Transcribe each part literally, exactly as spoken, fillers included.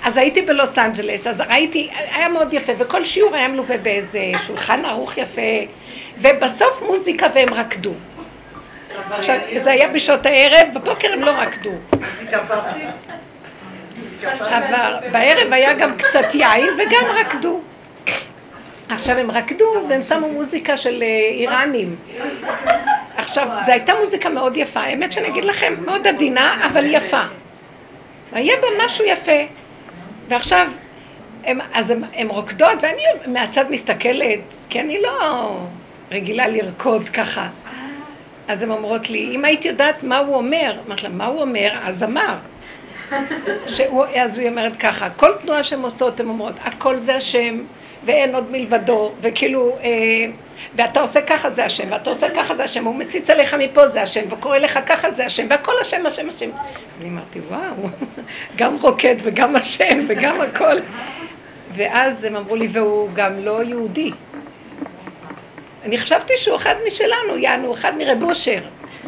אז הייתי בלוס אנג'לס, אז ראיתי, היה מאוד יפה, וכל שיעור היה מלווה באיזה שולחן ערוך יפה, ובסוף מוזיקה והם רקדו. עכשיו, זה היה בשעות הערב, בבוקר הם לא רקדו. מוזיקה פרסית. אבל בערב היה גם קצת יין וגם רקדו. עכשיו הם רקדו והם שמו מוזיקה של איראנים. עכשיו, זו הייתה מוזיקה מאוד יפה, האמת שאני אגיד לכם, מאוד עדינה, אבל יפה. היה בה משהו יפה. ועכשיו, הם, אז הם, הם רוקדות, ואני מהצד מסתכלת, כי אני לא רגילה לרקוד ככה. אז הן אומרות לי, אם היית יודעת מה הוא אומר, אמרת לה, מה הוא אומר? אז אמר. שהוא, אז היא אומרת ככה, כל תנועה שהן עושות, הן אומרות, הכל זה השם, ואין עוד מלבדו, וכאילו, אה, ואתה עושה ככה זה השם, ואתה עושה ככה זה השם, הוא מציץ עליך מפה זה השם, וקורא לך ככה זה השם, והכל השם, השם, השם. אני אמרתי, וואו, גם רוקד וגם השם וגם הכל. ואז הם אמרו לי, והוא גם לא יהודי. אני חשבתי שהוא אחד משלנו, יענו, אחד מרב אושר.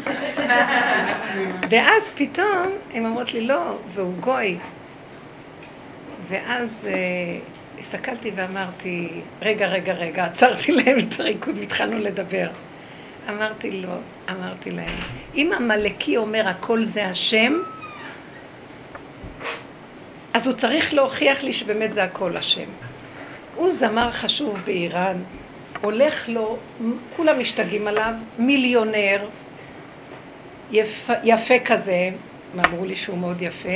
ואז פתאום הם אמרות לי, לא, והוא גוי. ואז אה, הסתכלתי ואמרתי, רגע, רגע, רגע, עצרתי להם את הריקוד והתחלנו לדבר. אמרתי לו, אמרתי להם, אם המלאקי אומר הכל זה השם, אז הוא צריך להוכיח לי שבאמת זה הכל השם. הוא זמר חשוב באיראן, הולך לו, כולם משתגעים עליו, מיליונר, יפה, יפה כזה, אמרו לי שהוא מאוד יפה,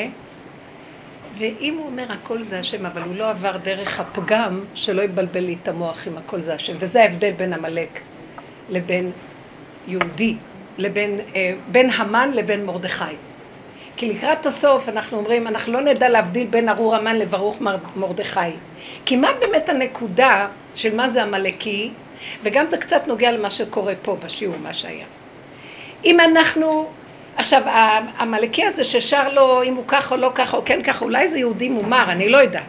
ואם הוא אומר הכל זה השם, אבל הוא לא עבר דרך הפגם, שלא יבלבל לי את המוח עם הכל זה השם, וזה ההבדל בין המלאק לבין יהודי, לבין, אה, בין המן לבין מרדכי. כי לקראת הסוף אנחנו אומרים, אנחנו לא נדע להבדיל בין ארור המן לברוך מרדכי. כי מה באמת הנקודה של מה זה המלאקי, וגם זה קצת נוגע למה שקורה פה בשיעור, מה שהיה. אם אנחנו, עכשיו, המלאקי הזה ששר לו, אם הוא כך או לא כך או כן כך, אולי זה יהודי מומר, אני לא יודע.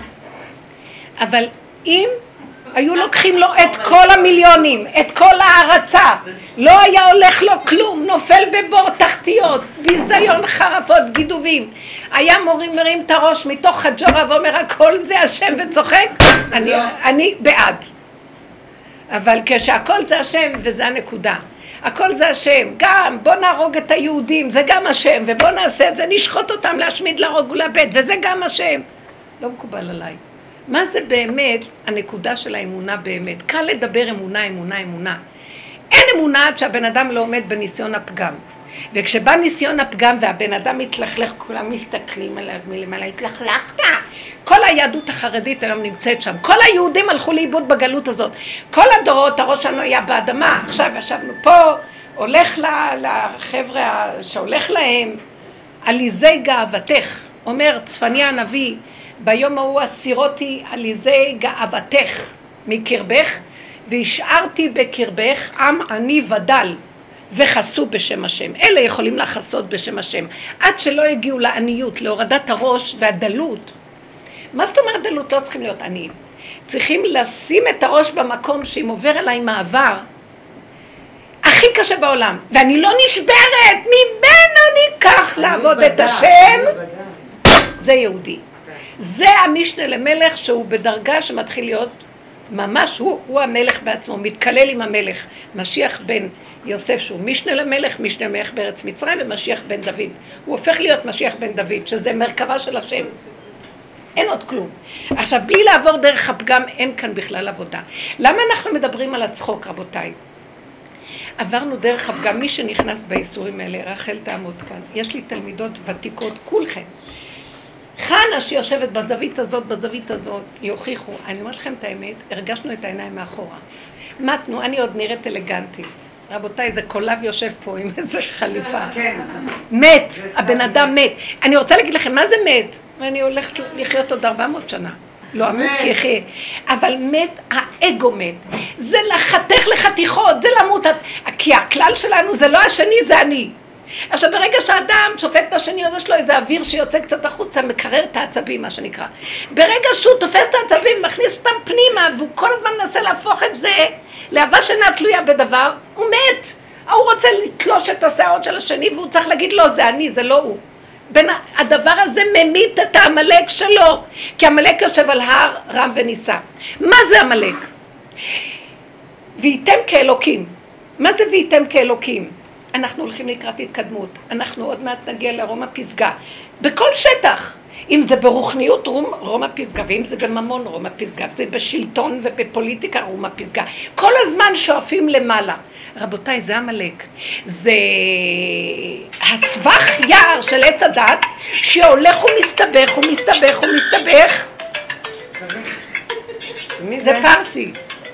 אבל אם היו לוקחים לו את כל המיליונים, את כל ההרצה, לא היה הולך לו כלום, נופל בבור תחתיות, ביזיון חרפות, גידובים. היה מורים מרים את הראש מתוך חג'ורה ואומר, הכל זה השם וצוחק, אני, אני בעד. אבל כשהכל זה השם וזה הנקודה. הכל זה השם, גם בוא נהרוג את היהודים, זה גם השם, ובוא נעשה את זה, נשחוט אותם להשמיד, להרוג ולאבד, וזה גם השם. לא מקובל עליי. מה זה באמת הנקודה של האמונה באמת? קל לדבר אמונה, אמונה, אמונה. אין אמונה עד שהבן אדם לא עומד בניסיון הפגם. וכשבא ניסיון הפגם והבן אדם מתלכלך, כולם מסתכלים עליו מלמעלה, התלכלכת. כל היהדות החרדית היום נמצאת שם. כל היהודים הלכו לאיבוד בגלות הזאת. כל הדורות, הראש שלנו היה באדמה. עכשיו ישבנו פה, הולך לחבר'ה שהולך להם, עליזי גאוותך. אומר צפניה הנביא, ביום ההוא אסירותי עליזי גאוותך מקרבך, והשארתי בקרבך עם עני ודל. וחסו בשם השם. אלה יכולים לחסות בשם השם. עד שלא הגיעו לעניות, להורדת הראש והדלות. מה זאת אומרת דלות? לא צריכים להיות עניים. צריכים לשים את הראש במקום שאם עובר אליי מעבר, הכי קשה בעולם. ואני לא נשברת, ממנו ניקח לעבוד את השם. זה יהודי. זה המשנה למלך שהוא בדרגה שמתחיל להיות ממש, הוא, הוא המלך בעצמו, מתקלל עם המלך. משיח בן יוסף שהוא משנה למלך, משנה למלך בארץ מצרים, ומשיח בן דוד. הוא הופך להיות משיח בן דוד, שזה מרכבה של השם. אין עוד כלום. עכשיו, בלי לעבור דרך הפגם, אין כאן בכלל עבודה. למה אנחנו מדברים על הצחוק, רבותיי? עברנו דרך הפגם, מי שנכנס באיסורים האלה, רחל תעמוד כאן. יש לי תלמידות ותיקות, כולכם. חנה שיושבת בזווית הזאת, בזווית הזאת, יוכיחו. אני אומר לכם את האמת, הרגשנו את העיניים מאחורה. מתנו, אני עוד נראית אלגנטית. רבותיי, זה קולב יושב פה עם איזה חליפה. מת, הבן אדם מת. אני רוצה להגיד לכם, מה זה מת? ואני הולכת לחיות עוד ארבע מאות שנה. לא אמות כי יחיה. אבל מת, האגו מת. זה לחתך לחתיכות, זה למות. כי הכלל שלנו זה לא השני, זה אני. עכשיו ברגע שהאדם שופט את השני, אז יש לו איזה אוויר שיוצא קצת החוצה, מקרר את העצבים, מה שנקרא. ברגע שהוא תופס את העצבים, מכניס אותם פנימה, והוא כל הזמן מנסה להפוך את זה לאהבה שאינה תלויה בדבר, הוא מת. הוא רוצה לתלוש את השערות של השני, והוא צריך להגיד לו, זה אני, זה לא הוא. בין הדבר הזה ממית את העמלק שלו, כי העמלק יושב על הר רם ונישא. מה זה עמלק? וייתם כאלוקים. מה זה וייתם כאלוקים? אנחנו הולכים לקראת התקדמות, אנחנו עוד מעט נגיע לרום הפסגה, בכל שטח, אם זה ברוחניות רום, רום הפסגה, ואם זה בממון רום הפסגה, וזה בשלטון ובפוליטיקה רום הפסגה, כל הזמן שואפים למעלה. רבותיי, זה עמלק, זה הסבך יער של עץ הדת, שהולך ומסתבך ומסתבך ומסתבך, זה פרסי.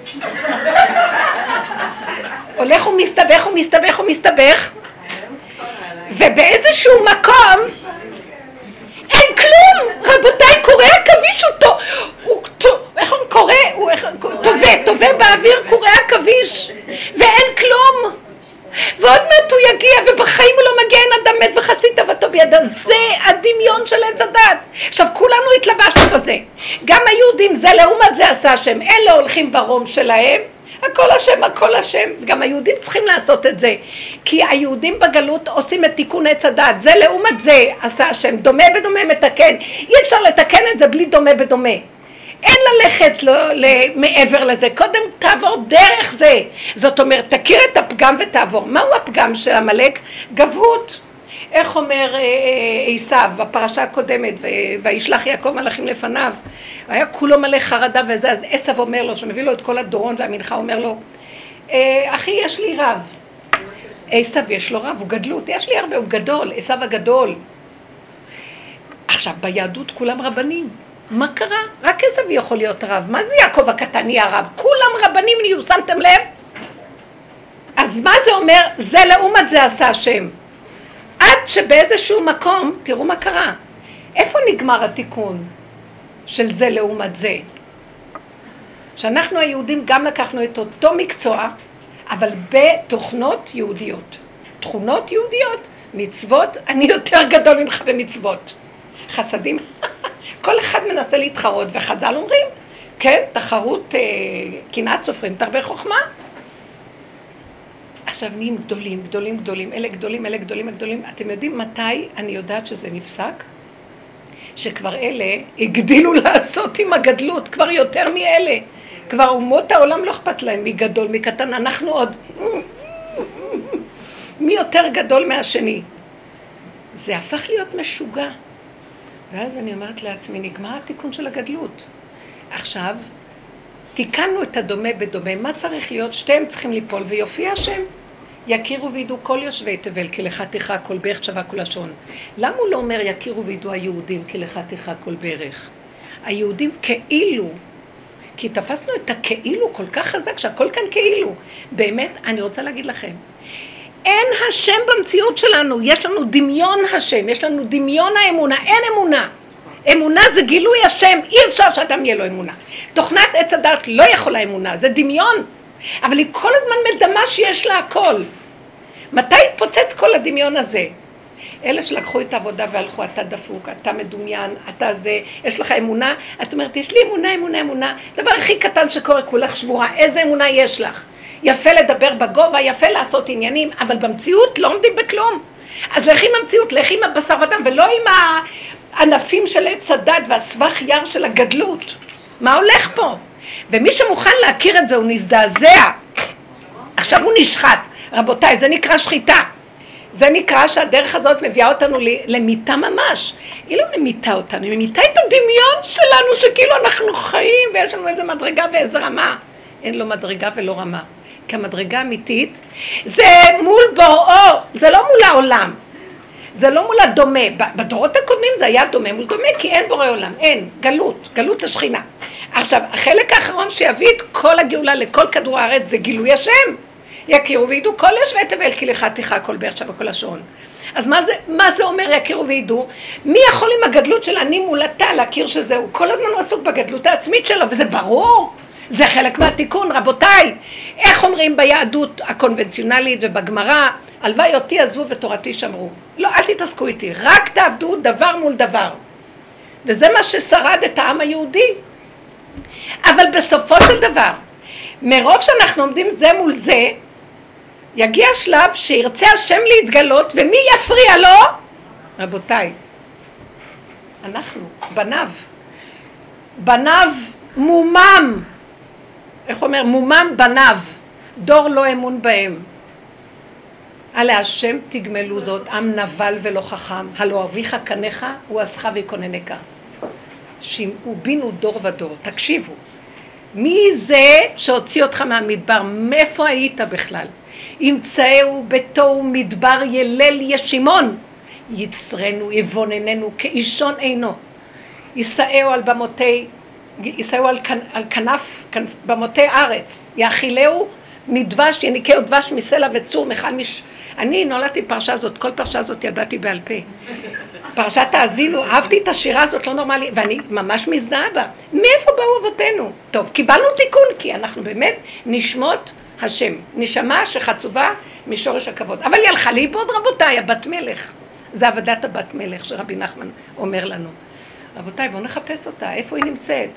הולך ומסתבך ומסתבך ומסתבך, ובאיזשהו מקום אין כלום. רבותיי, קורא עכביש אותו, הוא איך הוא קורא, הוא טובה, טובה באוויר, קורא עכביש, ואין כלום. ועוד מעט הוא יגיע, ובחיים הוא לא מגיע, אין אדם מת וחצי תאוותו בידו. זה הדמיון של עץ הדת. עכשיו כולנו התלבשנו בזה, גם היהודים, זה לעומת זה עשה השם, אלה הולכים ברום שלהם, הכל השם, הכל השם. גם היהודים צריכים לעשות את זה, כי היהודים בגלות עושים את תיקון עץ הדת, זה לעומת זה עשה השם, דומה בדומה מתקן. אי אפשר לתקן את זה בלי דומה בדומה, אין ללכת לא, מעבר לזה, קודם תעבור דרך זה. זאת אומרת, תכיר את הפגם ותעבור. מהו הפגם של עמלק? גבהות. איך אומר עשיו בפרשה הקודמת, וישלח יעקב מלאכים לפניו, היה כולו מלא חרדה וזה, אז עשיו אומר לו, שמביא לו את כל הדורון והמנחה, אומר לו, אחי, יש לי רב. עשיו יש לו רב, הוא גדלות, יש לי הרבה, הוא גדול, עשיו הגדול. עכשיו, ביהדות כולם רבנים. מה קרה? רק עשיו יכול להיות רב. מה זה יעקב הקטן נהיה רב? כולם רבנים נהיו, שמתם לב? אז מה זה אומר? זה לעומת זה עשה השם. עד שבאיזשהו מקום, תראו מה קרה. איפה נגמר התיקון של זה לעומת זה? שאנחנו היהודים גם לקחנו את אותו מקצוע, אבל בתוכנות יהודיות. תכונות יהודיות, מצוות, אני יותר גדול ממך במצוות. חסדים, כל אחד מנסה להתחרות, וחז"ל אומרים, כן, תחרות, אה, קנאת סופרים, תרבה חוכמה. עכשיו נהיים גדולים, גדולים, גדולים, אלה גדולים, אלה גדולים, גדולים. אתם יודעים מתי אני יודעת שזה נפסק? שכבר אלה הגדילו לעשות עם הגדלות, כבר יותר מאלה. כבר אומות העולם לא אכפת להם מי גדול, מי קטן, אנחנו עוד מי יותר גדול מהשני. זה הפך להיות משוגע. ואז אני אומרת לעצמי, נגמר התיקון של הגדלות. עכשיו, תיקנו את הדומה בדומה, מה צריך להיות? שתיהם צריכים ליפול, ויופיע השם. יכירו וידעו כל יושבי תבל, כי לך תיכה כל ברך שווה כל לשון. למה הוא לא אומר יכירו וידעו היהודים, כי לך תיכה כל ברך? היהודים כאילו, כי תפסנו את הכאילו כל כך חזק, שהכל כאן כאילו. באמת, אני רוצה להגיד לכם, אין השם במציאות שלנו, יש לנו דמיון השם, יש לנו דמיון האמונה, אין אמונה. אמונה זה גילוי השם, אי אפשר שאדם יהיה לו אמונה. תוכנת עץ הדת לא יכולה אמונה, זה דמיון. אבל היא כל הזמן מדמה שיש לה הכל. מתי התפוצץ כל הדמיון הזה? אלה שלקחו את העבודה והלכו, אתה דפוק, אתה מדומיין, אתה זה, יש לך אמונה, את אומרת, יש לי אמונה, אמונה, אמונה. דבר הכי קטן שקורה, כולך שבורה, איזה אמונה יש לך? יפה לדבר בגובה, יפה לעשות עניינים, אבל במציאות לא עומדים בכלום. אז לכי עם המציאות, לכי עם הבשר ודם, ולא עם הענפים של עץ הדת והסבך יער של הגדלות. מה הולך פה? ומי שמוכן להכיר את זה, הוא נזדעזע. עכשיו הוא נשחט. רבותיי, זה נקרא שחיטה. זה נקרא שהדרך הזאת מביאה אותנו למיטה ממש. היא לא ממיטה אותנו, היא ממיטה את הדמיון שלנו, שכאילו אנחנו חיים, ויש לנו איזה מדרגה ואיזה רמה. אין לו מדרגה ולא רמה. כי המדרגה האמיתית זה מול בוראו, זה לא מול העולם. זה לא מול הדומה. בדורות הקודמים זה היה דומה מול דומה, כי אין בורא עולם, אין, גלות, גלות השכינה. עכשיו, החלק האחרון שיביא את כל הגאולה לכל כדור הארץ זה גילוי השם. יכירו וידעו כל יושבי תבל, כי לך תיכה כל באר שווה כל לשון. אז מה זה, מה זה אומר יכירו וידעו? מי יכול עם הגדלות של אני מולתה להכיר שזהו? כל הזמן הוא עסוק בגדלות העצמית שלו, וזה ברור. זה חלק מהתיקון, רבותיי. איך אומרים ביהדות הקונבנציונלית ובגמרא, הלוואי אותי עזבו ותורתי שמרו. לא, אל תתעסקו איתי, רק תעבדו דבר מול דבר. וזה מה ששרד את העם היהודי. אבל בסופו של דבר, מרוב שאנחנו עומדים זה מול זה, יגיע שלב שירצה השם להתגלות, ומי יפריע לו? רבותיי, אנחנו, בניו. בניו מומם. איך אומר? מומם בניו. דור לא אמון בהם. עלי השם תגמלו זאת, עם נבל ולא חכם. הלא אביך קניך, הוא עשך ויקוננך. שמעו בינו דור ודור. תקשיבו. מי זה שהוציא אותך מהמדבר? מאיפה היית בכלל? ימצאהו בתוהו מדבר ילל ישימון. יצרנו, יבונננו, כאישון עינו. יישאהו על במותי, יישאהו על, על כנף, כנף, במותי ארץ. יאכילהו מדבש, יניקהו דבש מסלע וצור מחל מש... אני נולדתי פרשה הזאת, כל פרשה הזאת ידעתי בעל פה. פרשת האזינו, אהבתי את השירה הזאת, לא נורמלי, ואני ממש מזדהה בה. מאיפה באו אבותינו? טוב, קיבלנו תיקון, כי אנחנו באמת נשמות השם. נשמה שחצובה משורש הכבוד. אבל היא הלכה לאיבוד, רבותיי, הבת מלך. זה עבודת הבת מלך שרבי נחמן אומר לנו. רבותיי, בואו נחפש אותה, איפה היא נמצאת?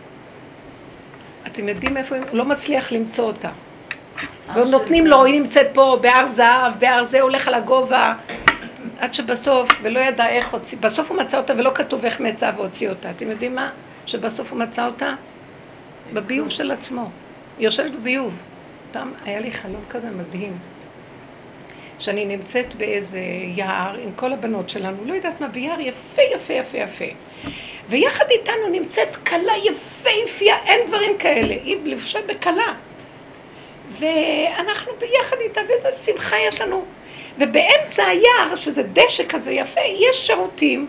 אתם יודעים איפה היא? הוא לא מצליח למצוא אותה. ונותנים לו, היא נמצאת פה בהר זהב, בהר זה, הולך על הגובה, עד שבסוף, ולא ידע איך הוציא, בסוף הוא מצא אותה ולא כתוב איך מצא והוציא אותה. אתם יודעים מה? שבסוף הוא מצא אותה? בביוב של עצמו. היא יושבת בביוב. פעם היה לי חלום כזה מדהים. שאני נמצאת באיזה יער עם כל הבנות שלנו, לא יודעת מה, ביער יפה, יפה, יפה, יפה. ויחד איתנו נמצאת קלה יפה, יפייה, אין דברים כאלה. היא לבושה בקלה. ואנחנו ביחד איתה, ואיזה שמחה יש לנו. ובאמצע היער, שזה דשא כזה יפה, יש שירותים.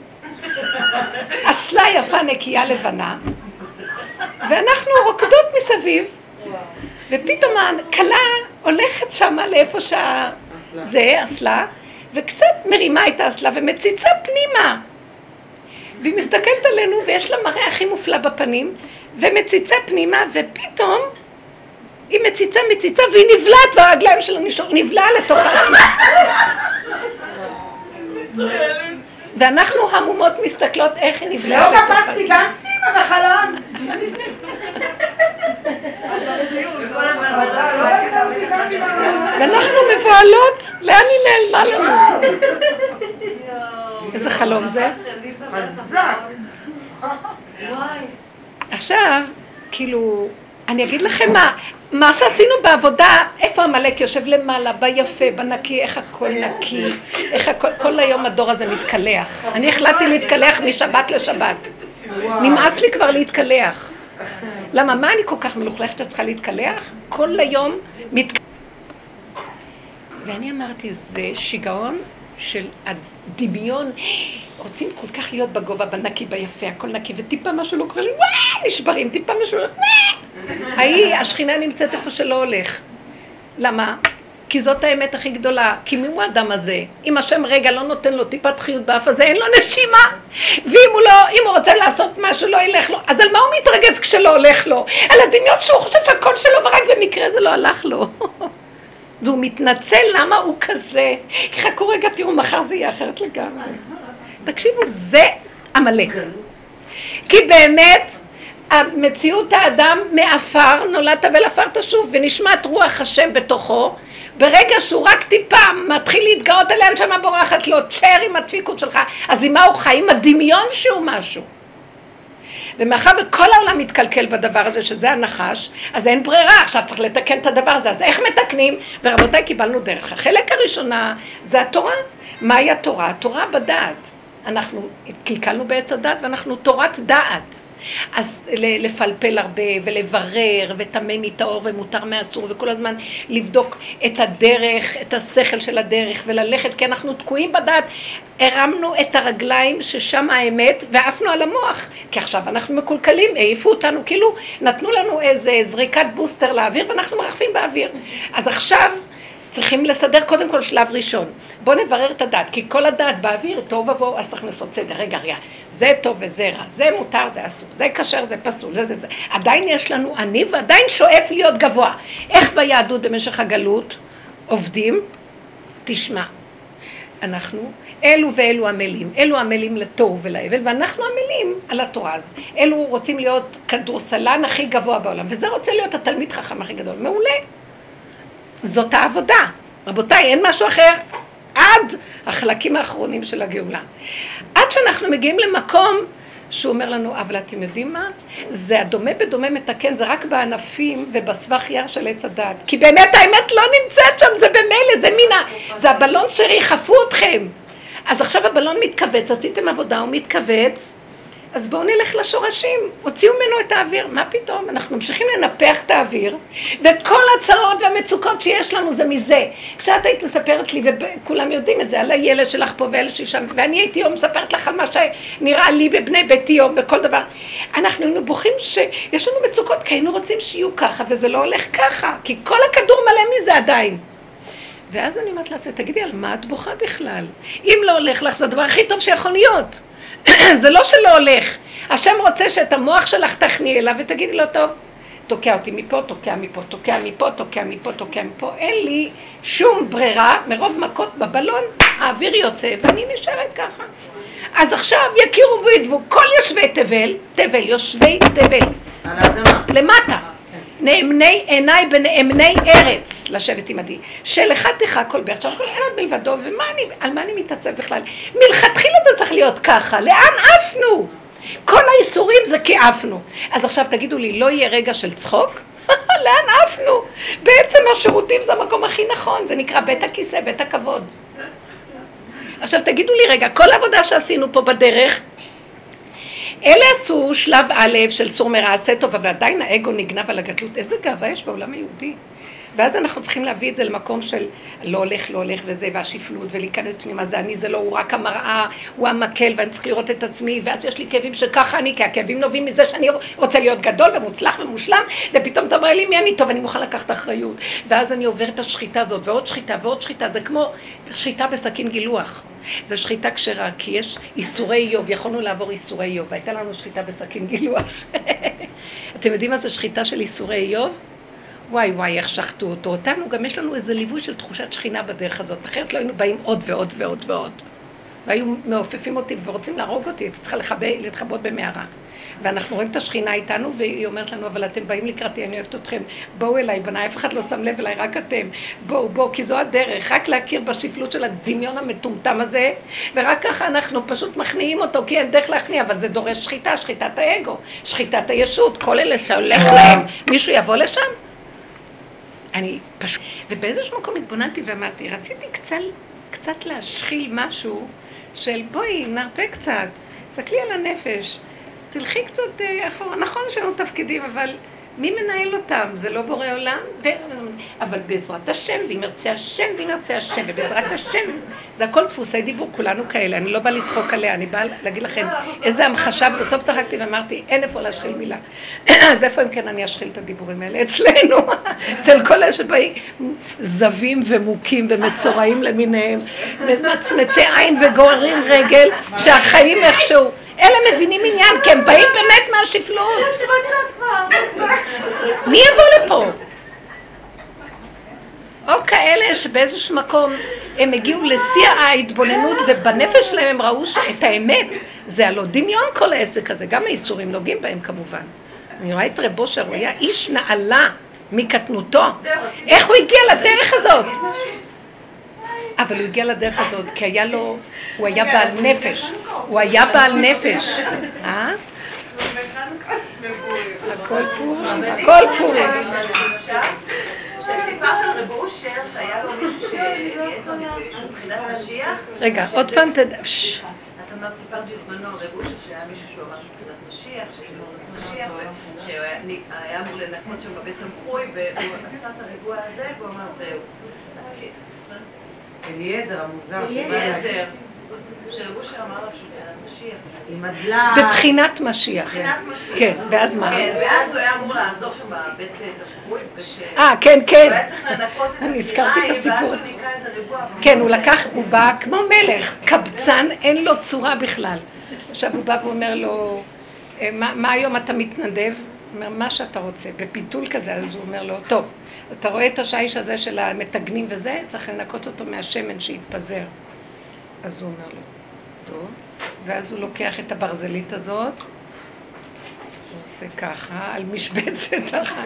אסלה יפה, נקייה לבנה. ואנחנו רוקדות מסביב. ופתאום הכלה הולכת שמה לאיפה שה... זה אסלה, וקצת מרימה את האסלה ומציצה פנימה. והיא מסתכלת עלינו ויש לה מראה הכי מופלא בפנים, ומציצה פנימה, ופתאום היא מציצה, מציצה, והיא נבלעת, והרגליים שלה נבלעה לתוך האסלה. ואנחנו המומות מסתכלות איך היא נבלעה לתוך האסלה. לא קפצתי גם פנימה בחלון. ואנחנו מבועלות, לאן היא נעלמה לנו? איזה חלום זה? עכשיו, כאילו, אני אגיד לכם מה, מה שעשינו בעבודה, איפה המלאק יושב למעלה, ביפה, בנקי, איך הכל נקי, איך הכל, כל היום הדור הזה מתקלח. אני החלטתי להתקלח משבת לשבת. נמאס לי כבר להתקלח. למה? מה אני כל כך מלוכלכת שצריכה להתקלח? כל היום מתקלח. ואני אמרתי, זה שיגעון של הדמיון. רוצים כל כך להיות בגובה, בנקי, ביפה, הכל נקי, וטיפה משהו לא קורה לי, וואי, נשברים, טיפה משהו לא... ההיא, השכינה נמצאת איפה שלא הולך. למה? כי זאת האמת הכי גדולה. כי מי הוא האדם הזה? אם השם רגע לא נותן לו טיפת חיות באף הזה, אין לו נשימה. ואם הוא לא, אם הוא רוצה לעשות משהו, לא ילך לו. אז על מה הוא מתרגז כשלא הולך לו? על הדמיון שהוא חושב שהכל שלו, ורק במקרה זה לא הלך לו. והוא מתנצל למה הוא כזה. חכו רגע, תראו, מחר זה יהיה אחרת לגמרי. תקשיבו, זה עמלק. כי באמת, המציאות האדם מאפר, נולדת ולאפר תשוב, ונשמעת רוח השם בתוכו, ברגע שהוא רק טיפה מתחיל להתגאות עליה, הנשמה בורחת לו, תשאר עם הדפיקות שלך, אז עם מה הוא חי? עם הדמיון שהוא משהו. ומאחר וכל העולם מתקלקל בדבר הזה, שזה הנחש, אז אין ברירה, עכשיו צריך לתקן את הדבר הזה, אז איך מתקנים? ורבותיי, קיבלנו דרך. החלק הראשונה זה התורה. מהי התורה? התורה בדעת. אנחנו קלקלנו בעץ הדעת ואנחנו תורת דעת. אז לפלפל הרבה ולברר וטמא מטהור ומותר מאסור וכל הזמן לבדוק את הדרך, את השכל של הדרך וללכת, כי אנחנו תקועים בדעת, הרמנו את הרגליים ששם האמת ועפנו על המוח, כי עכשיו אנחנו מקולקלים, העיפו אותנו, כאילו נתנו לנו איזה זריקת בוסטר לאוויר ואנחנו מרחפים באוויר. אז עכשיו צריכים לסדר קודם כל שלב ראשון. בוא נברר את הדעת, כי כל הדעת באוויר טוב ובוא, אז צריך לעשות סדר. רגע, רגע, זה טוב וזה רע, זה מותר, זה אסור, זה כשר, זה פסול, זה זה זה. עדיין יש לנו אני ועדיין שואף להיות גבוה. איך ביהדות במשך הגלות עובדים? תשמע, אנחנו, אלו ואלו עמלים, אלו עמלים לתוהו ולהבל, ואנחנו עמלים על התורה. אז אלו רוצים להיות כדורסלן הכי גבוה בעולם, וזה רוצה להיות התלמיד חכם הכי גדול. מעולה. זאת העבודה. רבותיי, אין משהו אחר עד החלקים האחרונים של הגאולה. עד שאנחנו מגיעים למקום שהוא אומר לנו, אבל אתם יודעים מה? זה הדומה בדומה מתקן, זה רק בענפים ובסבך יער של עץ הדת. כי באמת האמת לא נמצאת שם, זה במילא, זה מינה, זה הבלון שריחפו אתכם. אז עכשיו הבלון מתכווץ, עשיתם עבודה, הוא מתכווץ, אז בואו נלך לשורשים, הוציאו ממנו את האוויר. מה פתאום? אנחנו ממשיכים לנפח את האוויר, וכל הצרות והמצוקות שיש לנו זה מזה. כשאת היית מספרת לי, וכולם יודעים את זה, על הילד שלך פה ואלה ששם, ואני הייתי יום מספרת לך על מה שנראה לי בבני ביתי יום, בכל דבר. אנחנו היינו בוכים שיש לנו מצוקות, כי היינו רוצים שיהיו ככה, וזה לא הולך ככה, כי כל הכדור מלא מזה עדיין. ואז אני אומרת לעצמי, תגידי, על מה את בוכה בכלל? אם לא הולך לך, זה הדבר הכי טוב שיכול להיות. זה לא שלא הולך. השם רוצה שאת המוח שלך תכניעי אליו ותגידי לו, טוב, תוקע אותי מפה, תוקע מפה, תוקע מפה, תוקע מפה, תוקע מפה. אין לי שום ברירה, מרוב מכות בבלון, האוויר יוצא ואני נשארת ככה. אז עכשיו יכירו וידבו כל יושבי תבל, תבל, יושבי תבל. על האדמה. למטה. נאמני עיניי בנאמני ארץ, לשבת עמדי, שלחתך כל באר, עכשיו אין עוד מלבדו, ומה אני, על מה אני מתעצב בכלל? מלכתחילה זה צריך להיות ככה, לאן עפנו? כל האיסורים זה כי עפנו. אז עכשיו תגידו לי, לא יהיה רגע של צחוק? לאן עפנו? בעצם השירותים זה המקום הכי נכון, זה נקרא בית הכיסא, בית הכבוד. עכשיו תגידו לי רגע, כל העבודה שעשינו פה בדרך, אלה עשו שלב א' של סור מרע עשה טוב, אבל עדיין האגו נגנב על הגדלות. איזה גאווה יש בעולם היהודי. ואז אנחנו צריכים להביא את זה למקום של לא הולך, לא הולך וזה, והשפלות, ולהיכנס פנימה, זה אני, זה לא, הוא רק המראה, הוא המקל, ואני צריך לראות את עצמי, ואז יש לי כאבים שככה אני, כי הכאבים נובעים מזה שאני רוצה להיות גדול ומוצלח ומושלם, ופתאום אתה אומר לי מי אני טוב, אני מוכן לקחת אחריות. ואז אני עובר את השחיטה הזאת, ועוד שחיטה, ועוד שחיטה, זה כמו שחיטה בסכין גילוח. זו שחיטה כשרה, כי יש איסורי איוב, יכולנו לעבור איסורי איוב, והייתה לנו שחיטה בסכין גילוח. אתם יודעים מה זה שחיטה של איסורי איוב? וואי וואי, איך שחטו אותו. אותנו גם יש לנו איזה ליווי של תחושת שכינה בדרך הזאת, אחרת לא היינו באים עוד ועוד ועוד ועוד. והיו מעופפים אותי ורוצים להרוג אותי, הייתי צריכה להתחבות במערה. ואנחנו רואים את השכינה איתנו, והיא אומרת לנו, אבל אתם באים לקראתי, אני אוהבת אתכם, בואו אליי, בנה, אף אחד לא שם לב אליי, רק אתם, בואו, בואו, כי זו הדרך, רק להכיר בשפלות של הדמיון המטומטם הזה, ורק ככה אנחנו פשוט מכניעים אותו, כי אין דרך להכניע, אבל זה דורש שחיטה, שחיטת האגו, שחיטת הישות, כל אלה שהולך להם, מישהו יבוא לשם? אני פשוט, ובאיזשהו מקום התבוננתי ואמרתי, רציתי קצת, קצת להשחיל משהו של בואי, נרפה קצת, תסתכלי על הנפש, תלכי קצת אחורה, נכון שיש לנו תפקידים, אבל מי מנהל אותם? זה לא בורא עולם? ו... אבל בעזרת השם, ואם ירצה השם, ואם ירצה השם, ובעזרת השם, זה הכל דפוסי דיבור, כולנו כאלה, אני לא באה לצחוק עליה, אני באה להגיד לכם איזה המחשה, ובסוף צחקתי ואמרתי, אין איפה להשחיל מילה. אז איפה אם כן אני אשחיל את הדיבורים האלה אצלנו? אצל כל אלה שבאים זבים ומוקים ומצורעים למיניהם, מצמצי עין וגוררים רגל, שהחיים איכשהו, אלה מבינים עניין, כי הם באים באמת מהשפלות. מי יבוא לפה? או כאלה שבאיזשהו מקום הם הגיעו לשיא ההתבוננות, ובנפש שלהם הם ראו את האמת. זה הלא דמיון כל העסק הזה, גם האיסורים נוגעים בהם כמובן. אני רואה את רב אושר, הוא היה איש נעלה מקטנותו. איך הוא הגיע לדרך הזאת? אבל הוא הגיע לדרך הזאת כי היה לו, הוא היה בעל נפש, הוא היה בעל נפש. אה? הכל פורים, הכל פורים. שסיפרת על רב אושר שהיה לו מישהו שהוא מבחינת משיח. רגע, עוד פעם תדע. את אומרת, סיפרת בזמנו רב אושר שהיה מישהו שהוא אמר מבחינת משיח, ששמור את משיח, שהיה אמור לנקות שם בבית תמחוי, והוא עשה את הריבוע הזה, והוא אמר זהו. אליעזר המוזר אליעזר, שרב אושר אמר לו שהוא משיח. עם הדלה. בבחינת משיח. בבחינת משיח. כן, ואז מה? כן, ואז הוא היה אמור לעזור שם בבית תמחוי. אה, כן, כן. הוא היה צריך לנקות את אני הזכרתי את הסיפור. ואז הוא ניקה איזה ריבוע. כן, הוא לקח, הוא בא כמו מלך, קבצן, אין לו צורה בכלל. עכשיו הוא בא ואומר לו, מה, מה היום אתה מתנדב? הוא אומר, מה שאתה רוצה, בפיתול כזה, אז הוא אומר לו, טוב, אתה רואה את השיש הזה של המתגנים וזה, צריך לנקות אותו מהשמן שיתפזר. אז הוא אומר לו, טוב, ואז הוא לוקח את הברזלית הזאת, הוא עושה ככה, על משבצת אחת.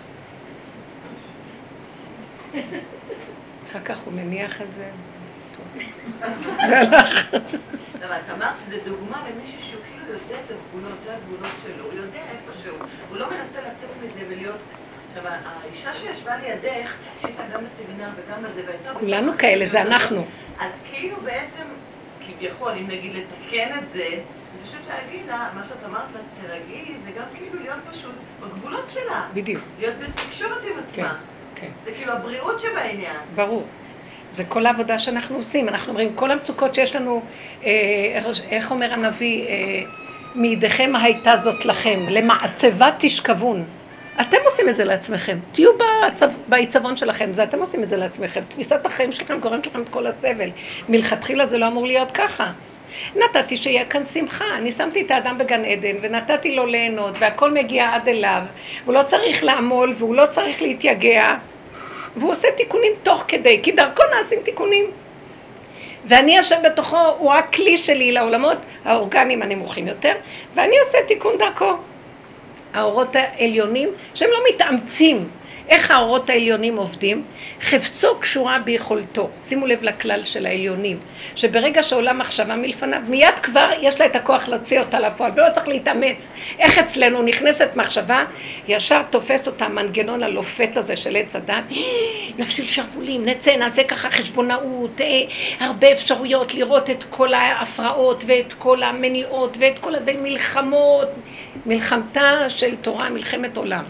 אחר כך הוא מניח את זה, טוב. והלך. אבל את אמרת שזה דוגמה למישהו שהוא כאילו יודע את הגבולות, זה הגבולות שלו, הוא יודע איפשהו, הוא לא מנסה לצאת מזה ולהיות... עכשיו, האישה שישבה לידך, שהייתה גם בסמינר וגם על זה, והייתה... כולנו כאלה, זה אנחנו. אז כאילו בעצם, כביכול, אם נגיד לתקן את זה, פשוט להגיד לה, מה שאת אמרת לה, תרגעי, זה גם כאילו להיות פשוט בגבולות שלה. בדיוק. להיות בתקשורת עם עצמה. כן, כן. זה כאילו הבריאות שבעניין. ברור. זה כל העבודה שאנחנו עושים. אנחנו אומרים, כל המצוקות שיש לנו, אה, איך אומר הנביא, אה, מידיכם הייתה זאת לכם, למעצבה תשכבון. אתם עושים את זה לעצמכם. תהיו בעצב, בעיצבון שלכם, זה אתם עושים את זה לעצמכם. תפיסת החיים שלכם גורמת לכם את כל הסבל. מלכתחילה זה לא אמור להיות ככה. נתתי שיהיה כאן שמחה, אני שמתי את האדם בגן עדן ונתתי לו ליהנות והכל מגיע עד אליו, הוא לא צריך לעמול והוא לא צריך להתייגע והוא עושה תיקונים תוך כדי, כי דרכו נעשים תיקונים ואני יושב בתוכו, הוא הכלי שלי לעולמות האורגניים הנמוכים יותר ואני עושה תיקון דרכו. האורות העליונים שהם לא מתאמצים, איך האורות העליונים עובדים? חפצו קשורה ביכולתו. שימו לב לכלל של העליונים, שברגע שעולה מחשבה מלפניו, מיד כבר יש לה את הכוח להוציא אותה לפועל, ולא צריך להתאמץ. איך אצלנו נכנסת מחשבה, ישר תופס אותה מנגנון הלופת הזה של עץ הדת, נפשיל שרבולים, נצא, נעשה ככה חשבונאות, הרבה אפשרויות לראות את כל ההפרעות ואת כל המניעות ואת כל המלחמות, מלחמתה של תורה, מלחמת עולם.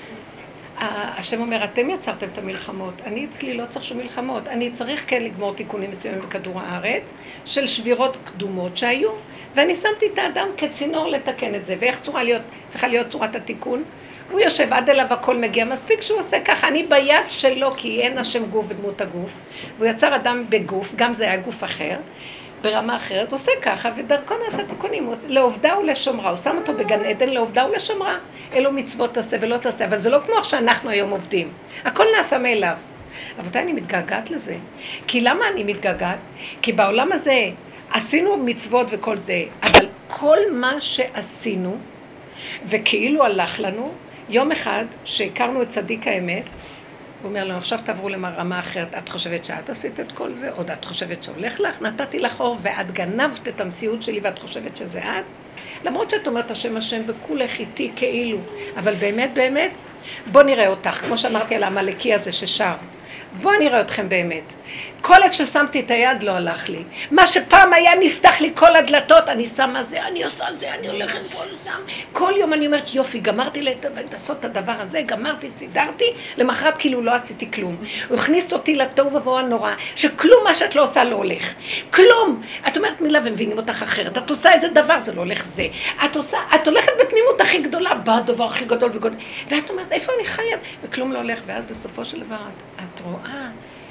השם אומר, אתם יצרתם את המלחמות, אני אצלי לא צריך שום מלחמות, אני צריך כן לגמור תיקונים מסוימים בכדור הארץ, של שבירות קדומות שהיו, ואני שמתי את האדם כצינור לתקן את זה, ואיך צורה להיות, צריכה להיות צורת התיקון? הוא יושב עד אליו הכל מגיע, מספיק שהוא עושה ככה, אני ביד שלו, כי אין השם גוף ודמות הגוף, והוא יצר אדם בגוף, גם זה היה גוף אחר, ברמה אחרת, עושה ככה, ודרכו נעשה תיקונים, לעובדה ולשומרה, הוא שם אותו בגן עדן, לעובדה ולשומרה, אלו מצוות תעשה ולא תעשה, אבל זה לא כמו שאנחנו היום עובדים, הכל נעשה מאליו. רבותיי, אני מתגעגעת לזה, כי למה אני מתגעגעת? כי בעולם הזה עשינו מצוות וכל זה, אבל כל מה שעשינו, וכאילו הלך לנו, יום אחד שהכרנו את צדיק האמת, הוא אומר לנו, עכשיו תעברו לרמה אחרת, את חושבת שאת עשית את כל זה, או את חושבת שהולך לך, נתתי לך אור ואת גנבת את המציאות שלי ואת חושבת שזה את, למרות שאת אומרת השם השם וכולך איתי כאילו, אבל באמת באמת, בוא נראה אותך, כמו שאמרתי על המלאקי הזה ששר, בוא נראה אתכם באמת. כל איפה ששמתי את היד לא הלך לי. מה שפעם היה נפתח לי כל הדלתות, אני שמה זה, אני עושה זה, אני הולכת פה לשם. כל יום אני אומרת, יופי, גמרתי לעשות את הדבר הזה, גמרתי, סידרתי, למחרת כאילו לא עשיתי כלום. הוא הכניס אותי לתוהו ובוהו הנורא, שכלום מה שאת לא עושה לא הולך. כלום! את אומרת מילה ומבינים אותך אחרת, את עושה איזה דבר, זה לא הולך זה. את עושה, את הולכת בתמימות הכי גדולה, בא הדבר הכי גדול וגדול. ואת אומרת, איפה אני חייב? וכלום לא הולך, ואז בסופו של דבר, את, את רואה,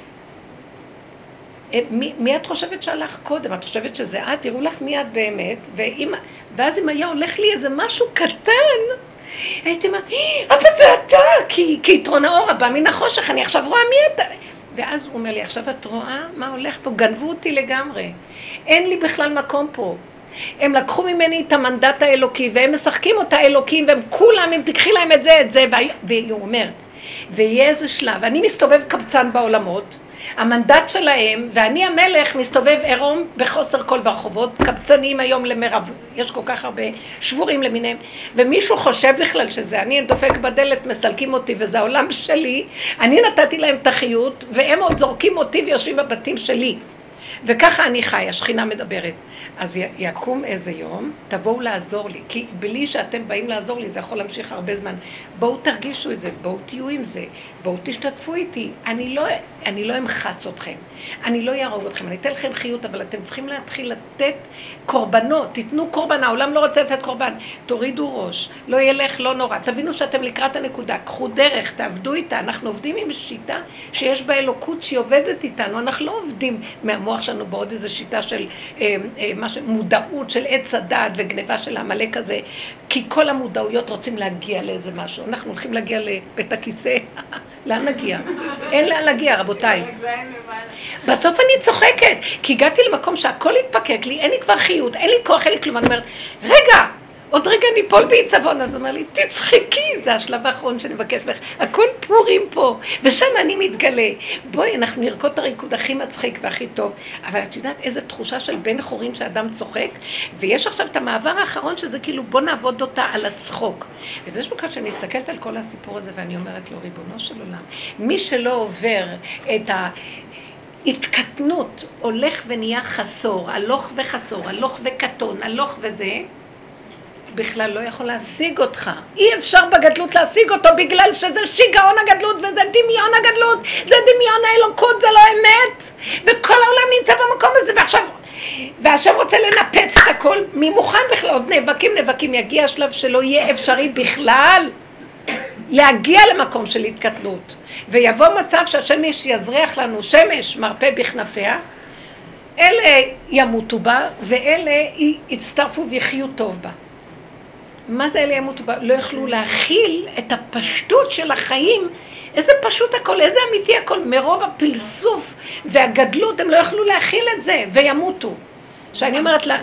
מי, מי את חושבת שהלך קודם? את חושבת שזה את? תראו לך מיד באמת, ואם, ואז אם היה הולך לי איזה משהו קטן, הייתי אומרת, אבל זה אתה, כי, כי יתרון האור הבא מן החושך, אני עכשיו רואה מי אתה. ואז הוא אומר לי, עכשיו את רואה מה הולך פה? גנבו אותי לגמרי. אין לי בכלל מקום פה. הם לקחו ממני את המנדט האלוקי, והם משחקים אותה אלוקים, והם כולם, אם תקחי להם את זה, את זה, והוא אומר, ויהיה איזה שלב, אני מסתובב קבצן בעולמות, המנדט שלהם, ואני המלך מסתובב עירום בחוסר כל ברחובות, קבצנים היום למרב, יש כל כך הרבה שבורים למיניהם, ומישהו חושב בכלל שזה, אני דופק בדלת, מסלקים אותי וזה העולם שלי, אני נתתי להם את החיות, והם עוד זורקים אותי ויושבים בבתים שלי, וככה אני חי, השכינה מדברת. אז יקום איזה יום, תבואו לעזור לי, כי בלי שאתם באים לעזור לי, זה יכול להמשיך הרבה זמן. בואו תרגישו את זה, בואו תהיו עם זה, בואו תשתתפו איתי. אני לא, אני לא אמחץ אתכם, אני לא יהרוג אתכם, אני אתן לכם חיות, אבל אתם צריכים להתחיל לתת קורבנות, תיתנו קורבן, העולם לא רוצה לתת קורבן, תורידו ראש, לא ילך, לא נורא, תבינו שאתם לקראת הנקודה, קחו דרך, תעבדו איתה, אנחנו עובדים עם שיטה שיש בה אלוקות שהיא עובדת איתנו, אנחנו לא עובדים מהמוח שלנו בעוד איזו שיטה של אה, אה, משהו, מודעות של עץ הדעת וגניבה של העמלק הזה, כי כל המודעויות רוצים להגיע לאיזה משהו, אנחנו הולכים להגיע לבית הכיסא, לאן נגיע? אין לאן להגיע, רבותיי. בסוף אני צוחקת, כי הגעתי למקום שהכל התפקק לי, אין לי כבר חיות, אין לי כוח, אין לי כלום, אני אומרת, רגע, עוד רגע ניפול בעיצבון. אז הוא אומר לי, תצחקי, זה השלב האחרון שאני מבקש לך. הכל פורים פה, ושם אני מתגלה. בואי, אנחנו נרקוד את הריקוד הכי מצחיק והכי טוב. אבל את יודעת איזו תחושה של בן חורין שאדם צוחק, ויש עכשיו את המעבר האחרון שזה כאילו בוא נעבוד אותה על הצחוק. ובאיזשהו מקרה שאני מסתכלת על כל הסיפור הזה ואני אומרת לו, ריבונו של עולם, מי שלא עובר את ה... התקטנות הולך ונהיה חסור, הלוך וחסור, הלוך וקטון, הלוך וזה, בכלל לא יכול להשיג אותך. אי אפשר בגדלות להשיג אותו בגלל שזה שיגעון הגדלות וזה דמיון הגדלות, זה דמיון האלוקות, זה לא אמת. וכל העולם נמצא במקום הזה ועכשיו, והשם רוצה לנפץ את הכל. מי מוכן בכלל? עוד נאבקים, נאבקים, יגיע השלב שלא יהיה אפשרי בכלל להגיע למקום של התקטנות. ויבוא מצב שהשמש יזריח לנו שמש מרפא בכנפיה, אלה ימותו בה ואלה יצטרפו ויחיו טוב בה. מה זה אלה ימותו בה? לא יכלו להכיל את הפשטות של החיים. איזה פשוט הכל, איזה אמיתי הכל, מרוב הפלסוף והגדלות הם לא יכלו להכיל את זה וימותו. שאני אומרת לה,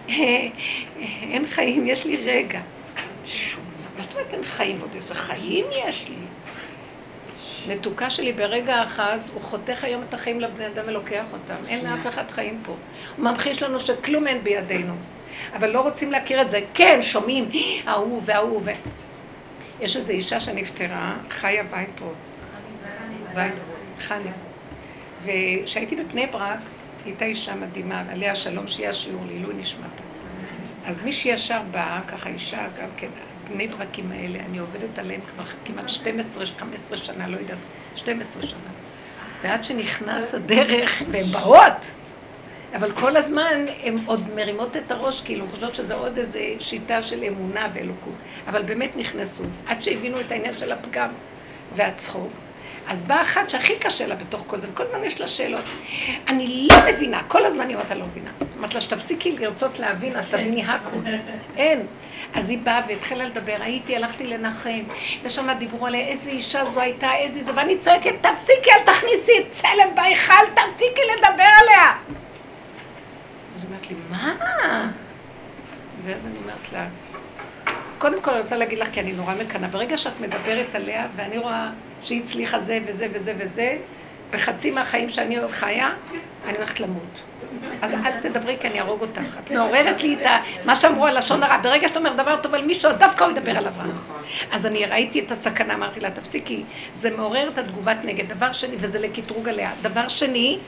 אין חיים, יש לי רגע. שום, מה זאת אומרת אין חיים? עוד איזה חיים יש לי? מתוקה שלי ברגע אחד, הוא חותך היום את החיים לבני אדם ולוקח אותם. אין לאף אחד חיים פה. הוא ממחיש לנו שכלום אין בידינו. אבל לא רוצים להכיר את זה. כן, שומעים, ההוא וההוא ו... יש איזו אישה שנפטרה, חיה וייטרוט. וייטרוט, חני. וכשהייתי בבני ברק, היא הייתה אישה מדהימה, עליה שלום שיהיה שיעור לעילוי נשמתה. אז מי שישר באה, ככה אישה, גם כן, בני ברקים האלה, אני עובדת עליהם כבר כמעט שתים עשרה חמש עשרה שנה, לא יודעת, שתים עשרה שנה. ועד שנכנס הדרך, והן באות, אבל כל הזמן הן עוד מרימות את הראש, כאילו, חושבות שזה עוד איזו שיטה של אמונה ואלוקות. אבל באמת נכנסו, עד שהבינו את העניין של הפגם והצחוק. אז באה אחת שהכי קשה לה בתוך כל זה, וכל הזמן יש לה שאלות. אני לא מבינה, כל הזמן היא אומרת לה לא מבינה. אמרת לה שתפסיקי לרצות להבין, אז תביני הכול. אין. אז היא באה והתחילה לדבר, הייתי, הלכתי לנחם, ושם דיברו עליה, איזה אישה זו הייתה, איזה זה, ואני צועקת, תפסיקי, אל תכניסי את צלם בהיכל, תפסיקי לדבר עליה. אז היא אומרת לי, מה? ואז אני אומרת לה, קודם כל אני רוצה להגיד לך, כי אני נורא מקנה, ברגע שאת מדברת עליה, ואני רואה שהיא הצליחה זה וזה וזה וזה, בחצי מהחיים שאני חיה, אני הולכת למות. אז אל תדברי כי אני ארוג אותך. את מעוררת לי את מה שאמרו על לשון הרע. ברגע שאתה אומר דבר טוב על מישהו, דווקא הוא ידבר עליו. אז אני ראיתי את הסכנה, אמרתי לה, תפסיקי, זה מעורר את התגובת נגד. דבר שני, וזה לקטרוג עליה. דבר שני,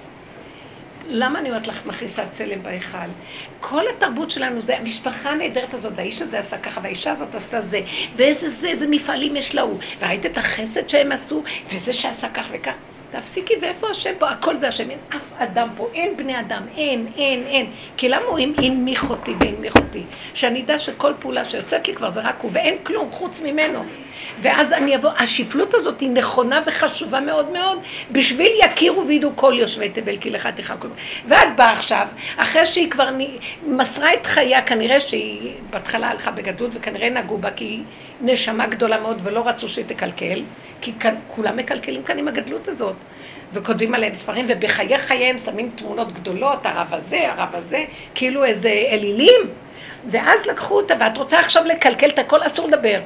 למה אני אומרת לך מכניסת צלם בהיכל? כל התרבות שלנו זה, המשפחה הנהדרת הזאת, והאיש הזה עשה ככה, והאישה הזאת עשתה זה, ואיזה זה, איזה מפעלים יש לה הוא, וראית את החסד שהם עשו, וזה שעשה כך וכך. תפסיקי, ואיפה השם פה? הכל זה השם, אין אף אדם פה, אין בני אדם, אין, אין, אין. כי למה הוא הנמיך אותי והנמיך אותי? שאני יודע שכל פעולה שיוצאת לי כבר זה רק הוא, ואין כלום חוץ ממנו. ואז אני אבוא, השפלות הזאת היא נכונה וחשובה מאוד מאוד, בשביל יכירו וידעו כל יושבי תבל, כי לך תיכה כל... ואת באה עכשיו, אחרי שהיא כבר מסרה את חייה, כנראה שהיא בהתחלה הלכה בגדלות, וכנראה נגעו בה, כי היא נשמה גדולה מאוד, ולא רצו שהיא תקלקל, כי כאן, כולם מקלקלים כאן עם הגדלות הזאת, וכותבים עליהם ספרים, ובחיי חייהם שמים תמונות גדולות, הרב הזה, הרב הזה, כאילו איזה אלילים, ואז לקחו אותה, ואת רוצה עכשיו לקלקל את הכל, אסור לדבר.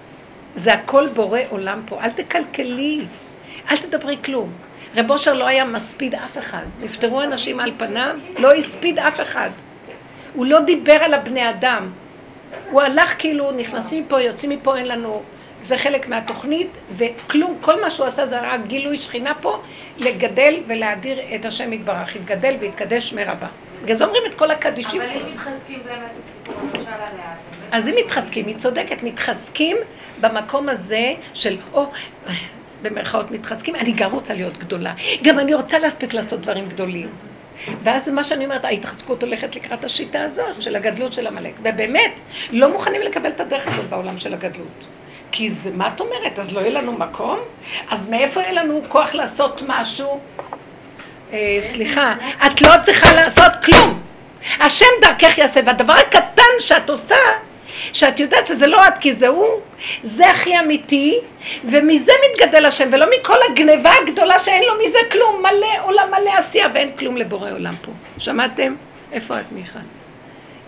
זה הכל בורא עולם פה, אל תקלקלי, אל תדברי כלום. רב אושר לא היה מספיד אף אחד, נפטרו אנשים על פניו, לא הספיד אף אחד. הוא לא דיבר על הבני אדם, הוא הלך כאילו, נכנסים מפה, יוצאים מפה, אין לנו, זה חלק מהתוכנית, וכלום, כל מה שהוא עשה זה רק גילוי שכינה פה, לגדל ולהדיר את השם יתברך, יתגדל ויתקדש מרבה. אז אומרים את כל הקדישים. אבל אם מתחזקים באמת הסיפור, למשל עליה. אז אם מתחזקים, היא צודקת, מתחזקים במקום הזה של, או, במרכאות מתחזקים, אני גם רוצה להיות גדולה, גם אני רוצה להספיק לעשות דברים גדולים. ואז מה שאני אומרת, ההתחזקות הולכת לקראת השיטה הזאת של הגדלות של המלאק. ובאמת, לא מוכנים לקבל את הדרך הזאת בעולם של הגדלות. כי זה, מה את אומרת? אז לא יהיה לנו מקום? אז מאיפה יהיה לנו כוח לעשות משהו? אה, סליחה, את לא צריכה לעשות כלום. השם דרכך יעשה, והדבר הקטן שאת עושה, שאת יודעת שזה לא את כי זה הוא, זה הכי אמיתי, ומזה מתגדל השם, ולא מכל הגניבה הגדולה שאין לו מזה כלום, מלא עולם מלא עשייה, ואין כלום לבורא עולם פה. שמעתם? איפה את מיכל?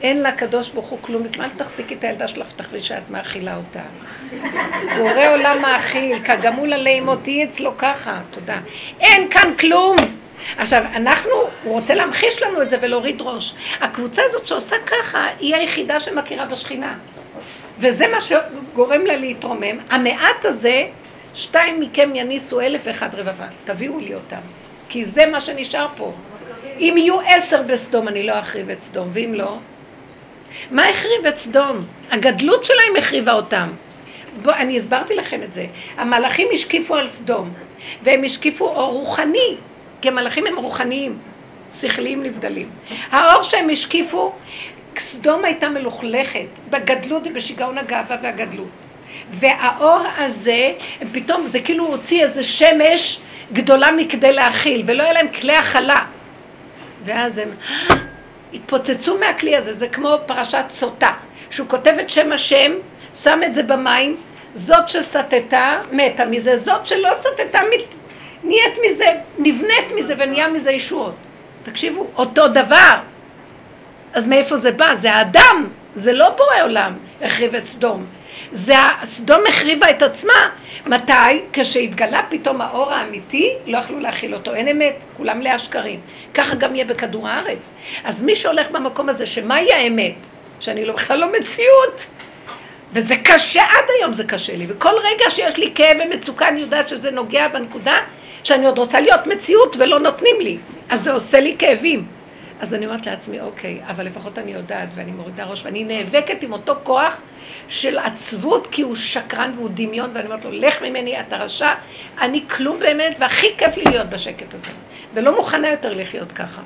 אין לה קדוש ברוך הוא כלום, אל תחזיקי את הילדה שלך ותחווי שאת מאכילה אותה. בורא עולם מאכיל, כגמול עלי מותי אצלו ככה, תודה. אין כאן כלום. עכשיו, אנחנו, הוא רוצה להמחיש לנו את זה ולהוריד ראש. הקבוצה הזאת שעושה ככה, היא היחידה שמכירה בשכינה. וזה מה שגורם לה להתרומם. המעט הזה, שתיים מכם יניסו אלף ואחד רבבה. תביאו לי אותם. כי זה מה שנשאר פה. אם יהיו עשר בסדום, אני לא אחריב את סדום, ואם לא, מה החריב את סדום? הגדלות שלהם החריבה אותם. בוא, אני הסברתי לכם את זה. המלאכים השקיפו על סדום, והם השקיפו אור רוחני, כי המלאכים הם רוחניים, שכליים נבדלים. האור שהם השקיפו, סדום הייתה מלוכלכת, בגדלות ובשיגעון הגאווה והגדלות. והאור הזה, פתאום זה כאילו הוציא איזה שמש גדולה מכדי להכיל, ולא היה להם כלי הכלה. ואז הם התפוצצו מהכלי הזה, זה כמו פרשת סוטה, שהוא כותב את שם השם, שם את זה במים, זאת שסתתה מתה מזה, זאת שלא סתתה נהיית מזה, נבנית מזה ונהיה מזה ישועות. תקשיבו, אותו דבר. אז מאיפה זה בא? זה האדם, זה לא בורא עולם, החריב את סדום. זה סדום החריבה את עצמה. מתי? כשהתגלה פתאום האור האמיתי, לא יכלו להכיל אותו. אין אמת, כולם להשקרים. ככה גם יהיה בכדור הארץ. אז מי שהולך במקום הזה, שמהי האמת? שאני לא בכלל לא מציאות. וזה קשה, עד היום זה קשה לי. וכל רגע שיש לי כאב ומצוקה, אני יודעת שזה נוגע בנקודה, שאני עוד רוצה להיות מציאות ולא נותנים לי. אז זה עושה לי כאבים. אז אני אומרת לעצמי, אוקיי, אבל לפחות אני יודעת ואני מורידה ראש, ואני נאבקת עם אותו כוח של עצבות, כי הוא שקרן והוא דמיון, ואני אומרת לו, לך ממני, אתה רשע, אני כלום באמת, והכי כיף לי להיות בשקט הזה. ולא מוכנה יותר לחיות ככה.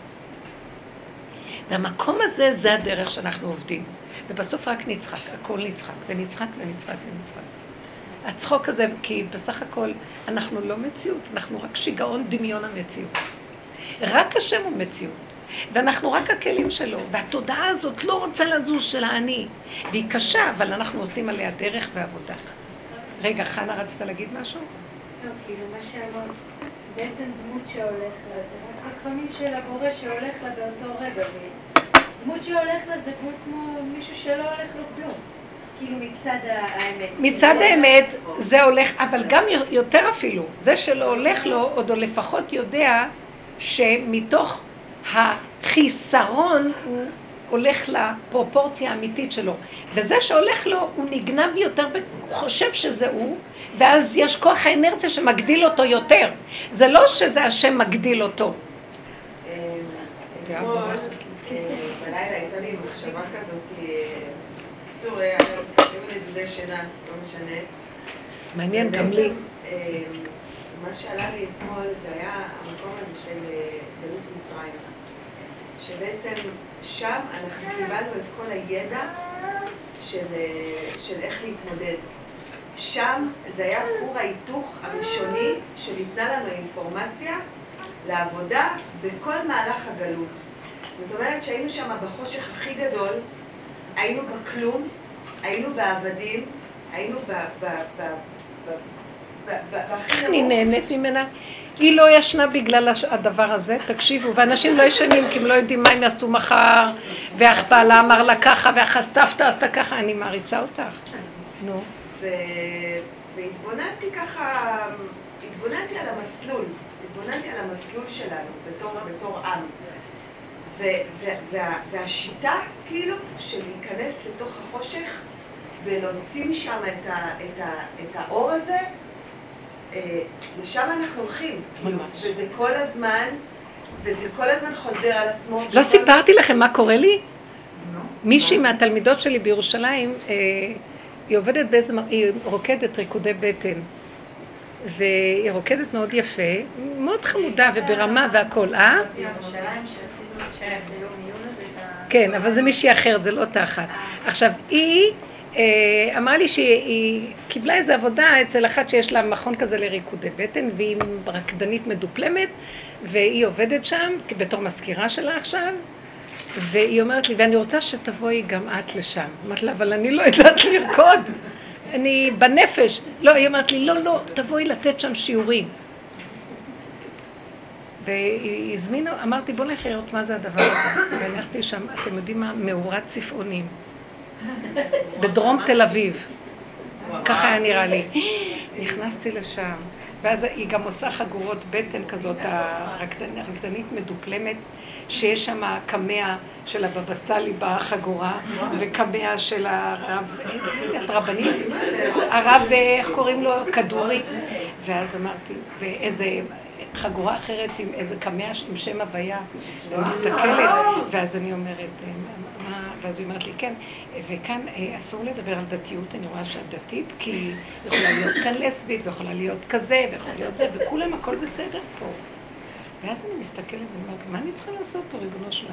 והמקום הזה, זה הדרך שאנחנו עובדים. ובסוף רק נצחק, הכל נצחק, ונצחק ונצחק ונצחק. הצחוק הזה, כי בסך הכל אנחנו לא מציאות, אנחנו רק שיגעון דמיון המציאות. רק השם הוא מציאות. ואנחנו רק הכלים שלו, והתודעה הזאת לא רוצה לזוז של האני, והיא קשה, אבל אנחנו עושים עליה דרך ועבודה. רגע, חנה, רצת להגיד משהו? לא, כאילו מה שאמרת, בעצם דמות שהולך לה, זה רק החמים של הבורא שהולך לה באותו רגע, ודמות שהולך לה זה דמות כמו מישהו שלא הולך לו כלום, כאילו מצד האמת. מצד האמת זה הולך, אבל גם יותר אפילו, זה שלא הולך לו, עוד או לפחות יודע שמתוך החיסרון הוא הולך לפרופורציה האמיתית שלו. וזה שהולך לו, הוא נגנב יותר, הוא חושב שזה הוא, ואז יש כוח האנרציה שמגדיל אותו יותר. זה לא שזה השם מגדיל אותו. בלילה הייתה לי מחשבה כזאת, קצור, היו נדודי שינה, לא משנה. מעניין גם לי. מה שעלה לי אתמול זה היה המקום הזה של גלות מצרים. שבעצם שם אנחנו קיבלנו את כל הידע של, של איך להתמודד. שם זה היה כור ההיתוך הראשוני שניתנה לנו אינפורמציה לעבודה בכל מהלך הגלות. זאת אומרת שהיינו שם בחושך הכי גדול, היינו בכלום, היינו בעבדים, היינו ב... ב, ב, ב אני נהנית ממנה. היא לא ישנה בגלל הדבר הזה, תקשיבו, ואנשים לא ישנים כי הם לא יודעים מה הם יעשו מחר, ואח בעלה אמר לה ככה, ואח הסבתא עשתה ככה, אני מעריצה אותך. נו. והתבוננתי ככה, התבוננתי על המסלול, התבוננתי על המסלול שלנו בתור עם. והשיטה כאילו של להיכנס לתוך החושך ולהוציא משם את האור הזה, לשם אנחנו הולכים, וזה כל הזמן, וזה כל הזמן חוזר על עצמו. לא סיפרתי לכם מה קורה לי? מישהי מהתלמידות שלי בירושלים, היא עובדת באיזה, היא רוקדת ריקודי בטן, והיא רוקדת מאוד יפה, מאוד חמודה וברמה והכל, אה? בירושלים שעשינו שייך ביום עיון. כן, אבל זה מישהי אחרת, זה לא תחת. עכשיו, היא אמרה לי שהיא קיבלה איזו עבודה אצל אחת שיש לה מכון כזה לריקודי בטן, והיא רקדנית מדופלמת, והיא עובדת שם בתור מזכירה שלה עכשיו, והיא אומרת לי, ואני רוצה שתבואי גם את לשם. אמרת לה, אבל אני לא יודעת לרקוד, אני בנפש. לא, היא אומרת לי, לא, לא, תבואי לתת שם שיעורים. והזמינו, אמרתי בוא נלך לראות מה זה הדבר הזה. והלכתי שם, אתם יודעים מה? מאורת צפעונים. בדרום תל אביב. ככה היה נראה לי. נכנסתי לשם, ואז היא גם עושה חגורות בטן כזאת, הרקדנית מדופלמת, שיש שם קמע של הבבא סאלי בחגורה, וקמע של הרב, לא יודעת, רבנים, הרב, איך קוראים לו? כדורי. ואז אמרתי, ואיזה חגורה אחרת עם איזה קמע עם שם הוויה, ומסתכלת, ואז אני אומרת, מה, ואז היא אומרת לי, כן, וכאן אסור לדבר על דתיות, אני רואה שאת דתית, כי יכולה להיות כאן לסבית, ויכולה להיות כזה, ויכולה להיות זה, וכולם הכל בסדר פה. ואז אני מסתכלת ואומרת, מה אני צריכה לעשות פה, ריבונו שלנו?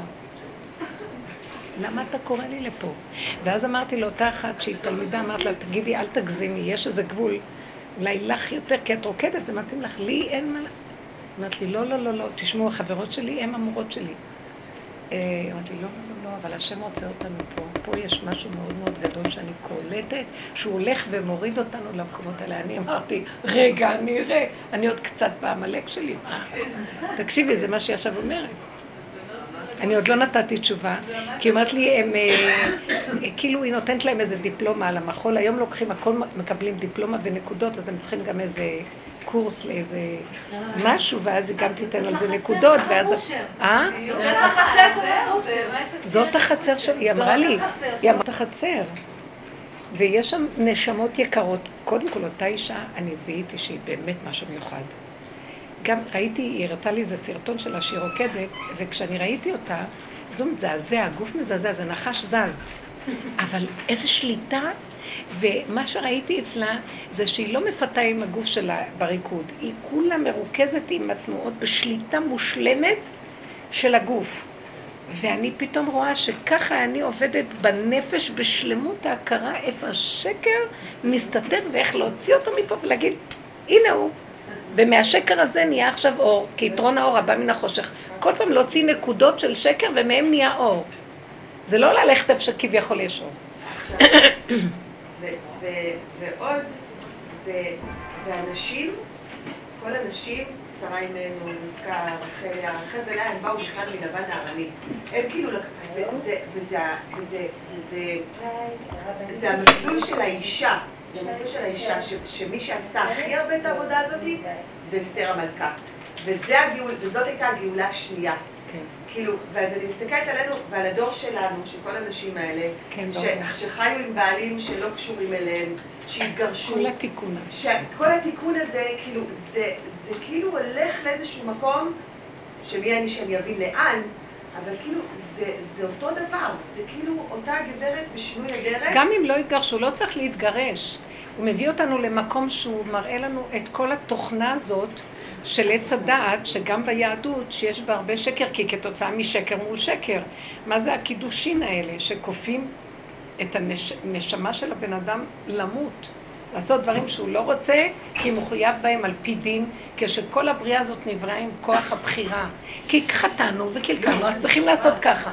למה אתה קורא לי לפה? ואז אמרתי לאותה אחת שהיא תלמידה, אמרת לה, תגידי, אל תגזימי, יש איזה גבול, אולי לך יותר, כי את רוקדת, זה מתאים לך, לי אין מה... אמרת לי, לא, לא, לא, לא, תשמעו, החברות שלי הן המורות שלי. אמרתי לי, לא, לא, לא, אבל השם רוצה אותנו פה. פה יש משהו מאוד מאוד גדול שאני קולטת, שהוא הולך ומוריד אותנו למקומות האלה. אני אמרתי, רגע, אני אראה, אני עוד קצת בעמלק שלי. תקשיבי, זה מה שהיא עכשיו אומרת. אני עוד לא נתתי תשובה, כי היא אומרת לי, הם, כאילו היא נותנת להם איזה דיפלומה על המחול, היום לוקחים, הכל מקבלים דיפלומה ונקודות, אז הם צריכים גם איזה קורס לאיזה משהו, ואז היא גם תיתן על זה נקודות, ואז... אה? זאת החצר של האושר. זאת החצר שלי, היא אמרה לי, היא אמרת החצר. ויש שם נשמות יקרות, קודם כל אותה אישה, אני זיהיתי שהיא באמת משהו מיוחד. גם ראיתי, היא הראתה לי איזה סרטון שלה שהיא רוקדת, וכשאני ראיתי אותה, זו מזעזע, הגוף מזעזע, זה נחש זז. אבל איזה שליטה, ומה שראיתי אצלה זה שהיא לא מפתה עם הגוף שלה בריקוד, היא כולה מרוכזת עם התנועות בשליטה מושלמת של הגוף. ואני פתאום רואה שככה אני עובדת בנפש בשלמות ההכרה איפה השקר מסתתר ואיך להוציא אותו מפה ולהגיד, הנה הוא. ומהשקר הזה נהיה עכשיו אור, כי יתרון האור הבא מן החושך. כל פעם להוציא נקודות של שקר ומהם נהיה אור. זה לא ללכת איפה שכביכול יש אור. ועוד, ואנשים, כל אנשים, שרה אימנו, נזכר, רחליה, רחל ולאה, הם באו בכלל מלבן הארמי. הם כאילו, וזה המסלול של האישה. זה המסלול של האישה, שמי שעשתה הכי הרבה את העבודה הזאת, זה אסתר המלכה. וזאת הייתה הגאולה השנייה. כאילו, ואז אני מסתכלת עלינו ועל הדור שלנו, של כל האנשים האלה, שחיו עם בעלים שלא קשורים אליהם, שהתגרשו. כל התיקון הזה. כל התיקון הזה, כאילו, זה כאילו הולך לאיזשהו מקום, שמי אני שאני אבין לאן, אבל כאילו, זה אותו דבר, זה כאילו אותה גברת בשינוי הדרך. גם אם לא התגרשו, לא צריך להתגרש. הוא מביא אותנו למקום שהוא מראה לנו את כל התוכנה הזאת, של עץ הדעת, שגם ביהדות שיש בה הרבה שקר, כי כתוצאה משקר מול שקר. מה זה הקידושין האלה שכופים את הנשמה של הבן אדם למות? לעשות דברים שהוא לא רוצה, כי הוא מחויב בהם על פי דין, כשכל הבריאה הזאת נבראה עם כוח הבחירה. כי חטאנו וקלקלנו, אז צריכים לעשות ככה.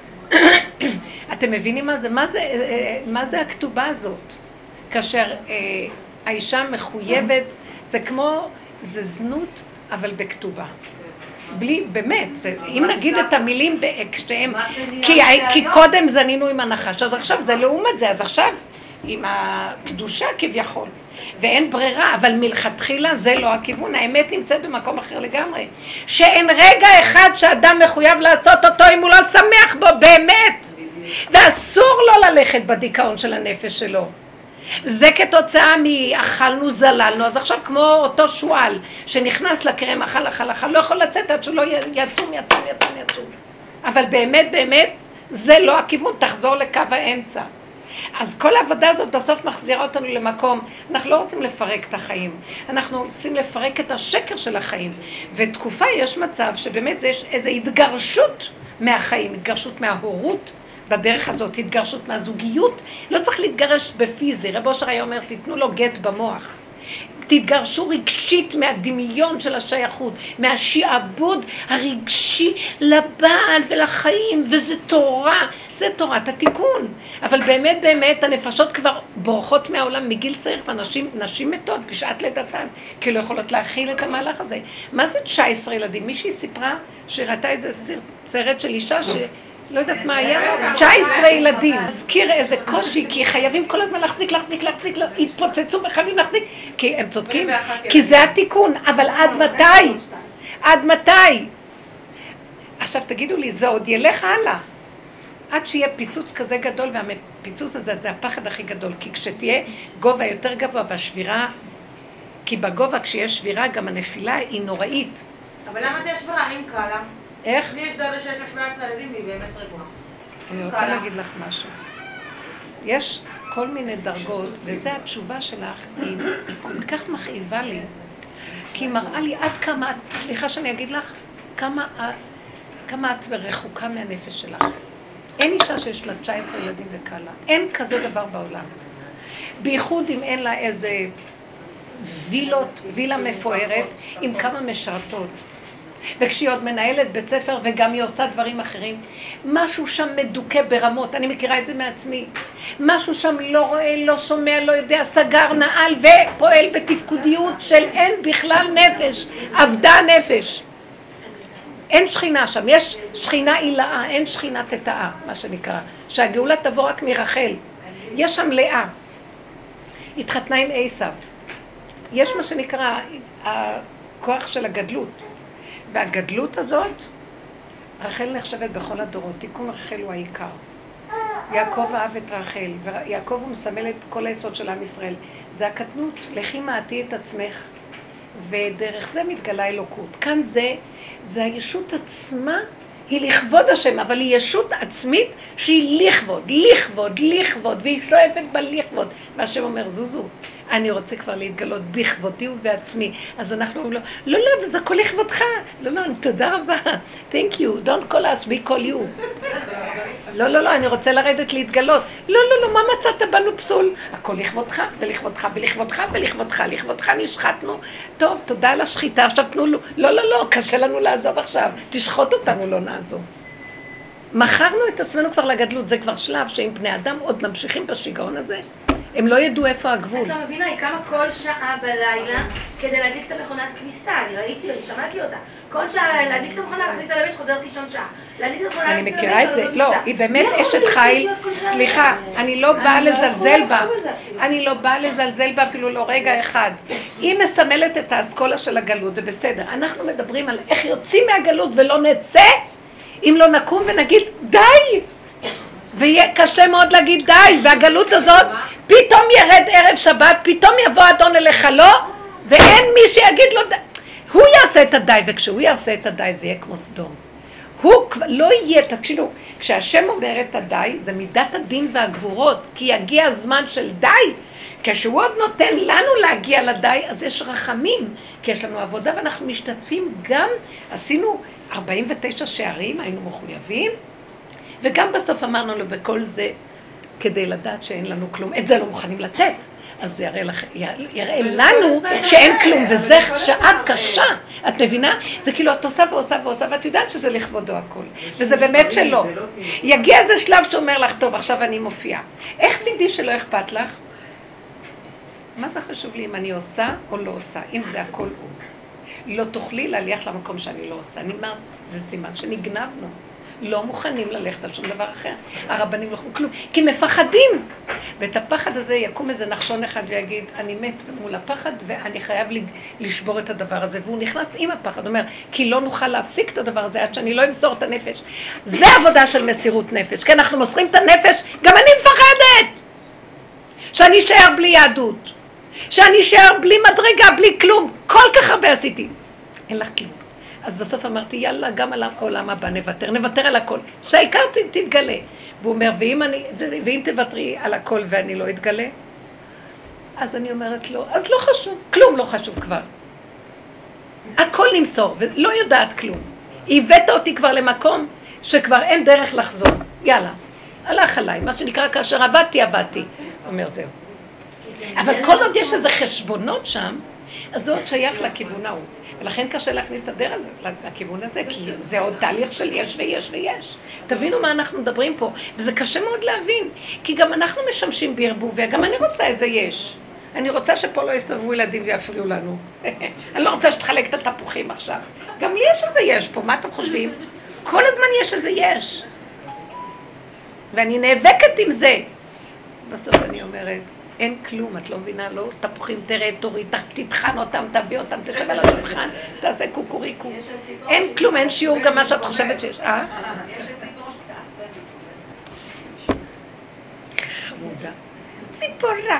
אתם מבינים מה זה? מה זה, מה זה הכתובה הזאת? כאשר אה, האישה מחויבת, זה כמו... זה זנות, אבל בכתובה. בלי, באמת, זה, אם נגיד את המילים בהקשתיהם, כי, כי קודם זנינו עם הנחש, אז עכשיו זה לעומת זה, אז עכשיו עם הקדושה כביכול, ואין ברירה, אבל מלכתחילה זה לא הכיוון, האמת נמצאת במקום אחר לגמרי, שאין רגע אחד שאדם מחויב לעשות אותו אם הוא לא שמח בו, באמת, ואסור לו ללכת בדיכאון של הנפש שלו. זה כתוצאה מאכלנו, זללנו, אז עכשיו כמו אותו שואל שנכנס לכרם, אכל, אכל, אכל, לא יכול לצאת עד שלא יצום, יצום, יצום, יצום. אבל באמת, באמת, זה לא הכיוון, תחזור לקו האמצע. אז כל העבודה הזאת בסוף מחזירה אותנו למקום, אנחנו לא רוצים לפרק את החיים, אנחנו רוצים לפרק את השקר של החיים. ותקופה יש מצב שבאמת זה יש איזו התגרשות מהחיים, התגרשות מההורות, בדרך הזאת, התגרשות מהזוגיות, לא צריך להתגרש בפיזי. רב אושר היה אומר, תיתנו לו גט במוח. תתגרשו רגשית מהדמיון של השייכות, מהשיעבוד הרגשי לבעל ולחיים, וזה תורה, זה תורת התיקון. אבל באמת באמת הנפשות כבר בורחות מהעולם מגיל צעיר, ואנשים, נשים מתות בשעת לידתן, כי לא יכולות להכיל את המהלך הזה. מה זה תשע עשרה ילדים? מישהי סיפרה שראתה איזה סרט של אישה ש... לא יודעת מה היה, תשע עשרה ילדים. הזכיר איזה קושי, כי חייבים כל הזמן להחזיק, להחזיק, להחזיק, התפוצצו וחייבים להחזיק, כי הם צודקים, כי זה התיקון, אבל עד מתי? עד מתי? עכשיו תגידו לי, זה עוד ילך הלאה. עד שיהיה פיצוץ כזה גדול, והפיצוץ הזה זה הפחד הכי גדול, כי כשתהיה גובה יותר גבוה והשבירה, כי בגובה כשיש שבירה גם הנפילה היא נוראית. אבל למה תהיה שבירה? אם קלה? איך? לי יש דודה שיש לה שבע עשרה ילדים והיא באמת רגועה. אני רוצה להגיד לך משהו. יש כל מיני דרגות, וזו התשובה שלך, היא כל כך מכאיבה לי, כי היא מראה לי עד כמה, סליחה שאני אגיד לך, כמה, כמה את רחוקה מהנפש שלך. אין אישה שיש לה תשע עשרה ילדים וקלה. אין כזה דבר בעולם. בייחוד אם אין לה איזה וילות, וילה מפוארת עם כמה משרתות. וכשהיא עוד מנהלת בית ספר וגם היא עושה דברים אחרים, משהו שם מדוכא ברמות, אני מכירה את זה מעצמי. משהו שם לא רואה, לא שומע, לא יודע, סגר, נעל ופועל בתפקודיות של אין בכלל נפש, עבדה נפש. אין שכינה שם, יש שכינה אילאה, אין שכינה תתאה, מה שנקרא, שהגאולה תבוא רק מרחל. יש שם לאה, התחתנה עם עשיו. יש מה שנקרא הכוח של הגדלות, והגדלות הזאת, רחל נחשבת בכל הדורות, תיקון רחל הוא העיקר. יעקב אהב את רחל, ויעקב הוא מסמל את כל היסוד של עם ישראל. זה הקטנות, לכי מעטי את עצמך, ודרך זה מתגלה אלוקות. כאן זה, זה הישות עצמה, היא לכבוד השם, אבל היא ישות עצמית שהיא לכבוד, לכבוד, לכבוד, והיא שואפת בלכבוד. והשם אומר, זוזו, אני רוצה כבר להתגלות בכבודי ובעצמי. אז אנחנו אומרים לו, לא, לא, זה הכל לכבודך. לא, לא, תודה רבה. Thank you. Don't call us, we call you. לא, לא, לא, אני רוצה לרדת להתגלות. לא, לא, לא, מה מצאת בנו פסול? הכל לכבודך ולכבודך ולכבודך ולכבודך. לכבודך נשחטנו. טוב, תודה על השחיטה. עכשיו תנו לו. לא, לא, לא, קשה לנו לעזוב עכשיו. תשחוט אותנו, לא נעזוב. מכרנו את עצמנו כבר לגדלות. זה כבר שלב שאם בני אדם עוד ממשיכים בשיגעון הזה, הם לא ידעו איפה הגבול. את לא מבינה, היא קמה כל שעה בלילה כדי להדליק את המכונת כניסה. אני ראיתי, אני שמעתי אותה. כל שעה להדליק את המכונה, להכניס לבית, חוזרת לישון שעה. להדליק את המכונה, אני מכירה את זה. לא, היא באמת אשת חיל. סליחה, אני לא באה לזלזל בה. אני לא באה לזלזל בה אפילו לא רגע אחד. היא מסמלת את האסכולה של הגלות, ובסדר. אנחנו מדברים על איך יוצאים מהגלות ולא נצא, אם לא נקום ונגיד די. ויהיה קשה מאוד להגיד די, והגלות הזאת פתאום ירד ערב שבת, פתאום יבוא אדון אליך לא, ואין מי שיגיד לו די. הוא יעשה את הדי, וכשהוא יעשה את הדי זה יהיה כמו סדום. הוא לא יהיה, תקשיבו, כשהשם אומר את הדי, זה מידת הדין והגבורות, כי יגיע הזמן של די. כשהוא עוד נותן לנו להגיע לדי, אז יש רחמים, כי יש לנו עבודה ואנחנו משתתפים גם, עשינו ארבעים ותשע שערים, היינו מחויבים, וגם בסוף אמרנו לו בכל זה, כדי לדעת שאין לנו כלום, את זה לא מוכנים לתת. אז הוא יראה, לך, יראה לנו שאין כלום, וזה שעה קשה. את מבינה? זה כאילו את עושה ועושה ועושה, ואת יודעת שזה לכבודו הכל. וזה באמת שלא. יגיע איזה שלב שאומר לך, טוב, עכשיו אני מופיעה. איך תדעי שלא אכפת לך? מה זה חשוב לי אם אני עושה או לא עושה? אם זה הכל הוא. לא תוכלי להליח למקום שאני לא עושה. אני אומר, זה סימן שנגנבנו. לא מוכנים ללכת על שום דבר אחר. הרבנים לא יכולים כלום, כי מפחדים. ואת הפחד הזה יקום איזה נחשון אחד ויגיד, אני מת מול הפחד ואני חייב לשבור את הדבר הזה. והוא נכנס עם הפחד, הוא אומר, כי לא נוכל להפסיק את הדבר הזה עד שאני לא אמסור את הנפש. זה עבודה של מסירות נפש, כי אנחנו מוסרים את הנפש, גם אני מפחדת. שאני אשאר בלי יהדות, שאני אשאר בלי מדרגה, בלי כלום. כל כך הרבה עשיתי. אין לך כלום. אז בסוף אמרתי, יאללה, גם על העולם הבא נוותר, נוותר על הכל. שהעיקר תתגלה. והוא אומר, ואם, אני, ואם תוותרי על הכל ואני לא אתגלה, אז אני אומרת לו, אז לא חשוב, כלום לא חשוב כבר. הכל נמסור, ולא יודעת כלום. הבאת אותי כבר למקום שכבר אין דרך לחזור. יאללה, הלך עליי, מה שנקרא כאשר עבדתי, עבדתי. אומר זהו. אבל כל עוד יש איזה חשבונות שם, אז זה עוד שייך לכיוון ההוא. ולכן קשה להכניס את הדרך הזה, לכיוון הזה, כי זה עוד תהליך של יש ויש ויש. תבינו מה אנחנו מדברים פה, וזה קשה מאוד להבין, כי גם אנחנו משמשים בערבוביה, גם אני רוצה איזה יש. אני רוצה שפה לא יסתובבו ילדים ויפריעו לנו. אני לא רוצה שתחלק את התפוחים עכשיו. גם לי יש איזה יש פה, מה אתם חושבים? כל הזמן יש איזה יש. ואני נאבקת עם זה. בסוף אני אומרת, אין כלום, את לא מבינה, לא תפוחים, תראה, תוריד, תטחן אותם, תביא אותם, תשב על השולחן, תעשה קוקוריקו. אין כלום, אין שיעור גם מה שאת חושבת שיש. אה? חמודה. ציפורה.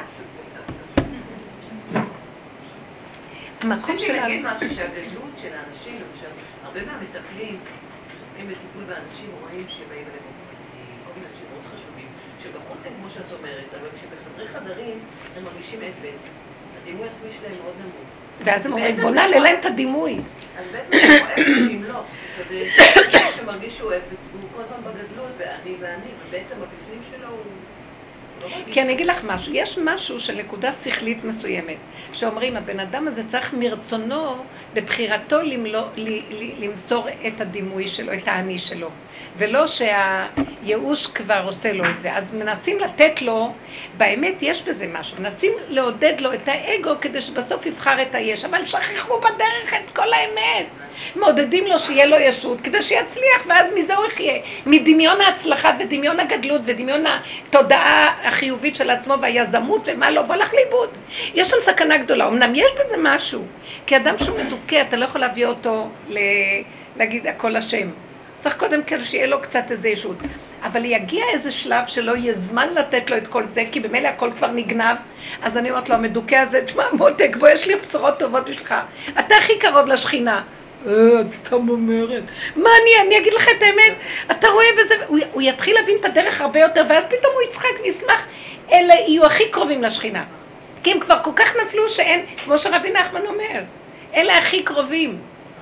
המקום שלנו... אני אגיד משהו שהגדלות של האנשים, למשל, הרבה מהמטפלים שעוסקים בטיפול באנשים רואים שבאים אליהם כל מיני אנשים מאוד חשובים, שבחוץ הם כמו שאת אומרת, אבל כשבחדרי חדרים הם מרגישים אפס. הדימוי עצמי שלהם מאוד נמוך. ואז הם אומרים, בוא נעלה להם את הדימוי. אז בעצם הוא אפס שאם לא, כזה שמרגיש שהוא אפס, והוא כל הזמן בגדלות, ואני ואני, ובעצם בפנים שלו הוא... כי אני אגיד לך משהו, יש משהו של נקודה שכלית מסוימת, שאומרים, הבן אדם הזה צריך מרצונו, בבחירתו למלוא, למסור את הדימוי שלו, את האני שלו, ולא שהייאוש כבר עושה לו את זה. אז מנסים לתת לו, באמת יש בזה משהו, מנסים לעודד לו את האגו כדי שבסוף יבחר את היש, אבל שכחו בדרך את כל האמת. מעודדים לו שיהיה לו ישות כדי שיצליח, ואז מזה הוא יחיה. מדמיון ההצלחה ודמיון הגדלות ודמיון התודעה החיובית של עצמו והיזמות ומה לא, והולך לאיבוד. יש שם סכנה גדולה, אמנם יש בזה משהו, כי אדם שהוא מדוכא, אתה לא יכול להביא אותו ל... להגיד הכל השם. צריך קודם כדי שיהיה לו קצת איזה ישות. אבל יגיע איזה שלב שלא יהיה זמן לתת לו את כל זה, כי במילא הכל כבר נגנב. אז אני אומרת לו, המדוכא הזה, תשמע מותק, בוא, יש לי בשורות טובות בשבילך. אתה הכי קרוב לשכינה. אה, את סתם אומרת. מה אני, אני אגיד לך את האמת? אתה רואה בזה, הוא, הוא יתחיל להבין את הדרך הרבה יותר, ואז פתאום הוא יצחק וישמח. אלה יהיו הכי קרובים לשכינה. כי הם כבר כל כך נפלו שאין, כמו שרבי נחמן אומר, אלה הכי קרובים.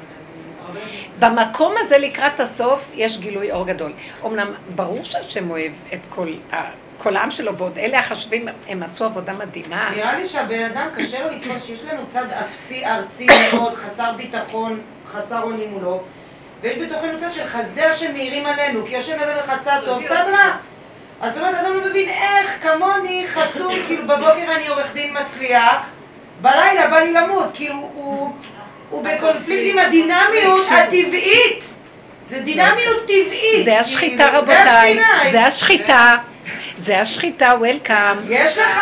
במקום הזה לקראת הסוף יש גילוי אור גדול. אמנם ברור שהשם אוהב את כל, כל העם שלו, ועוד אלה החשבים, הם עשו עבודה מדהימה. נראה לי שהבן אדם קשה לו לתפוס שיש לנו צד אפסי ארצי מאוד, חסר ביטחון, חסר אונים מולו, ויש בתוכנו צד של חסדי השם מאירים עלינו, כי השם נתן לך צד טוב, צד רע. אז זאת אומרת, אדם לא מבין איך כמוני חצוי, כאילו בבוקר אני עורך דין מצליח, בלילה בא לי למות, כאילו הוא... הוא בקונפליקט עם הדינמיות הטבעית. זה דינמיות טבעית. זה השחיטה רבותיי, זה השחיטה. זה השחיטה, וולקאם. יש לך,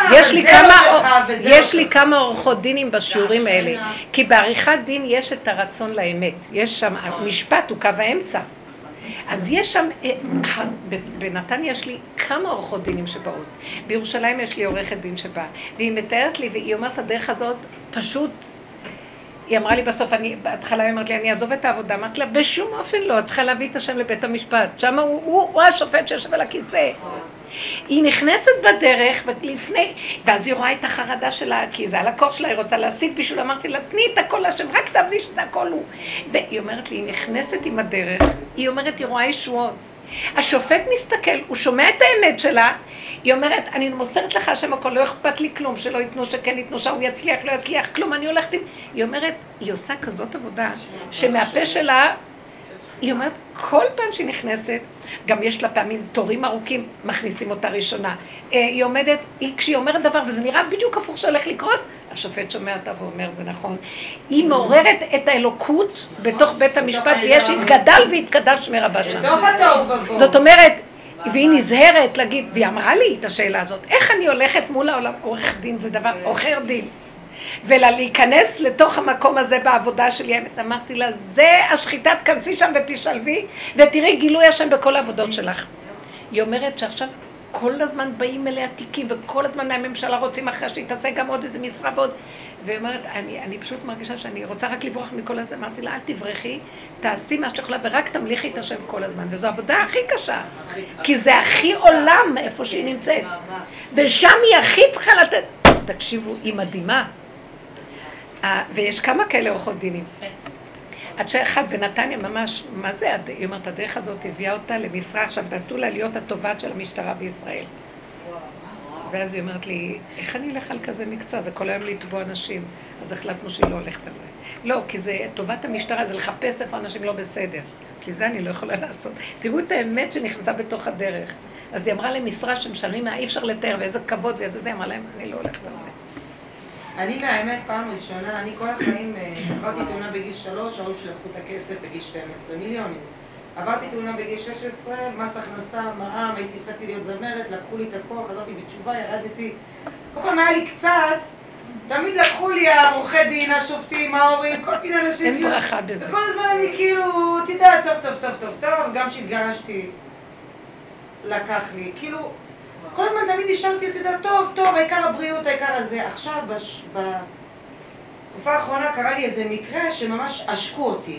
יש לי כמה עורכות דינים בשיעורים האלה. כי בעריכת דין יש את הרצון לאמת. יש שם, המשפט הוא קו האמצע. אז יש שם, בנתניה יש לי כמה עורכות דינים שבאות. בירושלים יש לי עורכת דין שבאה. והיא מתארת לי, והיא אומרת הדרך הזאת, פשוט, היא אמרה לי בסוף, אני, בהתחלה היא אמרת לי, אני אעזוב את העבודה, אמרת לה, בשום אופן לא, את צריכה להביא את השם לבית המשפט, שם הוא, הוא, הוא השופט שיושב על הכיסא. היא נכנסת בדרך, ולפני, ואז היא רואה את החרדה שלה, כי זה הלקוח שלה, היא רוצה להשיג בשביל, אמרתי לה, תני את הכל השם, רק תביא שזה הכל הוא. והיא אומרת לי, היא נכנסת עם הדרך, היא אומרת, היא רואה ישועות. השופט מסתכל, הוא שומע את האמת שלה, היא אומרת, אני מוסרת לך השם הכל, לא אכפת לי כלום, שלא ייתנו, שכן ייתנו, שהוא יצליח, לא יצליח, כלום, אני הולכת עם... היא אומרת, היא עושה כזאת עבודה, שמהפה שלה, היא אומרת, כל פעם שהיא נכנסת, גם יש לה פעמים תורים ארוכים, מכניסים אותה ראשונה. היא עומדת, היא, כשהיא אומרת דבר, וזה נראה בדיוק הפוך שהולך לקרות, השופט שומע אותה ואומר, זה נכון. היא מעוררת את האלוקות בתוך בית המשפט, ויש התגדל והתקדש מרבה שם. בתוך התוהו ובוהו. זאת אומרת, והיא נזהרת להגיד, והיא אמרה לי את השאלה הזאת, איך אני הולכת מול העולם, עורך דין זה דבר, עוכר דין. ולהיכנס לתוך המקום הזה בעבודה שלי, אמרתי לה, זה השחיטה, תכנסי שם ותשלבי, ותראי גילוי השם בכל העבודות שלך. היא אומרת שעכשיו כל הזמן באים אליה תיקים, וכל הזמן הממשלה רוצים אחרי שהיא תעשה גם עוד איזה משרה ועוד. והיא אומרת, אני, אני פשוט מרגישה שאני רוצה רק לברוח מכל הזה. אמרתי לה, אל תברחי, תעשי מה שתוכלה, ורק תמליכי את השם כל הזמן. וזו העבודה הכי קשה, כי זה הכי עולם איפה שהיא נמצאת. ושם היא הכי צריכה לתת. תקשיבו, היא מדהימה. ויש כמה כאלה עורכות דינים. עד שאחד בנתניה ממש, מה זה? היא אומרת, הדרך הזאת הביאה אותה למשרה, עכשיו נתנו לה להיות התובעת של המשטרה בישראל. ואז היא אומרת לי, איך אני אלך על כזה מקצוע? זה כל היום לתבוע אנשים. אז החלטנו שהיא לא הולכת על זה. לא, כי זה, טובת המשטרה זה לחפש איפה אנשים לא בסדר. כי זה אני לא יכולה לעשות. תראו את האמת שנכנסה בתוך הדרך. אז היא אמרה להם משרה שמשלמים מה, אי אפשר לתאר, ואיזה כבוד ואיזה זה, אמרה להם, אני לא הולכת על זה. אני מהאמת פעם ראשונה, אני כל החיים עברתי תאונה בגיל שלוש, ההורים שלי לקחו את הכסף בגיל שתים עשרה מיליונים. עברתי תאונה בגיל שש עשרה, מס הכנסה, מע"מ, הייתי הפסקתי להיות זמרת, לקחו לי את הכוח, חזרתי בתשובה, ירדתי. כל פעם היה לי קצת, תמיד לקחו לי העורכי דין, השופטים, ההורים, כל מיני אנשים. אין ברכה בזה. וכל הזמן אני כאילו, את יודעת, טוב, טוב, טוב, טוב, טוב, גם כשהתגרשתי, לקח לי, כאילו, כל הזמן תמיד השארתי, את יודעת, טוב, טוב, העיקר הבריאות, העיקר הזה. עכשיו, בש... בתקופה האחרונה קרה לי איזה מקרה שממש עשקו אותי.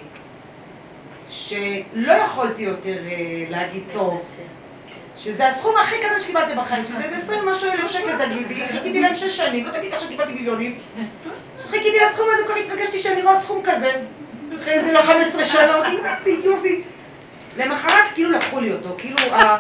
שלא יכולתי יותר להגיד טוב. שזה הסכום הכי קטן שקיבלתי בחיים שלי, זה עשרים ומשהו אלף שקל תגידי, חיכיתי להם שש שנים, לא תגיד עכשיו קיבלתי מיליונים. חיכיתי לסכום הזה, כל התרגשתי שאני רואה סכום כזה. אחרי זה לא חמש עשרה שנה, אמרתי, איזה יופי. למחרת כאילו לקחו לי אותו, כאילו,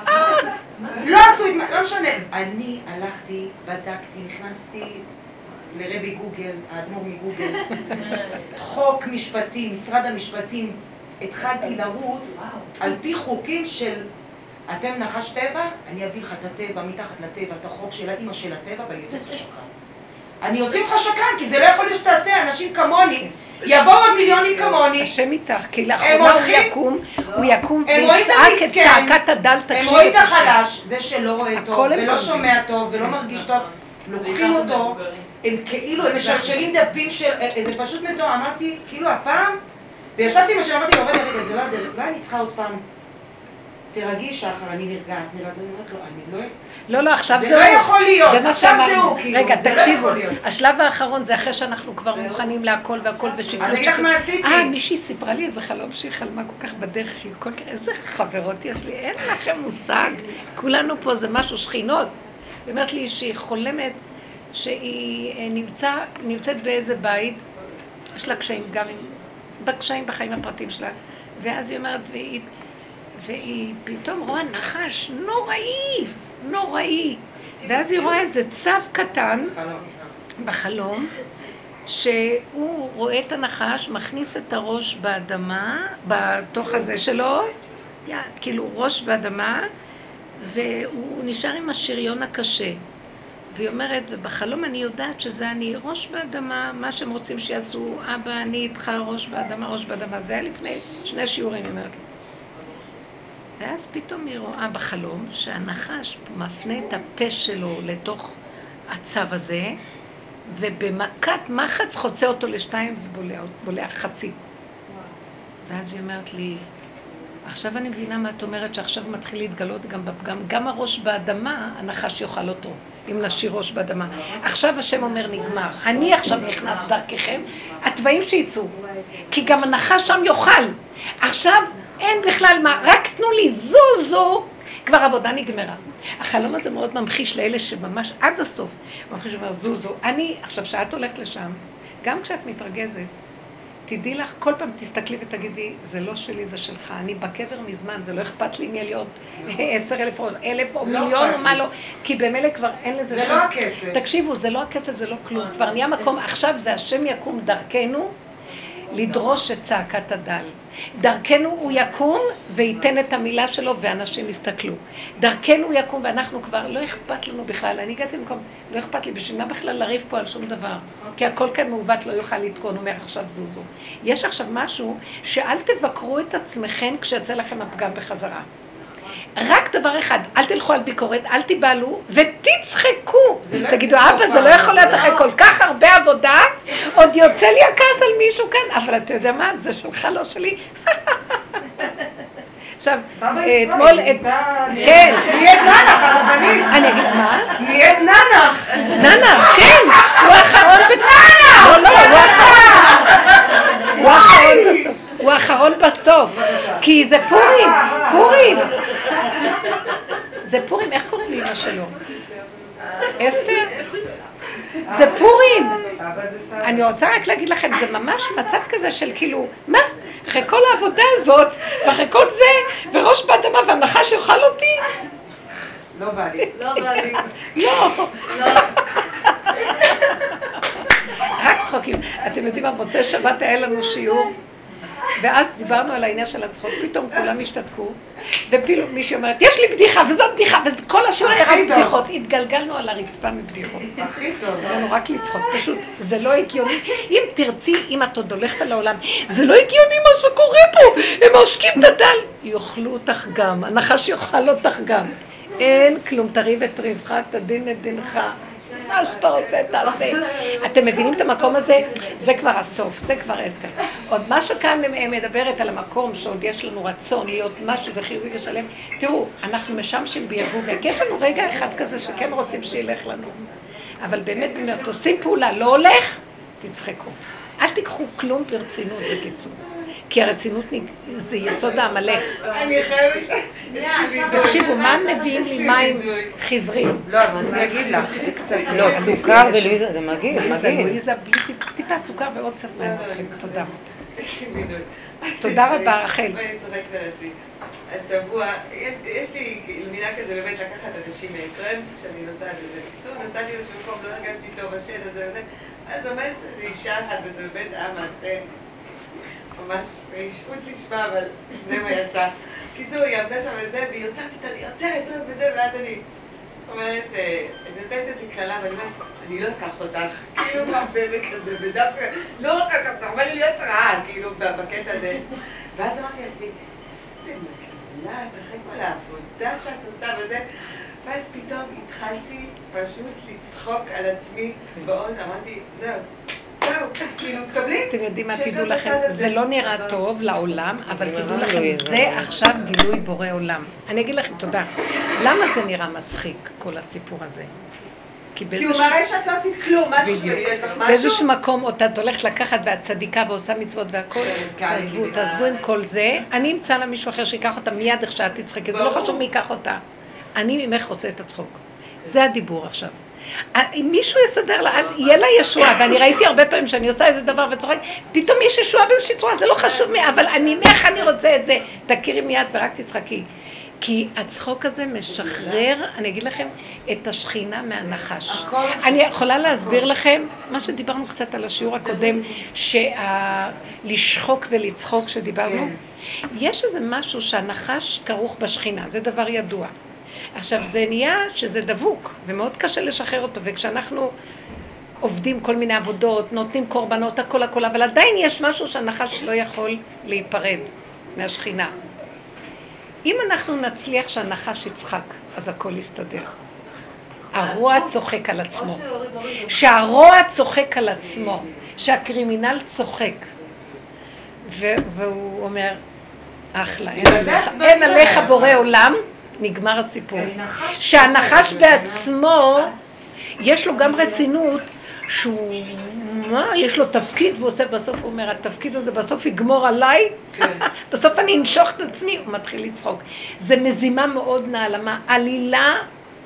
לא עשו את מה, לא משנה. אני הלכתי, בדקתי, נכנסתי לרבי גוגל, האדמו"ר מגוגל, חוק משפטי, משרד המשפטים, התחלתי לרוץ על פי חוקים של אתם נחש טבע, אני אביא לך את הטבע, מתחת לטבע, את החוק של האמא של הטבע, ואני יוצא לך שקרן. אני יוצא לך שקרן, כי זה לא יכול להיות שתעשה, אנשים כמוני, יבואו עוד מיליונים כמוני. השם איתך, כי לאחרונה הוא יקום, הוא יקום ויצעק את צעקת הדל, תקשיב. הם רואים את החלש, זה שלא רואה טוב, ולא שומע טוב, ולא מרגיש טוב, לוקחים אותו, הם כאילו, הם משלשלים דפים של, זה פשוט מטור, אמרתי, כאילו הפעם, וישבתי עם השם, אמרתי לו, רגע, רגע, זה לא הדרך, אולי אני צריכה עוד פעם, תרגי שחר, אני נרגעת, נרגעת, אני אומרת לו, אני לא... לא, לא, עכשיו זהו. זה לא יכול להיות, עכשיו זהו, כאילו, רגע, תקשיבו, השלב האחרון זה אחרי שאנחנו כבר מוכנים להכל והכל ושפלות. אז אני אגיד לך מה עשיתי. אה, מישהי סיפרה לי איזה חלום שהיא חלמה כל כך בדרך שהיא כל כך, איזה חברות יש לי, אין לכם מושג, כולנו פה זה משהו שכינות. היא אומרת לי שהיא חולמת שהיא נמצא, נמצאת באיזה בית, יש לה קשיים גם עם, בקשיים בחיים הפרטיים שלה, ואז היא אומרת, והיא, והיא פתאום רואה נחש נוראי, נוראי, ואז היא רואה איזה צו קטן בחלום, שהוא רואה את הנחש, מכניס את הראש באדמה, בתוך הזה שלו, יא, כאילו ראש באדמה, והוא נשאר עם השריון הקשה. והיא אומרת, ובחלום אני יודעת שזה אני ראש באדמה, מה שהם רוצים שיעשו, אבא, אני איתך ראש באדמה, ראש באדמה. זה היה לפני שני שיעורים, היא אומרת לי. ואז פתאום היא רואה בחלום שהנחש מפנה את הפה שלו לתוך הצו הזה, ובמכת מחץ חוצה אותו לשתיים ובולע חצי. ואז היא אומרת לי, עכשיו אני מבינה מה את אומרת, שעכשיו מתחיל להתגלות גם בפגם, גם הראש באדמה, הנחש יאכל אותו, אם נשאיר ראש באדמה. עכשיו השם אומר נגמר, אני עכשיו נכנס דרככם, התוואים שיצאו, כי גם הנחש שם יאכל. עכשיו אין בכלל מה, רק תנו לי זוזו, כבר עבודה נגמרה. החלום הזה מאוד ממחיש לאלה שממש עד הסוף, ממחיש שאומר זוזו. אני, עכשיו שאת הולכת לשם, גם כשאת מתרגזת, תדעי לך, כל פעם תסתכלי ותגידי, זה לא שלי, זה שלך, אני בקבר מזמן, זה לא אכפת לי מי להיות עשר אלף או אלף או מיליון או מה לא, כי במילא כבר אין לזה שום... זה לא הכסף. תקשיבו, זה לא הכסף, זה לא כלום, כבר נהיה מקום, עכשיו זה השם יקום דרכנו, לדרוש את צעקת הדל. דרכנו הוא יקום וייתן את המילה שלו ואנשים יסתכלו. דרכנו הוא יקום ואנחנו כבר, לא אכפת לנו בכלל, אני הגעתי למקום, לא אכפת לי בשביל מה בכלל לריב פה על שום דבר. כי הכל כאן מעוות לא יוכל לתקון, אומר עכשיו זוזו. יש עכשיו משהו שאל תבקרו את עצמכם כשיוצא לכם הפגם בחזרה. רק דבר אחד, אל תלכו על ביקורת, אל תיבעלו ותצחקו. תגידו, אבא, זה לא יכול להיות אחרי כל כך הרבה עבודה, עוד יוצא לי הכעס על מישהו כאן, אבל אתה יודע מה, זה שלך, לא שלי. עכשיו, אתמול, כן. נהיית ננח, הרבנית. אני אגיד, מה? נהיית ננח. ננח, כן, הוא האחרון בננח. לא, לא, הוא האחרון. הוא האחרון בסוף. הוא האחרון בסוף, כי זה פורים, פורים. זה פורים, איך קוראים לאמא שלו? אסתר? זה פורים. אני רוצה רק להגיד לכם, זה ממש מצב כזה של כאילו, מה? אחרי כל העבודה הזאת, ואחרי כל זה, וראש באדמה והנחש יאכל אותי? לא בא לי. לא בא לי. לא, לא. רק צחוקים. אתם יודעים מה, מוצאי שבת היה לנו שיעור, ואז דיברנו על העניין של הצחוק, פתאום כולם השתתקו, ופילו מישהי אומרת, יש לי בדיחה וזאת בדיחה, וכל השיעור היה רק בדיחות. התגלגלנו על הרצפה מבדיחות. הכי טוב. אמרנו רק לצחוק, פשוט, זה לא הגיוני. אם תרצי, אם את עוד הולכת על העולם, זה לא הגיוני מה שקורה פה, הם עושקים את הדל. יאכלו אותך גם, הנחש יאכל אותך גם. אין כלום, תריב את ריבך, תדין את דינך. מה שאתה רוצה תעשה. אתם מבינים את המקום הזה? זה כבר הסוף, זה כבר אסתר. עוד מה שכאן מדברת על המקום שעוד יש לנו רצון להיות משהו וחיובי ושלם, תראו, אנחנו משמשים ביבוא, ויש לנו רגע אחד כזה שכן רוצים שילך לנו. אבל באמת, באמת, עושים פעולה, לא הולך, תצחקו. אל תיקחו כלום ברצינות בקיצור. כי הרצינות זה יסוד העמלק. אני חייבת... תקשיבו, מה מביאים לי מים חיוורים? לא, אז רציתי להגיד לך. לא, סוכר ולואיזה, זה מגעיל, לואיזה, מגעיל. לואיזה, בלי טיפה סוכר ועוד קצת מים הולכים. תודה. תודה רבה, רחל. אני צוחקת על עצמי. השבוע, יש לי מילה כזה באמת לקחת אנשים מהטרם, שאני נוסעת לזה. בקיצור, נסעתי לאיזשהו מקום, לא הרגשתי טוב, השד הזה וזה. אז עומדת איזו אישה אחת, וזה באמת היה מעשה ממש בהשעות לשמה, אבל זה מה יצא. קיצור, היא עמדה שם וזה, והיא יוצרת איתה, היא יוצרת וזה, ואז אני אומרת, אני נותנת איזה קללה, ואני אומרת, אני לא אקח אותך, כאילו באמת כזה, ודווקא, לא רוצה לקחת אותך, אבל היא להיות רעה, כאילו, בקטע הזה. ואז אמרתי לעצמי, איזה מקלה, את אחרי כל העבודה שאת עושה וזה, ואז פתאום התחלתי פשוט לצחוק על עצמי בעוד, אמרתי, זהו. אתם יודעים מה, תדעו לכם, זה לא נראה טוב לעולם, אבל תדעו לכם, זה עכשיו גילוי בורא עולם. אני אגיד לכם תודה. למה זה נראה מצחיק, כל הסיפור הזה? כי הוא מראה שאת לא עשית כלום, מה את חושבת? יש לך משהו? באיזשהו מקום את הולכת לקחת ואת צדיקה ועושה מצוות והכל, תעזבו, תעזבו עם כל זה. אני אמצא לה מישהו אחר שיקח אותה מיד איך שאת תצחק, זה לא חשוב מי ייקח אותה. אני ממך רוצה את הצחוק. זה הדיבור עכשיו. אם מישהו יסדר לה, יהיה לה ישועה, ואני ראיתי הרבה פעמים שאני עושה איזה דבר וצוחק, פתאום יש ישועה באיזושהי צורה, זה לא חשוב מי, אבל אני, ממך אני רוצה את זה, תכירי מיד ורק תצחקי. כי הצחוק הזה משחרר, אני אגיד לכם, את השכינה מהנחש. אני יכולה להסביר לכם, מה שדיברנו קצת על השיעור הקודם, שלשחוק ולצחוק שדיברנו, יש איזה משהו שהנחש כרוך בשכינה, זה דבר ידוע. עכשיו זה נהיה שזה דבוק, ומאוד קשה לשחרר אותו, וכשאנחנו עובדים כל מיני עבודות, נותנים קורבנות, הכל הכל, אבל עדיין יש משהו שהנחש לא יכול להיפרד מהשכינה. אם אנחנו נצליח שהנחש יצחק, אז הכל יסתדר. הרוע צוחק על עצמו. שהרוע צוחק על עצמו, שהקרימינל צוחק. והוא אומר, אחלה, אין עליך בורא עולם, נגמר הסיפור. שהנחש בעצמו, יש לו גם רצינות, שהוא, מה, יש לו תפקיד, והוא עושה בסוף, הוא אומר, התפקיד הזה בסוף יגמור עליי, בסוף אני אנשוך את עצמי, הוא מתחיל לצחוק. זה מזימה מאוד נעלמה, עלילה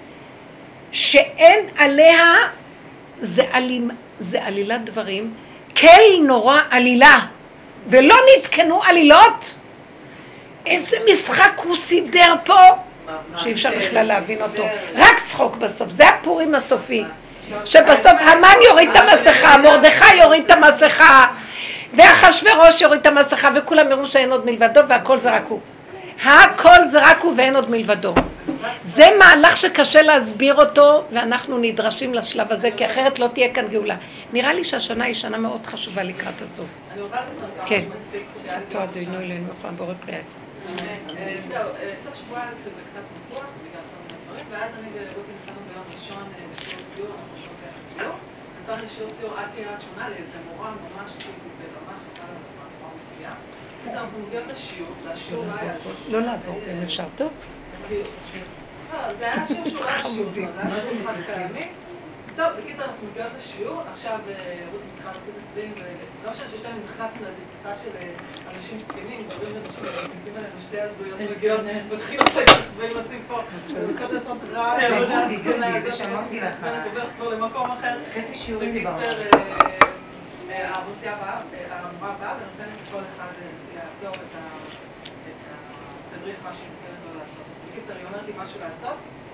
שאין עליה, זה, עליל, זה עלילת דברים, כל נורא עלילה, ולא נתקנו עלילות. איזה משחק הוא סידר פה, שאי אפשר בכלל להבין אותו. רק צחוק בסוף, זה הפורים הסופי. שבסוף המן יוריד את המסכה, מרדכי יוריד את המסכה, ואחשוורוש יוריד את המסכה, וכולם יראו שאין עוד מלבדו, והכל זרקו. הכל זרקו ואין עוד מלבדו. זה מהלך שקשה להסביר אותו, ואנחנו נדרשים לשלב הזה, כי אחרת לא תהיה כאן גאולה. נראה לי שהשנה היא שנה מאוד חשובה לקראת הסוף. אני רוצה לספר כמה כן. שמספיק. תודה, אדוני אלינו, יכולה בורא פריעת. זהו, סוף שבוע כזה קצת מתוח, בגלל כל מיני דברים, ואז אני ורותי נסענו ביום ראשון לשיעור ציור, אנחנו שוב ככה ציור. נסענו לשיעור ציור עד קריית שמונה לאיזה מורה ממש כאילו ברמה חכה לנו בזמן ספר מסיעה. אז אנחנו מגיעות לשיעור, והשיעור לא היה... לא לעבור, אם אפשר טוב. לא, זה היה שיעור שהוא לא שיעור, זה היה שיעור חד פעמי. טוב, בקיצור אנחנו מגיעות לשיעור, עכשיו רותי מתחילה להוציא את הצבעים, ולא משנה שיש לנו נכנסנו לאיזו קבוצה של אנשים צפינים, גברים ואנשים שמתים עלינו שתי הזבויות מגיעות, מתחילות את הצבעים לשים פה, ומתחילות לעשות רעש, זה שאמרתי לך. ואני עוברת כבר למקום אחר. חצי שיעורים דיברנו. הרוסיה הבאה, המורה הבאה, ונותנת כל אחד לעזור את התדריך מה שהיא מתכוונת לו לעשות. בקיצור, היא אומרת לי משהו לעשות,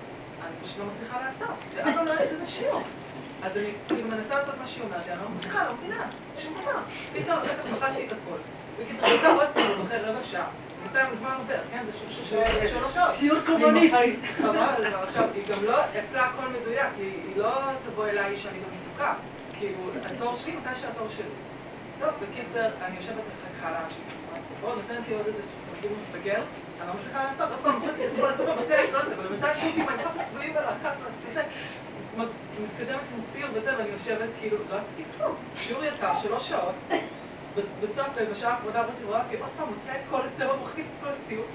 אני פשוט לא מצליחה לעשות. ואז אומרת שזה שיעור. אז אני כאילו מנסה לעשות מה שהיא אומרת, אני לא מצליחה, לא מבינה, שום דבר. פתאום, איך בחרתי את הכל. וכאילו, אני רוצה עוד סיור אחרי רבע שעה. בינתיים הזמן עובר, כן? זה שלוש שעות. סיור קומוניסט. חבל, עכשיו, היא גם לא, אצלה הכל מדויק, היא לא תבוא אליי שאני במצוקה. כאילו, התור שלי, מתי שהתור שלי. טוב, בקיצר, אני יושבת מחכה לה, או נותנת לי עוד איזה תפקיד מפגר, אני לא מצליחה לעשות, אף פעם, אני יכולה לצאת במצע לקרוא את זה, אבל בינתיים שומתי מה נכות הצבעים ולאחת, וזה, מתקדמת עם ציור וזה, ואני יושבת, כאילו, לא עשיתי כלום. שיעור יקר, שלוש שעות, בסוף, בשעה האחרונה, אותי עוד פעם, מוצאה את כל הצבע, מוחקית את כל הציור,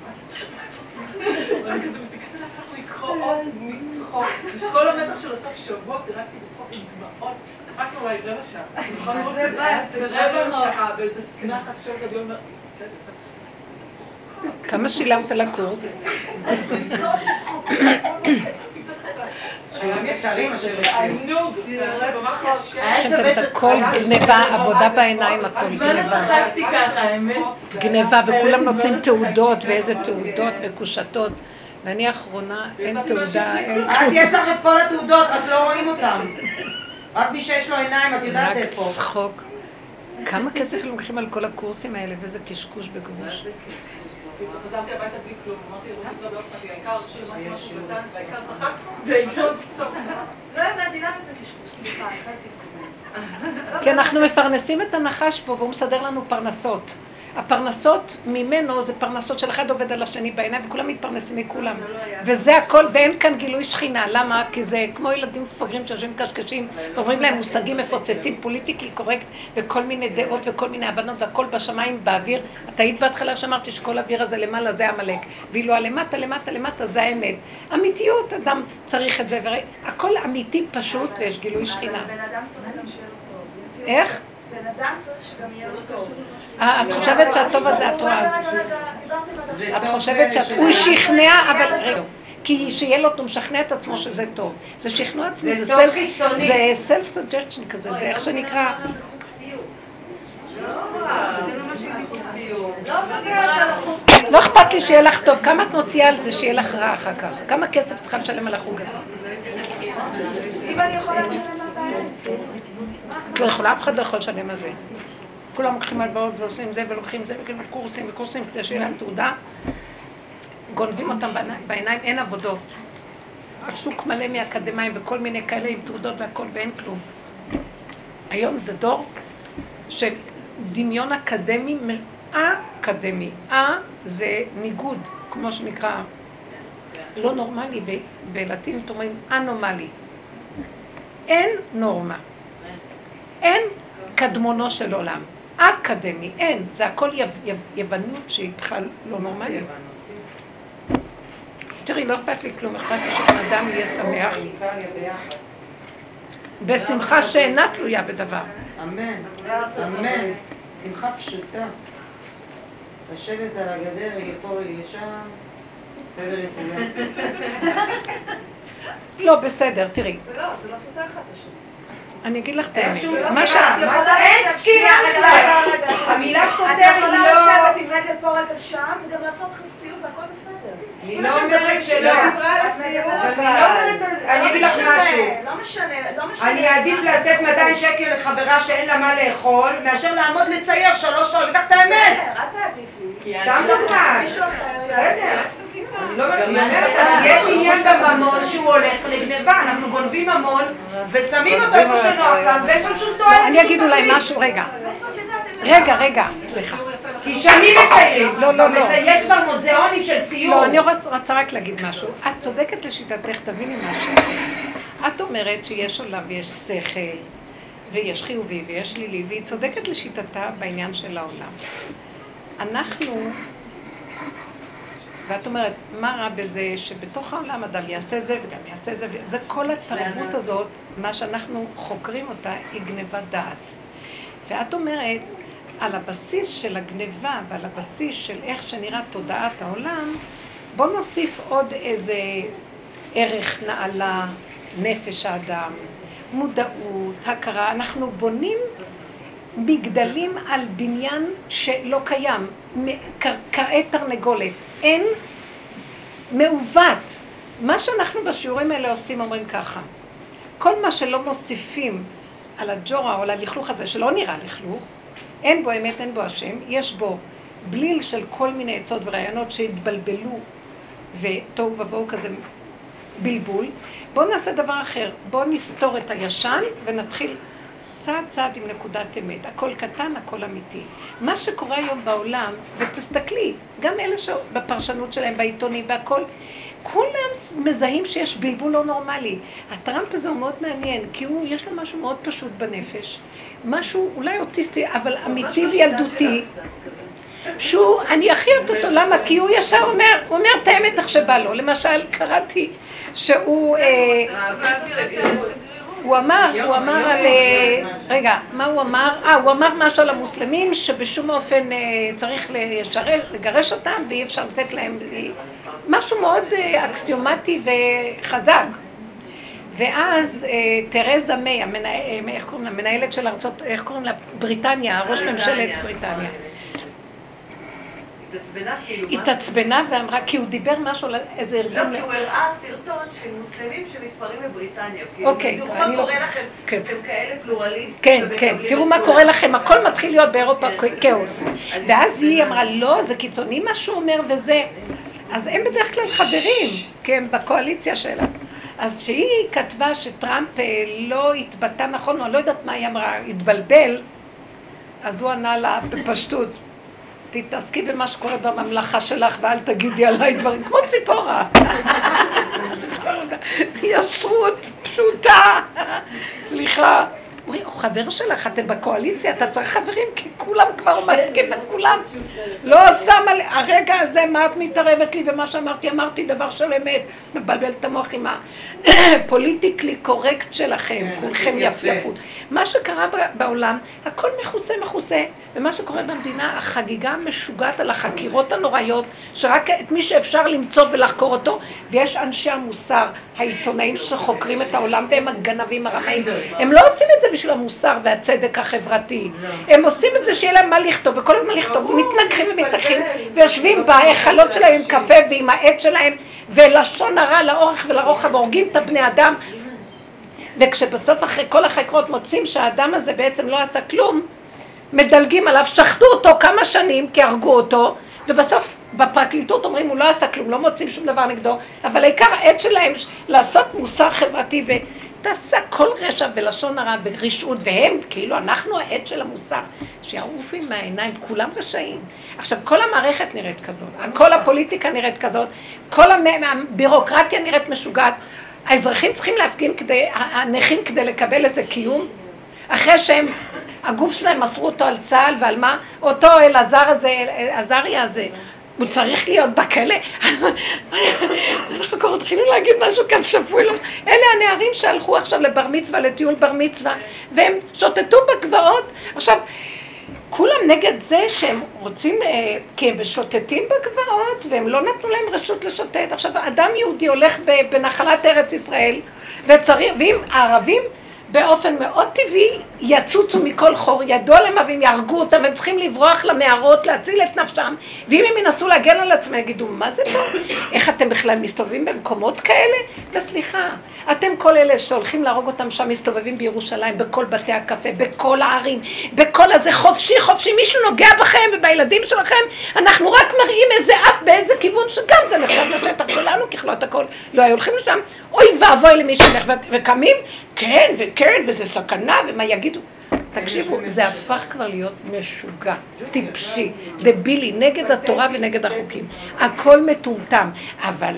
ואני כזה מסתכלת עליו, אנחנו לקרוא עוד מצחוק, כל המתח של הסוף שבוע, פירקתי בצחוק עם דמעות, צחקנו אולי רבע שעה. זה רבע שעה, באיזה סקנה חשוב גדול אומר, כמה שילמת על הקורס? שאתם את הכל גניבה, עבודה בעיניים, הכל גניבה. גניבה, וכולם נותנים תעודות, ואיזה תעודות וקושתות. ואני האחרונה, אין תעודה, אין... את יש לך את כל התעודות, רק לא רואים אותן. רק מי שיש לו עיניים, את יודעת איפה. רק צחוק. כמה כסף הם לוקחים על כל הקורסים האלה, ואיזה קשקוש בגרוש. חזרתי הביתה בלי כלום, אמרתי, רותי לא באופן, העיקר שלמדתי משהו קטן, והעיקר צחקנו, והעיקר טוב. לא הבנתי, למה זה קשקוש? סליחה, החלטתי. כי אנחנו מפרנסים את הנחש פה, והוא מסדר לנו פרנסות. הפרנסות ממנו זה פרנסות של אחד עובד על השני בעיניים, וכולם מתפרנסים מכולם. וזה הכל, ואין כאן גילוי שכינה. למה? כי זה כמו ילדים מפגרים שיושבים קשקשים, ואומרים להם מושגים מפוצצים, פוליטיקלי קורקט, וכל מיני דעות וכל מיני הבנות, והכל בשמיים, באוויר. אתה היית בהתחלה שאמרתי שכל האוויר הזה למעלה זה המלאק, ואילו הלמטה, למטה, למטה זה האמת. אמיתיות, אדם צריך את זה, והכל אמיתי פשוט, ויש גילוי שכינה. בן אדם צריך גם שיהיה לו טוב. איך? בן אדם צריך שגם יהיה לו טוב. את חושבת שהטוב הזה את רואה. את חושבת שהוא שכנע, אבל רגע, כי שיהיה לו טוב, משכנע את עצמו שזה טוב. זה שכנוע עצמי, זה סלף סג'קשן כזה, זה איך שנקרא. לא אכפת לי שיהיה לך טוב, כמה את מוציאה על זה שיהיה לך רע אחר כך? כמה כסף צריכה לשלם על החוג הזה? אם אני יכולה לשלם על זה. לא יכולה, אף אחד לא יכול לשלם על זה. כולם לוקחים הלוואות ועושים זה ולוקחים זה וכאילו קורסים וקורסים כדי שיהיה להם תעודה. גונבים אותם בעיניים, אין עבודות. השוק מלא מאקדמיים וכל מיני כאלה עם תעודות והכל ואין כלום. היום זה דור של דמיון אקדמי, אקדמי. אה זה ניגוד, כמו שנקרא, לא נורמלי, בלטינית אומרים אנומלי. אין נורמה. אין קדמונו של עולם. אקדמי, אין. זה הכל יו, יו, יוונות שהיא בכלל לא נורמלית. תראי, לא אכפת לי כלום, אכפת לי שבן אדם יהיה שמח. בשמחה שאינה תלויה בדבר. אמן, אמן. שמחה פשוטה. לשבת על הגדר, רגל פה, רגל שם. בסדר לכולם. לא, בסדר, תראי. זה לא, זה לא סותר אחד השני. אני אגיד לך את האמת. מה אין סתירה בכלל. המילה סותר היא את יכולה לא... לשבת עם רגל פה, רגל שם, וגם לעשות חפציות והכל בסדר. אני לא אומרת שלא. לא דיברה על הציור, אבל... אני אגיד לך משהו. לא משנה, לא משנה. אני אעדיף לתת מאתיים שקל לחברה שאין לה מה לאכול, מאשר לעמוד לצייר שלוש שעות. לקח את האמת. בסדר, את תעדיפי. סתם דוגמא. מישהו אחר. בסדר. אני לא אומרת, יש עניין בממון שהוא הולך לגנבה, אנחנו גונבים ממון ושמים אותו איפה שנוח לנו ואין שם שום תועלת. אני אגיד אולי משהו, רגע. רגע, רגע, סליחה. כי שנים מציירים. לא, לא, לא. יש כבר מוזיאונים של ציור. לא, אני רוצה רק להגיד משהו. את צודקת לשיטתך, תביני משהו. את אומרת שיש עולם ויש שכל, ויש חיובי ויש שלילי, והיא צודקת לשיטתה בעניין של העולם. אנחנו... ואת אומרת, מה רע בזה שבתוך העולם אדם יעשה זה וגם יעשה זה, זה כל התרבות הזאת, מה שאנחנו חוקרים אותה, היא גניבת דעת. ואת אומרת, על הבסיס של הגניבה ועל הבסיס של איך שנראה תודעת העולם, בוא נוסיף עוד איזה ערך נעלה, נפש האדם, מודעות, הכרה. אנחנו בונים מגדלים על בניין שלא קיים, קרקעי תרנגולת. אין מעוות, מה שאנחנו בשיעורים האלה עושים, אומרים ככה, כל מה שלא מוסיפים על הג'ורה או על הלכלוך הזה, שלא נראה לכלוך, אין בו אמת, אין בו השם, יש בו בליל של כל מיני עצות ורעיונות שהתבלבלו ותוהו ובוהו כזה בלבול. בואו נעשה דבר אחר, בואו נסתור את הישן ונתחיל צעד צעד עם נקודת אמת. הכל קטן, הכל אמיתי. מה שקורה היום בעולם, ותסתכלי, גם אלה שבפרשנות שלהם, בעיתונים והכל, כולם מזהים שיש בלבול לא נורמלי. הטראמפ הזה הוא מאוד מעניין, כי הוא, יש לו משהו מאוד פשוט בנפש. משהו אולי אוטיסטי, אבל אמיתי וילדותי. שהוא, אני הכי אוהבת אותו, למה? כי הוא ישר אומר, הוא אומר את האמת איך שבא לו. למשל, קראתי שהוא, הוא אמר, הוא אמר על, רגע, מה הוא אמר? אה, הוא אמר משהו על המוסלמים, שבשום אופן צריך לגרש אותם, ואי אפשר לתת להם משהו מאוד אקסיומטי וחזק. ואז תרזה מיי, איך קוראים לה? מנהלת של ארצות, איך קוראים לה? בריטניה, ראש ממשלת בריטניה. התעצבנה ואמרה, כי הוא דיבר משהו על איזה ארגון... לא, כי הוא הראה סרטון של מוסלמים שמתפרעים בבריטניה. אוקיי, תראו מה קורה לכם, אתם כאלה פלורליסטים. כן, כן, תראו מה קורה לכם, הכל מתחיל להיות באירופה כאוס. ואז היא אמרה, לא, זה קיצוני מה שהוא אומר וזה. אז הם בדרך כלל חברים, כי הם בקואליציה שלה. אז כשהיא כתבה שטראמפ לא התבטא נכון, או לא יודעת מה היא אמרה, התבלבל, אז הוא ענה לה בפשטות. תתעסקי במה שקורה בממלכה שלך ואל תגידי עליי דברים כמו ציפורה. ישרות פשוטה. סליחה. הוא חבר שלך, אתם בקואליציה, אתה צריך חברים כי כולם כבר מתקים את כולם. לא שם על הרגע הזה מה את מתערבת לי במה שאמרתי, אמרתי דבר של אמת. מבלבל את המוח עם הפוליטיקלי קורקט שלכם, כולכם יפייפות. מה שקרה בעולם, הכל מכוסה מכוסה, ומה שקורה במדינה, החגיגה משוגעת על החקירות הנוראיות, שרק את מי שאפשר למצוא ולחקור אותו, ויש אנשי המוסר, העיתונאים שחוקרים את העולם, והם הגנבים הרמאים. הם לא עושים את זה בשביל המוסר והצדק החברתי. הם עושים את זה שיהיה להם מה לכתוב, וכל הזמן לכתוב, מתנגחים ומתנגחים, ויושבים בהיכלות שלהם עם קפה ועם העט שלהם, ולשון הרע לאורך ולרוחב, והורגים את הבני אדם. וכשבסוף אחרי כל החקרות מוצאים שהאדם הזה בעצם לא עשה כלום, מדלגים עליו, שחטו אותו כמה שנים כי הרגו אותו, ובסוף בפרקליטות אומרים הוא לא עשה כלום, לא מוצאים שום דבר נגדו, אבל העיקר העט שלהם לעשות מוסר חברתי ותעשה כל רשע ולשון הרע ורשעות, והם כאילו אנחנו העט של המוסר, שיערופים מהעיניים, כולם רשעים. עכשיו כל המערכת נראית כזאת, כל הפוליטיקה נראית כזאת, כל הבירוקרטיה נראית משוגעת, האזרחים צריכים להפגין כדי, הנכים כדי לקבל איזה קיום, אחרי שהם, הגוף שלהם מסרו אותו על צה"ל ועל מה, אותו אלעזר הזה, עזריה הזה, הוא צריך להיות בכלא. אנחנו כבר התחילו להגיד משהו כאן שפוי לו. אלה הנערים שהלכו עכשיו לבר מצווה, לטיול בר מצווה, והם שוטטו בגבעות. עכשיו, כולם נגד זה שהם רוצים, כי הם שוטטים בגבעות, והם לא נתנו להם רשות לשוטט. עכשיו, אדם יהודי הולך בנחלת ארץ ישראל, וצריך, ואם הערבים באופן מאוד טבעי יצוצו מכל חור, ידעו עליהם והם יהרגו אותם, הם צריכים לברוח למערות, להציל את נפשם, ואם הם ינסו להגן על עצמם, יגידו, מה זה פה? איך אתם בכלל מסתובבים במקומות כאלה? וסליחה, אתם כל אלה שהולכים להרוג אותם שם, מסתובבים בירושלים, בכל בתי הקפה, בכל הערים, בכל הזה חופשי, חופשי, מישהו נוגע בכם ובילדים שלכם, אנחנו רק מראים איזה אף באיזה כיוון, שגם זה נחשב לשטח שלנו, ככלות הכל, לא היו הולכים לשם, אוי ואבוי למי שהלך וקמים, כן וכן, וזה סכנה, ומה יגידו? תקשיבו, זה הפך כבר להיות משוגע, טיפשי, דבילי, נגד התורה ונגד החוקים. הכל מטומטם, אבל...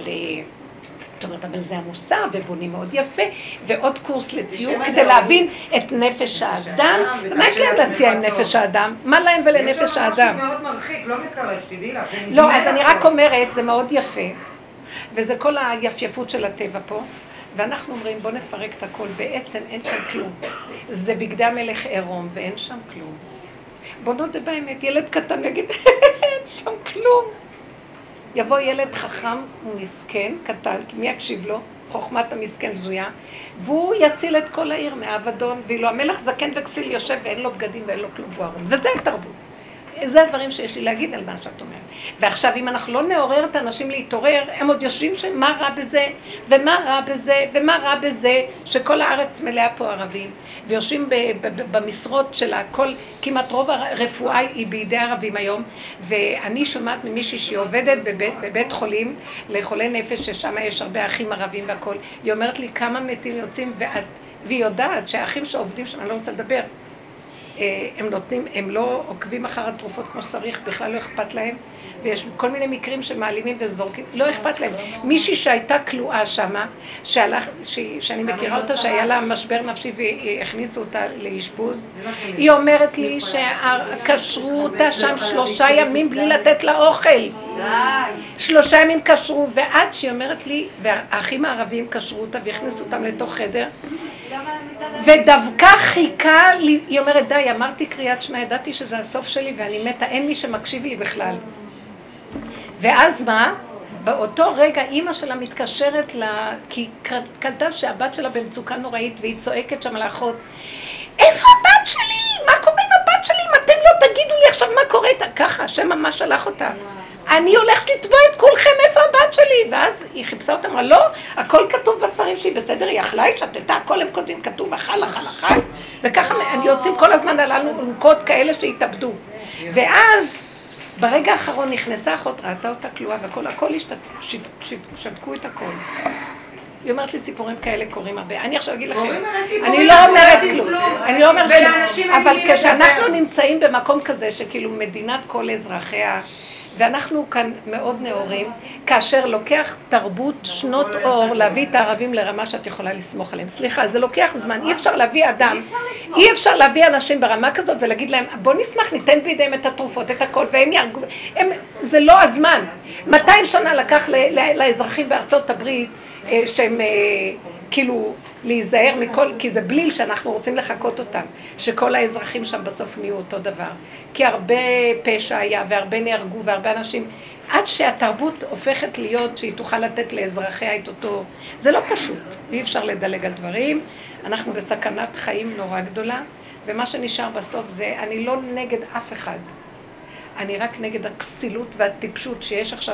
זאת אומרת, אבל זה המוסר, ובונים מאוד יפה, ועוד קורס לציור כדי להבין את נפש האדם. מה יש להם להציע עם נפש האדם? מה להם ולנפש האדם? יש לנו משהו מאוד מרחיק, לא מקרב, שתדעי לך. לא, אז אני רק אומרת, זה מאוד יפה, וזה כל היפייפות של הטבע פה. ואנחנו אומרים, בוא נפרק את הכל, בעצם אין שם כלום. זה בגדי המלך עירום, ואין שם כלום. בוא נודה באמת, ילד קטן יגיד, אין שם כלום. יבוא ילד חכם ומסכן, קטן, כי מי יקשיב לו? חוכמת המסכן זויה, והוא יציל את כל העיר מהאבדון, ואילו המלך זקן וכסיל יושב ואין לו בגדים ואין לו כלום, והוא ערום. וזה התרבות. זה הדברים שיש לי להגיד על מה שאת אומרת. ועכשיו, אם אנחנו לא נעורר את האנשים להתעורר, הם עוד יושבים שמה רע בזה, ומה רע בזה, ומה רע בזה, שכל הארץ מלאה פה ערבים, ויושבים במשרות של הכל, כמעט רוב הרפואה היא בידי ערבים היום, ואני שומעת ממישהי שהיא עובדת בבית, בבית חולים לחולי נפש, ששם יש הרבה אחים ערבים והכל, היא אומרת לי כמה מתים יוצאים, ואת, והיא יודעת שהאחים שעובדים שם, אני לא רוצה לדבר, הם נותנים, הם לא עוקבים אחר התרופות כמו שצריך, בכלל לא אכפת להם, ויש כל מיני מקרים שמעלימים וזורקים, לא אכפת להם. מישהי שהייתה כלואה שמה, שהלך, ש, שאני מכירה אותה, שהיה לה משבר נפשי והכניסו אותה לאשפוז, היא אומרת לי שקשרו אותה שם שלושה ימים בלי לתת לה אוכל. שלושה ימים קשרו, ועד שהיא אומרת לי, והאחים הערבים קשרו אותה והכניסו אותם לתוך חדר, ודווקא חיכה לי, היא אומרת די, אמרתי קריאת שמע, ידעתי שזה הסוף שלי ואני מתה, אין מי שמקשיב לי בכלל. ואז מה? באותו רגע אימא שלה מתקשרת לה, כי קלטה שהבת שלה במצוקה נוראית והיא צועקת שם לאחות, איפה הבת שלי? מה קורה עם הבת שלי? אם אתם לא תגידו לי עכשיו מה קורה? ככה, השם ממש שלח אותה. אני הולכת לתבוע את כולכם, איפה הבת שלי? ואז היא חיפשה אותה, אמרה, לא, הכל כתוב בספרים שלי, בסדר, היא אכלה, היא שתתה, הכל הם כותבים, כתוב, אכל, אכל, אכל, וככה הם יוצאים כל הזמן עלינו לנקות כאלה שהתאבדו. ואז, ברגע האחרון נכנסה אחות, ראתה אותה כלואה, והכל, הכל שתקו את הכל. היא אומרת לי, סיפורים כאלה קוראים הרבה. אני עכשיו אגיד לכם, אני לא אומרת כלום, אני לא אומרת כלום, אבל כשאנחנו נמצאים במקום כזה, שכאילו מדינת כל אזרחיה, ואנחנו כאן מאוד נאורים, כאשר לוקח תרבות שנות אור להביא את הערבים לרמה שאת יכולה לסמוך עליהם. סליחה, זה לוקח זמן, אי אפשר להביא אדם, אי אפשר להביא אנשים ברמה כזאת ולהגיד להם, בוא נשמח, ניתן בידיהם את התרופות, את הכל, והם ירגו, הם, זה לא הזמן. מאתיים שנה לקח ל, ל, לאזרחים בארצות הברית, שהם כאילו להיזהר מכל, כי זה בליל שאנחנו רוצים לחכות אותם, שכל האזרחים שם בסוף נהיו אותו דבר. כי הרבה פשע היה והרבה נהרגו והרבה אנשים, עד שהתרבות הופכת להיות שהיא תוכל לתת לאזרחיה את אותו, זה לא פשוט, אי אפשר לדלג על דברים, אנחנו בסכנת חיים נורא גדולה, ומה שנשאר בסוף זה, אני לא נגד אף אחד, אני רק נגד הכסילות והטיפשות שיש עכשיו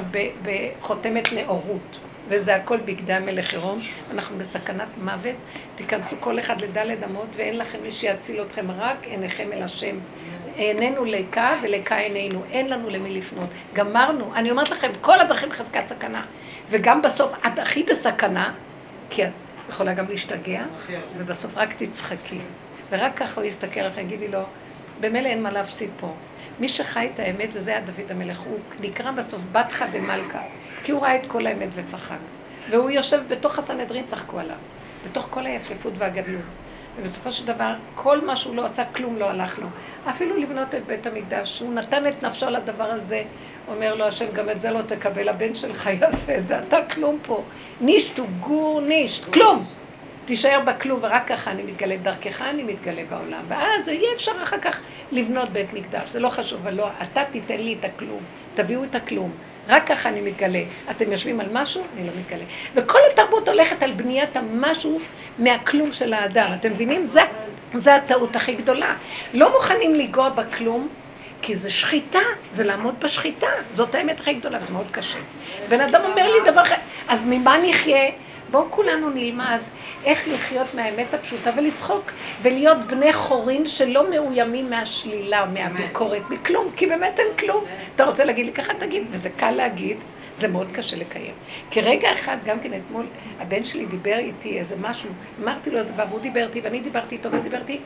בחותמת נאורות. וזה הכל בגדי המלך עירום, אנחנו בסכנת מוות, תיכנסו כל אחד לדלת אמות ואין לכם מי שיציל אתכם, רק עיניכם אל השם. עינינו לקה ולקה עינינו, אין לנו למי לפנות. גמרנו, אני אומרת לכם, כל הדרכים חזקת סכנה, וגם בסוף את הכי בסכנה, כי את יכולה גם להשתגע, ובסוף רק תצחקי. ורק ככה הוא יסתכל לך, יגידי לו, במילא אין מה להפסיד פה. מי שחי את האמת, וזה היה דוד המלך, הוא נקרא בסוף בתך דמלכה, כי הוא ראה את כל האמת וצחק. והוא יושב בתוך הסנהדרין, צחקו עליו, בתוך כל היפהפות והגדלות. ובסופו של דבר, כל מה שהוא לא עשה, כלום לא הלך לו. אפילו לבנות את בית המקדש, הוא נתן את נפשו לדבר הזה, אומר לו השם, גם את זה לא תקבל, הבן שלך יעשה את זה, אתה כלום פה. נישט הוא גור נישט, כלום. תישאר בכלום, ורק ככה אני מתגלה, דרכך אני מתגלה בעולם. ואז יהיה אפשר אחר כך לבנות בית מקדש, זה לא חשוב, אבל לא, אתה תיתן לי את הכלום, תביאו את הכלום. רק ככה אני מתגלה. אתם יושבים על משהו? אני לא מתגלה. וכל התרבות הולכת על בניית המשהו מהכלום של האדם. אתם מבינים? זה, זה הטעות הכי גדולה. לא מוכנים לגוע בכלום, כי זה שחיטה, זה לעמוד בשחיטה. זאת האמת הכי גדולה, זה מאוד קשה. בן אדם אומר לי דבר אחר, אז ממה נחיה? בואו כולנו נלמד איך לחיות מהאמת הפשוטה ולצחוק, ולהיות בני חורין שלא מאוימים מהשלילה, מהביקורת, מכלום, כי באמת אין כלום. אתה רוצה להגיד לי ככה, תגיד, וזה קל להגיד, זה מאוד קשה לקיים. כי רגע אחד, גם כן אתמול, הבן שלי דיבר איתי איזה משהו, אמרתי לו דבר, הוא דיבר איתי, ואני דיברתי איתו, ואני דיברתי,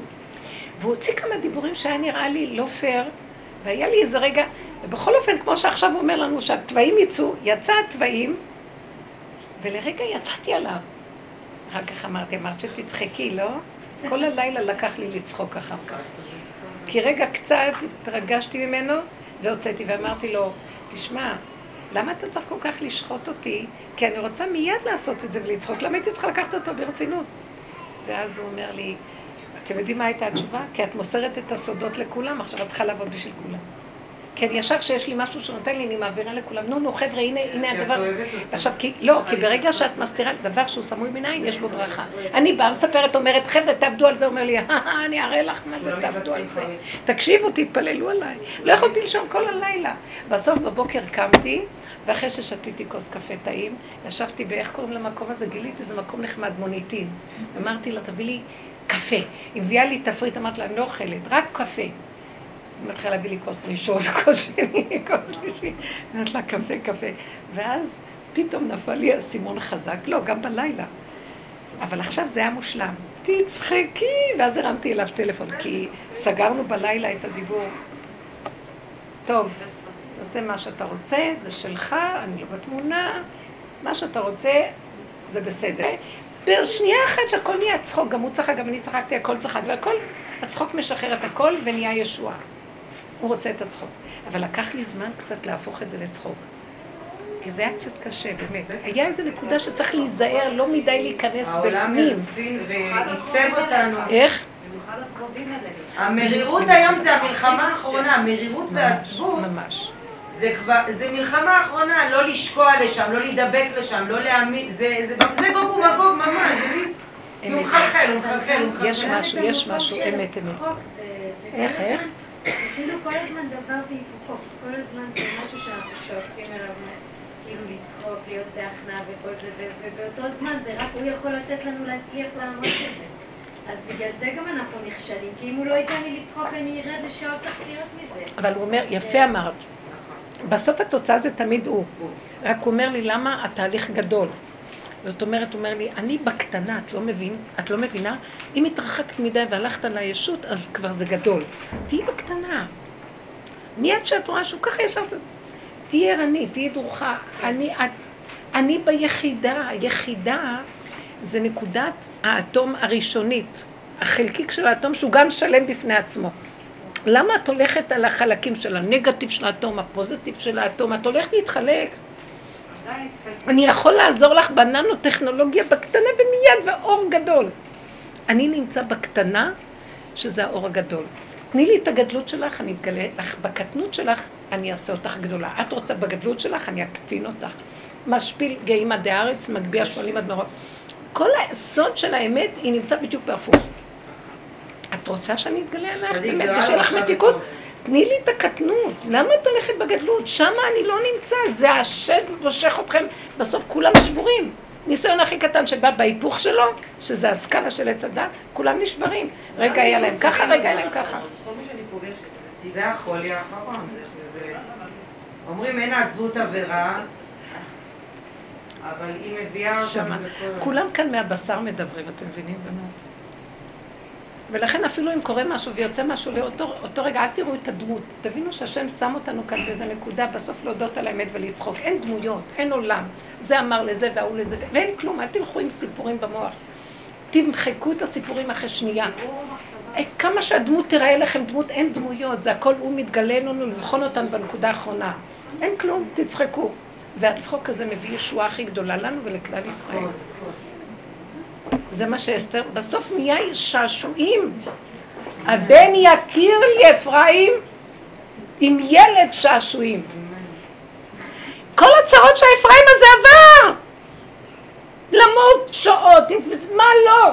והוא הוציא כמה דיבורים שהיה נראה לי לא פייר, והיה לי איזה רגע, ובכל אופן, כמו שעכשיו הוא אומר לנו שהטבעים יצאו, יצא הטבעים, ולרגע יצאתי עליו. אחר כך אמרתי, אמרת שתצחקי, לא? כל הלילה לקח לי לצחוק אחר כך. כי רגע קצת התרגשתי ממנו, והוצאתי ואמרתי לו, תשמע, למה אתה צריך כל כך לשחוט אותי? כי אני רוצה מיד לעשות את זה ולצחוק. למה הייתי צריכה לקחת אותו ברצינות? ואז הוא אומר לי, אתם יודעים מה הייתה התשובה? כי את מוסרת את הסודות לכולם, עכשיו את צריכה לעבוד בשביל כולם. כן, ישר שיש לי משהו שנותן לי, אני מעבירה לכולם. נו, נו, חבר'ה, הנה, הנה הדבר. עכשיו, כי, לא, כי ברגע שאת מסתירה דבר שהוא סמוי מנין, יש בו ברכה. אני באה, מספרת, אומרת, חבר'ה, תעבדו על זה, אומר לי, אני אראה לך מה זה, תעבדו על זה. תקשיבו, תתפללו עליי. לא יכולתי לישון כל הלילה. בסוף בבוקר קמתי, ואחרי ששתיתי כוס קפה טעים, ישבתי באיך קוראים למקום הזה, גיליתי, זה מקום נחמד, מוניטין. אמרתי לה, תביא לי קפה. הביאה לי תפריט, אמרתי לה, אני לא אוכלת, רק קפה. היא מתחילה להביא לי כוס ראשון, כוס שני, כוס שלישי. אמרתי לה, קפה, קפה. ואז פתאום נפל לי הסימון חזק, לא, גם בלילה. אבל עכשיו זה היה מושלם. תצחקי! ואז הרמתי אליו טלפון, כי סגרנו בלילה את הדיבור. טוב, תעשה מה שאתה רוצה, זה שלך, אני לא בתמונה. מה שאתה רוצה, זה בסדר. בשנייה אחת שהכל נהיה צחוק, גם הוא צחק, גם אני צחקתי, הכל צחק, והכל, הצחוק משחרר את הכל ונהיה ישועה. הוא רוצה את הצחוק. אבל לקח לי זמן קצת להפוך את זה לצחוק. כי זה היה קצת קשה, באמת. היה איזו נקודה שצריך להיזהר, לא מדי להיכנס בפנים. העולם הרצין ועיצב אותנו. איך? במיוחד הקרובים האלה. המרירות היום זה המלחמה האחרונה, המרירות והעצבות. ממש. זה כבר, זה מלחמה האחרונה, לא לשקוע לשם, לא להידבק לשם, לא להעמיד, זה, זה, זה גוב ומגוב ממש, זה מי? הוא מחלחל, הוא מחלחל, הוא מחלחל. יש משהו, יש משהו, אמת, אמת. איך, איך? כאילו כל הזמן דבר והיפוכו, כל הזמן זה משהו שאנחנו שואפים אליו, כאילו לצחוק, להיות בהכנעה וכל זה, ובאותו זמן זה רק הוא יכול לתת לנו להצליח לעמוד בזה. אז בגלל זה גם אנחנו נכשלים, כי אם הוא לא ייתן לי לצחוק, אני ארד לשעות תחתיות מזה. אבל הוא אומר, יפה אמרת. בסוף התוצאה זה תמיד הוא. רק הוא אומר לי, למה התהליך גדול? זאת אומרת, הוא אומר לי, אני בקטנה, את לא מבין? את לא מבינה? אם התרחקת מדי והלכת לישות, אז כבר זה גדול. תהי בקטנה. מיד שאת רואה שהוא ככה ישרת את זה. תהי ערנית, תהי דרוכה. אני, את, אני ביחידה. היחידה זה נקודת האטום הראשונית. החלקיק של האטום שהוא גם שלם בפני עצמו. למה את הולכת על החלקים של הנגטיב של האטום, הפוזיטיב של האטום? את הולכת להתחלק. אני יכול לעזור לך בננו-טכנולוגיה בקטנה ומיד ואור גדול. אני נמצא בקטנה, שזה האור הגדול. תני לי את הגדלות שלך, אני אתגלה לך. בקטנות שלך, אני אעשה אותך גדולה. את רוצה בגדלות שלך, אני אקטין אותך. משפיל גאים עד הארץ, מגביה שואלים עד מרוב. כל הסוד של האמת, היא נמצא בדיוק בהפוך. את רוצה שאני אתגלה עליך? באמת, יש לך מתיקות? תני לי את הקטנות. למה את הולכת בגדלות? שמה אני לא נמצא. זה השד מושך אתכם. בסוף כולם שבורים. ניסיון הכי קטן שבא בהיפוך שלו, שזה הסקאלה של עץ הדת, כולם נשברים. רגע היה להם ככה, רגע היה להם ככה. זה החולי האחרון. אומרים, אין עזבות עבירה, אבל היא מביאה אותם בכל... כולם כאן מהבשר מדברים, אתם מבינים בנות? ולכן אפילו אם קורה משהו ויוצא משהו לאותו אותו רגע, אל תראו את הדמות. תבינו שהשם שם אותנו כאן באיזה נקודה, בסוף להודות על האמת ולצחוק. אין דמויות, אין עולם. זה אמר לזה והוא לזה, ואין כלום. אל תלכו עם סיפורים במוח. תמחקו את הסיפורים אחרי שנייה. כמה שהדמות תראה לכם דמות, אין דמויות. זה הכל הוא מתגלה לנו לבחון אותנו בנקודה האחרונה. אין כלום, תצחקו. והצחוק הזה מביא ישועה הכי גדולה לנו ולכלל ישראל. זה מה שאסתר, בסוף נהיה שעשועים. הבן יכיר לי אפרים עם ילד שעשועים. כל הצרות שהאפרים הזה עבר. למות שעות, מה לא?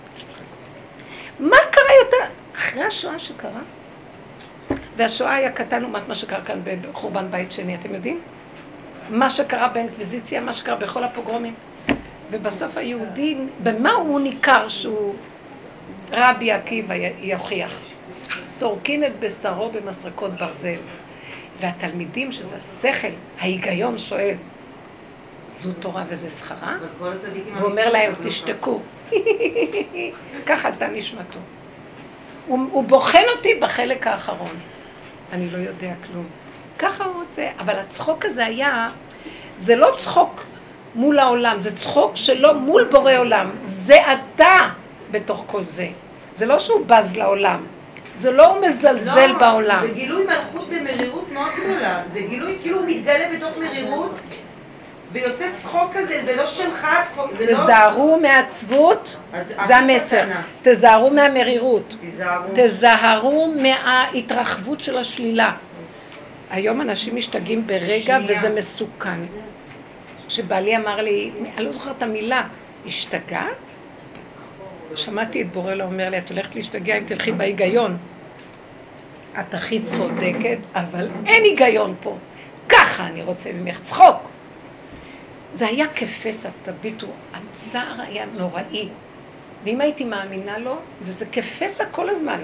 מה קרה יותר? אחרי השואה שקרה? והשואה היה קטן לעומת מה שקרה כאן בחורבן בית שני, אתם יודעים? מה שקרה באינקוויזיציה, מה שקרה בכל הפוגרומים. ובסוף היהודי, במה הוא ניכר שהוא רבי עקיבא יוכיח? סורקין את בשרו במסרקות ברזל. והתלמידים, שזה השכל, ההיגיון שואל, זו תורה וזה שכרה? הוא אומר להם, תשתקו. ככה אתה נשמתו. הוא, הוא בוחן אותי בחלק האחרון. אני לא יודע כלום. ככה הוא רוצה, אבל הצחוק הזה היה, זה לא צחוק מול העולם, זה צחוק שלא מול בורא עולם. זה אתה בתוך כל זה. זה לא שהוא בז לעולם. זה לא הוא מזלזל לא, בעולם. זה גילוי מלכות במרירות מאוד גדולה. זה גילוי כאילו הוא מתגלה בתוך מרירות, ויוצא צחוק כזה, זה לא שלך צחוק, זה לא... תזהרו מעצבות, זה המסר. תזהרו מהמרירות. תזהרו מההתרחבות של השלילה. היום אנשים משתגעים ברגע וזה מסוכן. שבעלי אמר לי, אני לא זוכרת את המילה, השתגעת? שמעתי את בורא לה אומר לי, את הולכת להשתגע אם תלכי בהיגיון. את הכי צודקת, אבל אין היגיון פה. ככה אני רוצה ממך צחוק. זה היה כפסע, תביטו, הצער היה נוראי. ואם הייתי מאמינה לו, וזה כפסע כל הזמן.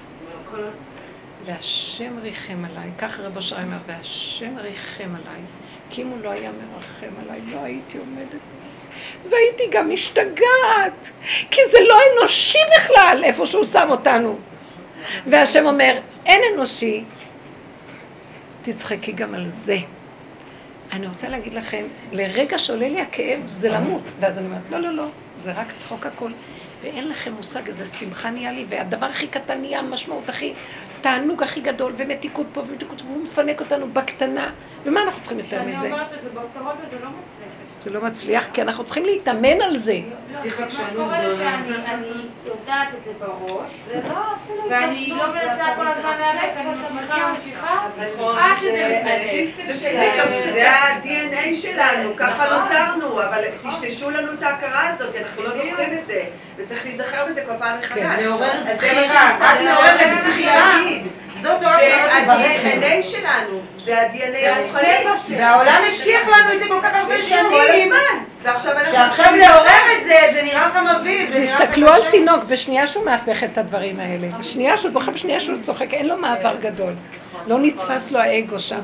והשם ריחם עליי, כך רב אושר אומר, והשם ריחם עליי, כי אם הוא לא היה מרחם עליי, לא הייתי עומדת. והייתי גם משתגעת, כי זה לא אנושי בכלל, איפה שהוא שם אותנו. והשם אומר, אין אנושי, תצחקי גם על זה. אני רוצה להגיד לכם, לרגע שעולה לי הכאב זה למות, ואז אני אומרת, לא, לא, לא, זה רק צחוק הכל, ואין לכם מושג, איזה שמחה נהיה לי, והדבר הכי קטן נהיה המשמעות הכי, תענוג הכי גדול, ומתיקות פה ומתיקות, והוא מפנק אותנו בקטנה, ומה אנחנו צריכים יותר מזה? כשאני אומרת את זה באותרות, זה לא מצליח. זה לא מצליח, כי אנחנו צריכים להתאמן על זה. צריך מה עקשנות שקורה זה גדולה. שאני יודעת את זה בראש, ואני לא מנסה כל הזמן להיאבק, אני ממשיכה ממשיכה, עד שזה זה הסיסטם שלנו, זה ה-די אן איי שלנו, ככה נוצרנו, אבל תשתשו לנו את ההכרה הזאת, אנחנו לא זוכרים את זה, וצריך להיזכר בזה כל פעם מחדש. מעורר זכירה, את מעוררת זכירה. זאת תורה זה שלנו ברחם. ה-די אן איי שלנו, זה ה-די אן איי הרוחני. והעולם השכיח לנו את זה כל כך הרבה שנים. כל הזמן. ועכשיו אנחנו... שעכשיו לעורר את זה, זה נראה לך מביא. תסתכלו על תינוק, בשנייה שהוא מהפך את הדברים האלה. בשנייה שהוא בוכה, בשנייה שהוא צוחק, אין לו מעבר גדול. לא נתפס לו האגו שם.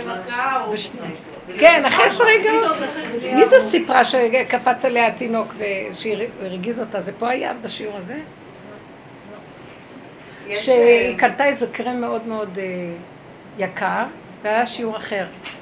כן, אחרי שרגע... מי זה סיפרה שקפץ עליה התינוק ושהרגיז אותה? זה פה היה בשיעור הזה? שהיא קלטה איזה קרם מאוד מאוד יקר, והיה שיעור אחר.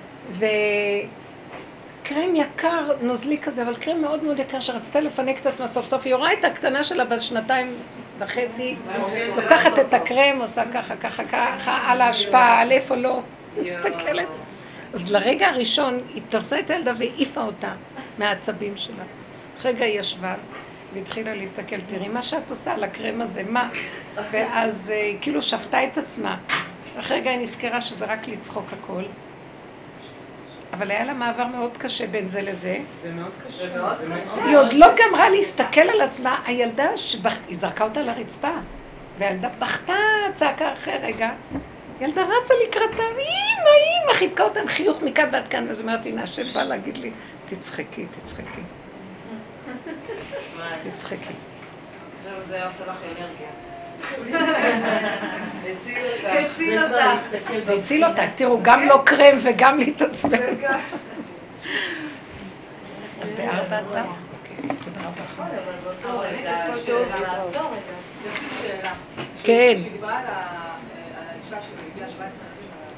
וקרם יקר, נוזלי כזה, אבל קרם מאוד מאוד יקר, שרצתה לפנק קצת מהסוף סוף. היא הוראה את הקטנה שלה בשנתיים וחצי, לוקחת את הקרם, עושה ככה, ככה, ככה, על ההשפעה, על איפה לא, מסתכלת. אז לרגע הראשון היא תפסה את הילדה והעיפה אותה מהעצבים שלה. רגע היא ישבה והתחילה להסתכל, תראי מה שאת עושה על הקרם הזה, מה? ואז כאילו שפטה את עצמה. אחרי רגע היא נזכרה שזה רק לצחוק הכל. אבל היה לה מעבר מאוד קשה בין זה לזה. זה מאוד קשה. היא עוד לא גמרה להסתכל על עצמה, הילדה, היא זרקה אותה לרצפה, והילדה בכתה, צעקה אחרי רגע. ילדה רצה לקראתה, אמא, אמא, חיבקה אותה עם חיוך מכאן ועד כאן, ואז אומרת, הנה, השם בא להגיד לי, תצחקי, תצחקי. תצחקי. זה היה עושה לך אנרגיה. הציל אותה. זה הציל אותה, תראו, גם לא קרם וגם להתעצבן. אז בארבע ארבע? אוקיי, תודה רבה. יש לי שאלה. כן. כשדיברה על האישה שהגיעה שבע עשרה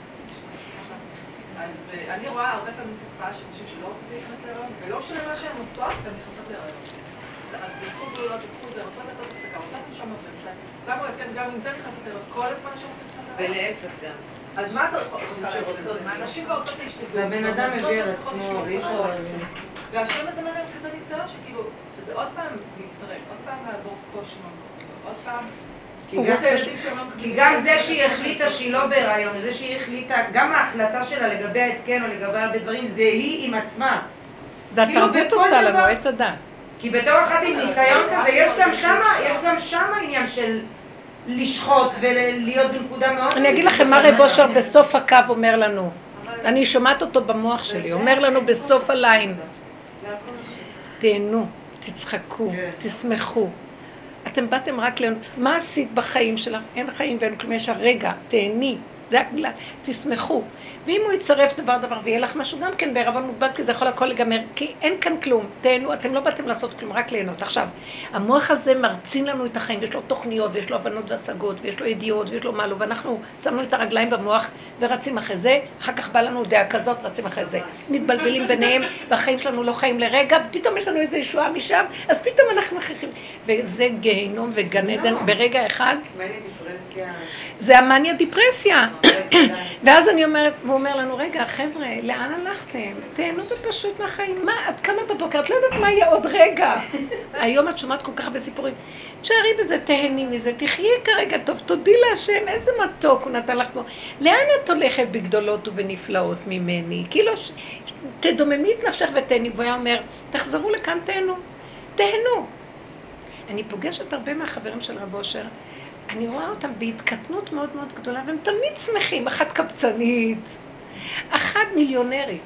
אז אני רואה הרבה פעמים תקופה של אנשים שלא רוצים להיכנס להיריון, ולא משנה מה שהן עושות, הן נכנסות להיריון. אז תיקחו גלולות, תיקחו זה, רוצות לעשות הפסקה, רוצות לשם ובמשל. שמו את כן, גם אם זה נכנסת להיריון, כל הזמן שהן נכנסות להיריון. ולהפך גם. אז מה אתה רוצה להגיד? הנשים כבר רוצות להשתגע. והבן אדם מביא על עצמו, ואי אפשר להבין. והשם הזה מלא כזה ניסיון שכאילו, זה עוד פעם להתפרק, עוד פעם לעבור קושי ממקום, עוד פעם... כי גם זה שהיא החליטה שהיא לא בהיריון, זה שהיא החליטה, גם ההחלטה שלה לגבי ההתקן או לגבי הרבה דברים, זה היא עם עצמה. זה התרבות עושה לנו, עץ הדת. כי בתור אחת עם ניסיון כזה, יש גם שמה, יש גם שמה עניין של לשחוט ולהיות בנקודה מאוד... אני אגיד לכם מה רב אושר בסוף הקו אומר לנו. אני שומעת אותו במוח שלי, אומר לנו בסוף הליין. תהנו, תצחקו, תשמחו. אתם באתם רק לנו, מה עשית בחיים שלך? אין חיים ואין כלום, יש הרגע, תהני, זה המילה, תשמחו. ואם הוא יצרף דבר דבר ויהיה לך משהו גם כן בערבון מוגבל, כי זה יכול הכל לגמר, כי אין כאן כלום, תהנו, אתם לא באתם לעשות כלום, רק ליהנות. עכשיו, המוח הזה מרצין לנו את החיים, יש לו תוכניות ויש לו הבנות והשגות ויש לו ידיעות ויש לו מה לו, ואנחנו שמנו את הרגליים במוח ורצים אחרי זה, אחר כך בא לנו דעה כזאת, רצים אחרי זה. מתבלבלים ביניהם והחיים שלנו לא חיים לרגע, פתאום יש לנו איזו ישועה משם, אז פתאום אנחנו מכריחים. וזה גיהינום וגן עדן ברגע אחד. זה המניה דיפרסיה. ואז אני אומרת, והוא אומר לנו, רגע, חבר'ה, לאן הלכתם? תהנו בפשוט מהחיים. מה, עד כמה בבוקר? את לא יודעת מה יהיה עוד רגע. היום את שומעת כל כך הרבה סיפורים. תשארי בזה, תהני מזה, תחיי כרגע טוב, תודי להשם, איזה מתוק הוא נתן לך פה. לאן את הולכת בגדולות ובנפלאות ממני? כאילו, תדוממי את נפשך ותהני. והוא היה אומר, תחזרו לכאן, תהנו. תהנו. אני פוגשת הרבה מהחברים של רב אושר, אני רואה אותם בהתקטנות מאוד מאוד גדולה, והם תמיד שמחים, אחת קבצנית, אחת מיליונרית,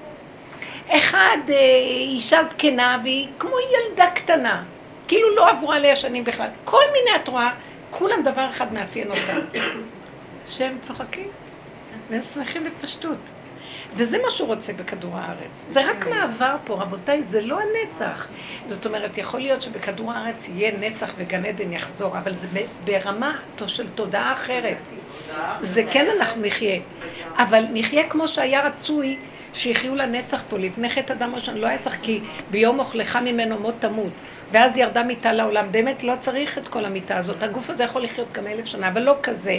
אחד אה, אישה זקנה, והיא כמו ילדה קטנה, כאילו לא עברו עליה שנים בכלל. כל מיני את רואה, כולם דבר אחד מאפיין אותם, שהם צוחקים, והם שמחים בפשטות. וזה מה שהוא רוצה בכדור הארץ. זה רק מעבר פה, רבותיי, זה לא הנצח. זאת אומרת, יכול להיות שבכדור הארץ יהיה נצח וגן עדן יחזור, אבל זה ברמה של תודעה אחרת. זה כן אנחנו נחיה. אבל נחיה כמו שהיה רצוי שיחיו לנצח פה. לפני חטא אדם ראשון לא היה צריך, כי ביום אוכלך ממנו מות תמות. ואז ירדה מיטה לעולם. באמת לא צריך את כל המיטה הזאת. הגוף הזה יכול לחיות גם אלף שנה, אבל לא כזה.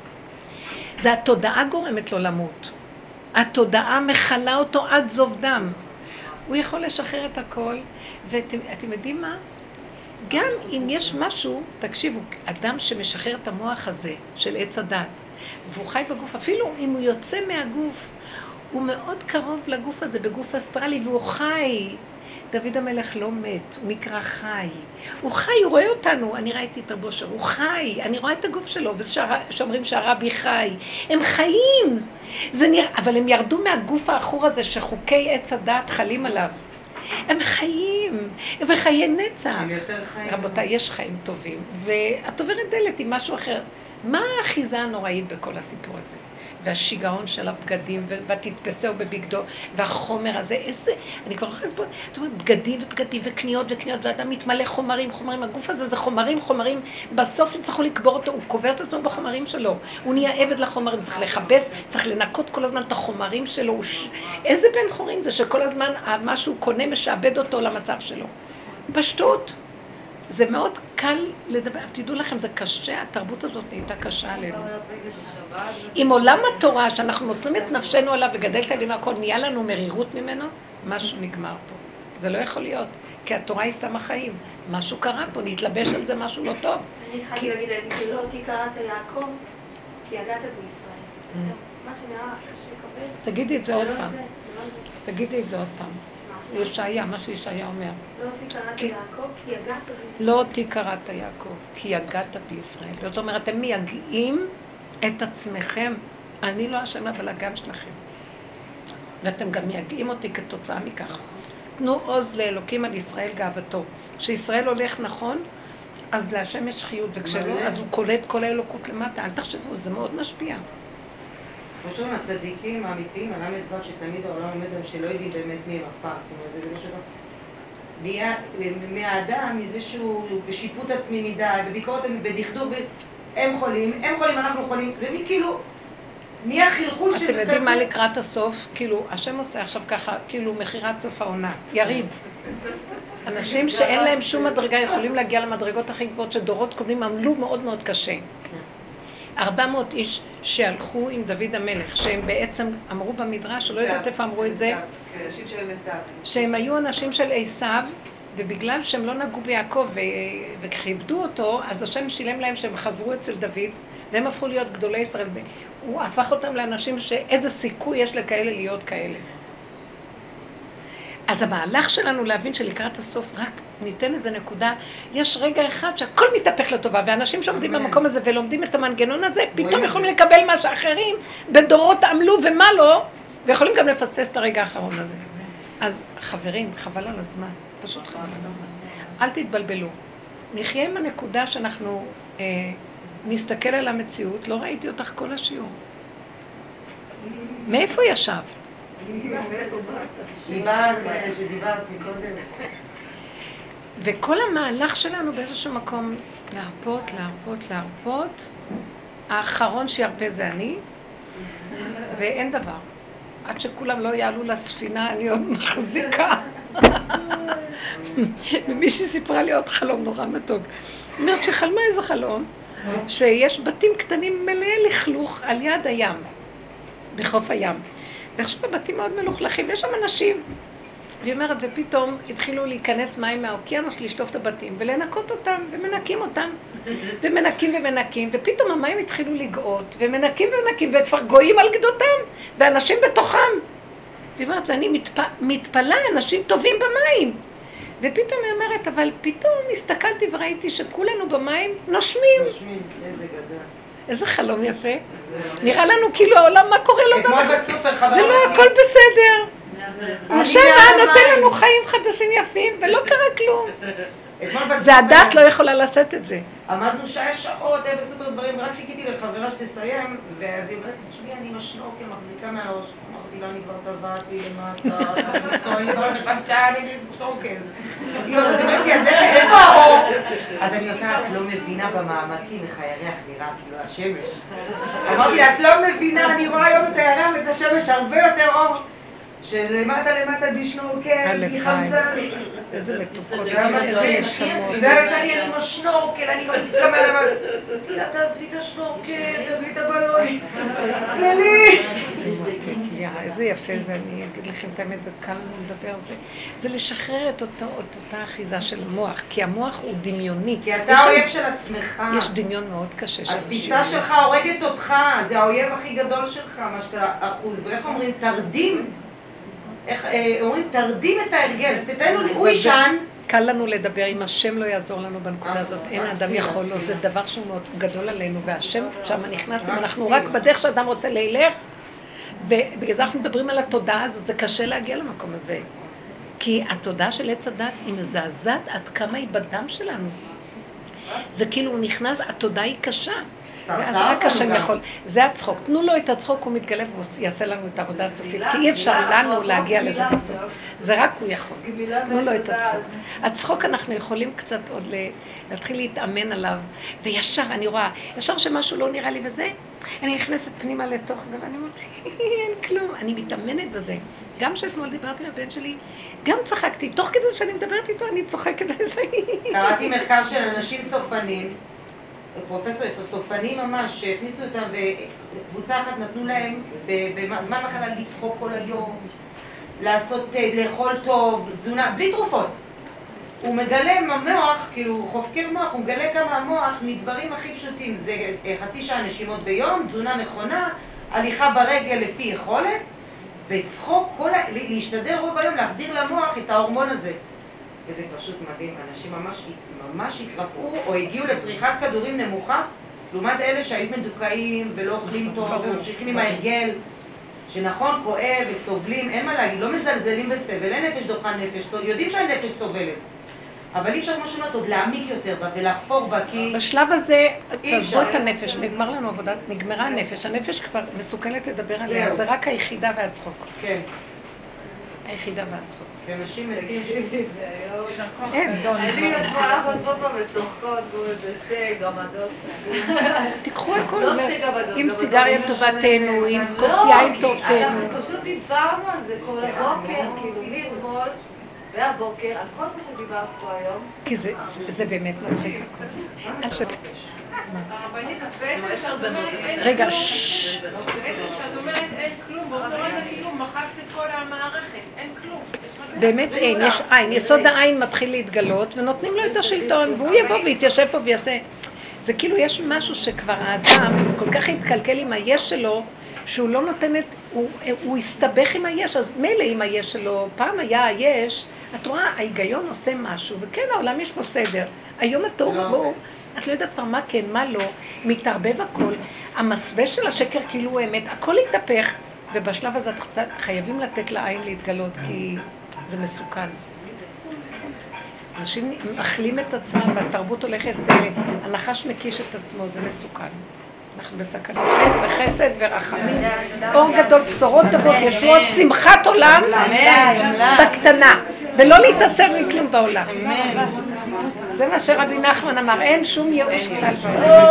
זה התודעה גורמת לו למות. התודעה מחלה אותו עד זוב דם. הוא יכול לשחרר את הכל, ואתם יודעים מה? גם אם יש משהו, תקשיבו, אדם שמשחרר את המוח הזה של עץ הדת, והוא חי בגוף, אפילו אם הוא יוצא מהגוף, הוא מאוד קרוב לגוף הזה, בגוף אסטרלי, והוא חי. דוד המלך לא מת, הוא נקרא חי. הוא חי, הוא רואה אותנו, אני ראיתי את רב אושר, הוא חי, אני רואה את הגוף שלו, ושאומרים שהרבי חי. הם חיים, זה נראה, אבל הם ירדו מהגוף האחור הזה שחוקי עץ הדת חלים עליו. הם חיים, הם בחיי נצח. רבותיי, יש חיים טובים, ואת עוברת דלת עם משהו אחר. מה האחיזה הנוראית בכל הסיפור הזה? והשיגעון של הבגדים, ותתפסהו בבגדו, והחומר הזה, איזה, אני כבר הולכת בו, זאת אומרת, בגדים ובגדים וקניות וקניות, ואדם מתמלא חומרים, חומרים, הגוף הזה זה חומרים, חומרים, בסוף יצטרכו לקבור אותו, הוא קובר את עצמו בחומרים שלו, הוא נהיה עבד לחומרים, צריך לחבס, צריך לנקות כל הזמן את החומרים שלו, ש... איזה בן חורים זה שכל הזמן מה שהוא קונה משעבד אותו למצב שלו? פשטות. זה מאוד קל לדבר, תדעו לכם, זה קשה, התרבות הזאת נהייתה קשה עלינו. עם עולם התורה, שאנחנו מוסרים את נפשנו עליו וגדל את הלימה, הכל נהיה לנו מרירות ממנו, משהו נגמר פה. זה לא יכול להיות, כי התורה היא שמה חיים. משהו קרה פה, נתלבש על זה משהו לא טוב. אני התחלתי להגיד להם, כי לא אותי קראת יעקב, כי הגעת בישראל. מה שנראה קשה לקבל. תגידי את זה עוד פעם. תגידי את זה עוד פעם. ישעיה, מה שישעיה אומר. לא אותי קראת יעקב, כי הגעת בישראל. לא אותי קראת יעקב, כי הגעת בישראל. זאת אומרת, אתם מייגעים את עצמכם. אני לא אשם הבלגן שלכם. ואתם גם מייגעים אותי כתוצאה מכך. תנו עוז לאלוקים על ישראל גאוותו. כשישראל הולך נכון, אז להשם יש חיות, וכשלא, אז הוא קולט כל האלוקות למטה. אל תחשבו, זה מאוד משפיע. חושבים הצדיקים האמיתיים, על המדבר שתמיד העולם עומד להם שלא יודעים באמת מי הם אף פעם. זאת אומרת, זה לא שאתה... מהאדם, מזה שהוא בשיפוט עצמי מדי, בביקורת, בדכדוך, הם חולים, הם חולים, אנחנו חולים. זה מי כאילו... מי החלחול של... אתם יודעים מה לקראת הסוף? כאילו, השם עושה עכשיו ככה, כאילו מכירת סוף העונה. יריד. אנשים שאין להם שום מדרגה יכולים להגיע למדרגות הכי גבוהות שדורות קודמים עמלו מאוד מאוד קשה. ארבע מאות איש שהלכו עם דוד המלך, שהם בעצם אמרו במדרש, שלא יודעת איפה אמרו את זה, שהם היו אנשים של עשיו, ובגלל שהם לא נגעו ביעקב וכיבדו אותו, אז השם שילם להם שהם חזרו אצל דוד, והם הפכו להיות גדולי ישראל. הוא הפך אותם לאנשים שאיזה סיכוי יש לכאלה להיות כאלה. אז המהלך שלנו להבין שלקראת הסוף רק ניתן איזה נקודה, יש רגע אחד שהכל מתהפך לטובה, ואנשים שעומדים במקום הזה ולומדים את המנגנון הזה, פתאום יכולים לקבל מה שאחרים בדורות עמלו ומה לא, ויכולים גם לפספס את הרגע האחרון הזה. אז חברים, חבל על הזמן, פשוט חבל על הזמן. אל תתבלבלו. נחיה עם הנקודה שאנחנו אה, נסתכל על המציאות, לא ראיתי אותך כל השיעור. מאיפה ישב? דיברת, שדיברת מקודם. וכל המהלך שלנו באיזשהו מקום להרפות, להרפות, להרפות. האחרון שירפה זה אני, ואין דבר. עד שכולם לא יעלו לספינה, אני עוד מחזיקה. ומישהי סיפרה לי עוד חלום נורא מתוק. היא אומרת שחלמה איזה חלום, שיש בתים קטנים מלאי לכלוך על יד הים, בחוף הים. ועכשיו הבתים מאוד מלוכלכים, ויש שם אנשים. והיא אומרת, ופתאום התחילו להיכנס מים מהאוקיינוס, לשטוף את הבתים, ולנקות אותם, ומנקים אותם. ומנקים ומנקים, ופתאום המים התחילו לגאות, ומנקים ומנקים, וכבר גויים על גדותם, ואנשים בתוכם. והיא אומרת, ואני מתפ... מתפלה, אנשים טובים במים. ופתאום היא אומרת, אבל פתאום הסתכלתי וראיתי שכולנו במים נושמים. נושמים, איזה גדול. איזה חלום יפה. נראה לנו כאילו העולם, מה קורה לו גם? אתמול בסופר חברה... ולא, הכל בסדר. עכשיו נותן לנו חיים חדשים יפים, ולא קרה כלום. זה הדת לא יכולה לעשות את זה. עמדנו שעה שעות, היה בסופר דברים, רק חיכיתי לחברה שתסיים, ואז היא אומרת, תשמעי, אני עם השנורקל מחזיקה מהראש. אמרתי לה, אני כבר טבעתי למטה, אני כבר נחמצה, אני לי שנורקל. היא אומרת לי, אז איפה האור? אז אני עושה, את לא מבינה במעמקים איך הירח נראה, כאילו השמש. אמרתי לה, את לא מבינה, אני רואה היום את הירח ואת השמש הרבה יותר אור. שלמטה למטה בשנורקל, בחמצה. איזה מתוקות, איזה נשמות. ואז אני עם השנורקל, אני מחזיקה מעלה. אמרתי לה, תעזבי את השנורקל, תעזבי את הבלון. צללי! איזה יפה זה, אני אגיד לכם את האמת, זה קל לנו לדבר על זה. זה לשחרר את אותה אחיזה של המוח, כי המוח הוא דמיוני. כי אתה האויב של עצמך. יש דמיון מאוד קשה. התפיסה שלך הורגת אותך, זה האויב הכי גדול שלך, מה שאתה אחוז. ואיך אומרים, תרדים. איך אומרים, תרדים את ההרגל, תתנו לי, הוא ישן. קל לנו לדבר, אם השם לא יעזור לנו בנקודה הזאת, אין האדם יכול לו, זה דבר שהוא מאוד גדול עלינו, והשם שם נכנס, אם אנחנו רק בדרך שאדם רוצה להילך, ובגלל זה אנחנו מדברים על התודעה הזאת, זה קשה להגיע למקום הזה. כי התודעה של עץ הדת היא מזעזעת עד כמה היא בדם שלנו. זה כאילו הוא נכנס, התודעה היא קשה. ואז רק השם יכול, זה הצחוק, תנו לו את הצחוק, הוא מתגלה והוא יעשה לנו את העבודה הסופית, כי אי אפשר לנו להגיע לזה בסוף, זה רק הוא יכול, תנו לו את הצחוק. הצחוק אנחנו יכולים קצת עוד להתחיל להתאמן עליו, וישר אני רואה, ישר שמשהו לא נראה לי וזה, אני נכנסת פנימה לתוך זה ואני אומרת, אין כלום, אני מתאמנת בזה. גם שאתמול דיברתי עם הבן שלי, גם צחקתי, תוך כדי שאני מדברת איתו אני צוחקת בזה. קראתי מחקר של אנשים סופנים, פרופסור סופנים ממש, שהכניסו אותם וקבוצה אחת נתנו להם בזמן מחלה לצחוק כל היום, לעשות, לאכול טוב, תזונה, בלי תרופות. הוא מגלה מהמוח, כאילו חוקר מוח, הוא מגלה כמה המוח מדברים הכי פשוטים, זה חצי שעה נשימות ביום, תזונה נכונה, הליכה ברגל לפי יכולת, וצחוק, כל ה... להשתדל רוב היום להחדיר למוח את ההורמון הזה. וזה פשוט מדהים, אנשים ממש, ממש התרפאו או הגיעו לצריכת כדורים נמוכה, לעומת אלה שהיו מדוכאים ולא אוכלים טוב וממשיכים עם ההרגל, שנכון, כואב וסובלים, אין מה להגיד, לא מזלזלים בסבל, אין נפש דוחה נפש, יודעים שהנפש סובלת. אבל אי אפשר כמו שאומרת עוד להעמיק יותר בה ולחפור בה, כי... בשלב הזה תעזבו את הנפש, נגמר לנו עבודה, נגמרה הנפש, הנפש כבר מסוכנת לדבר עליה, זה רק היחידה והצחוק. כן. היחידה והצחוק. ואנשים מתים... אין. אני יושבה אבות בובה וצוחקות, בשתי גמדות. תיקחו הכל, עם סיגריה טובה תהנו, עם כוס יין טוב תהנו. אנחנו פשוט דיברנו על זה כל הבוקר, כאילו מאתמול והבוקר, על כל מה שדיברת פה היום. כי זה באמת מצחיק. רגע, ששש. בעצם כשאת אומרת אין כלום, באותו רגע כאילו מחקת את כל המערכת, אין כלום. באמת אין, יש עין, יסוד העין מתחיל להתגלות ונותנים לו את השלטון והוא יבוא ויתיישב פה ויעשה. זה כאילו יש משהו שכבר האדם כל כך התקלקל עם היש שלו שהוא לא נותן את, הוא, הוא הסתבך עם היש, אז מילא עם היש שלו, פעם היה היש, את רואה, ההיגיון עושה משהו וכן העולם יש פה סדר, היום התור בו, את לא יודעת כבר מה כן, מה לא, מתערבב הכל, המסווה של השקר כאילו הוא אמת, הכל התהפך ובשלב הזה חייבים לתת לעין להתגלות כי זה מסוכן. אנשים מאכלים את עצמם והתרבות הולכת, הנחש מקיש את עצמו, זה מסוכן. אנחנו בסכנה. חן וחסד ורחמים, אור גדול, בשורות טובות, ישועות, שמחת עולם בקטנה, ולא להתעצב מכלום בעולם. זה מה שרבי נחמן אמר, אין שום ייאוש כלל בעולם.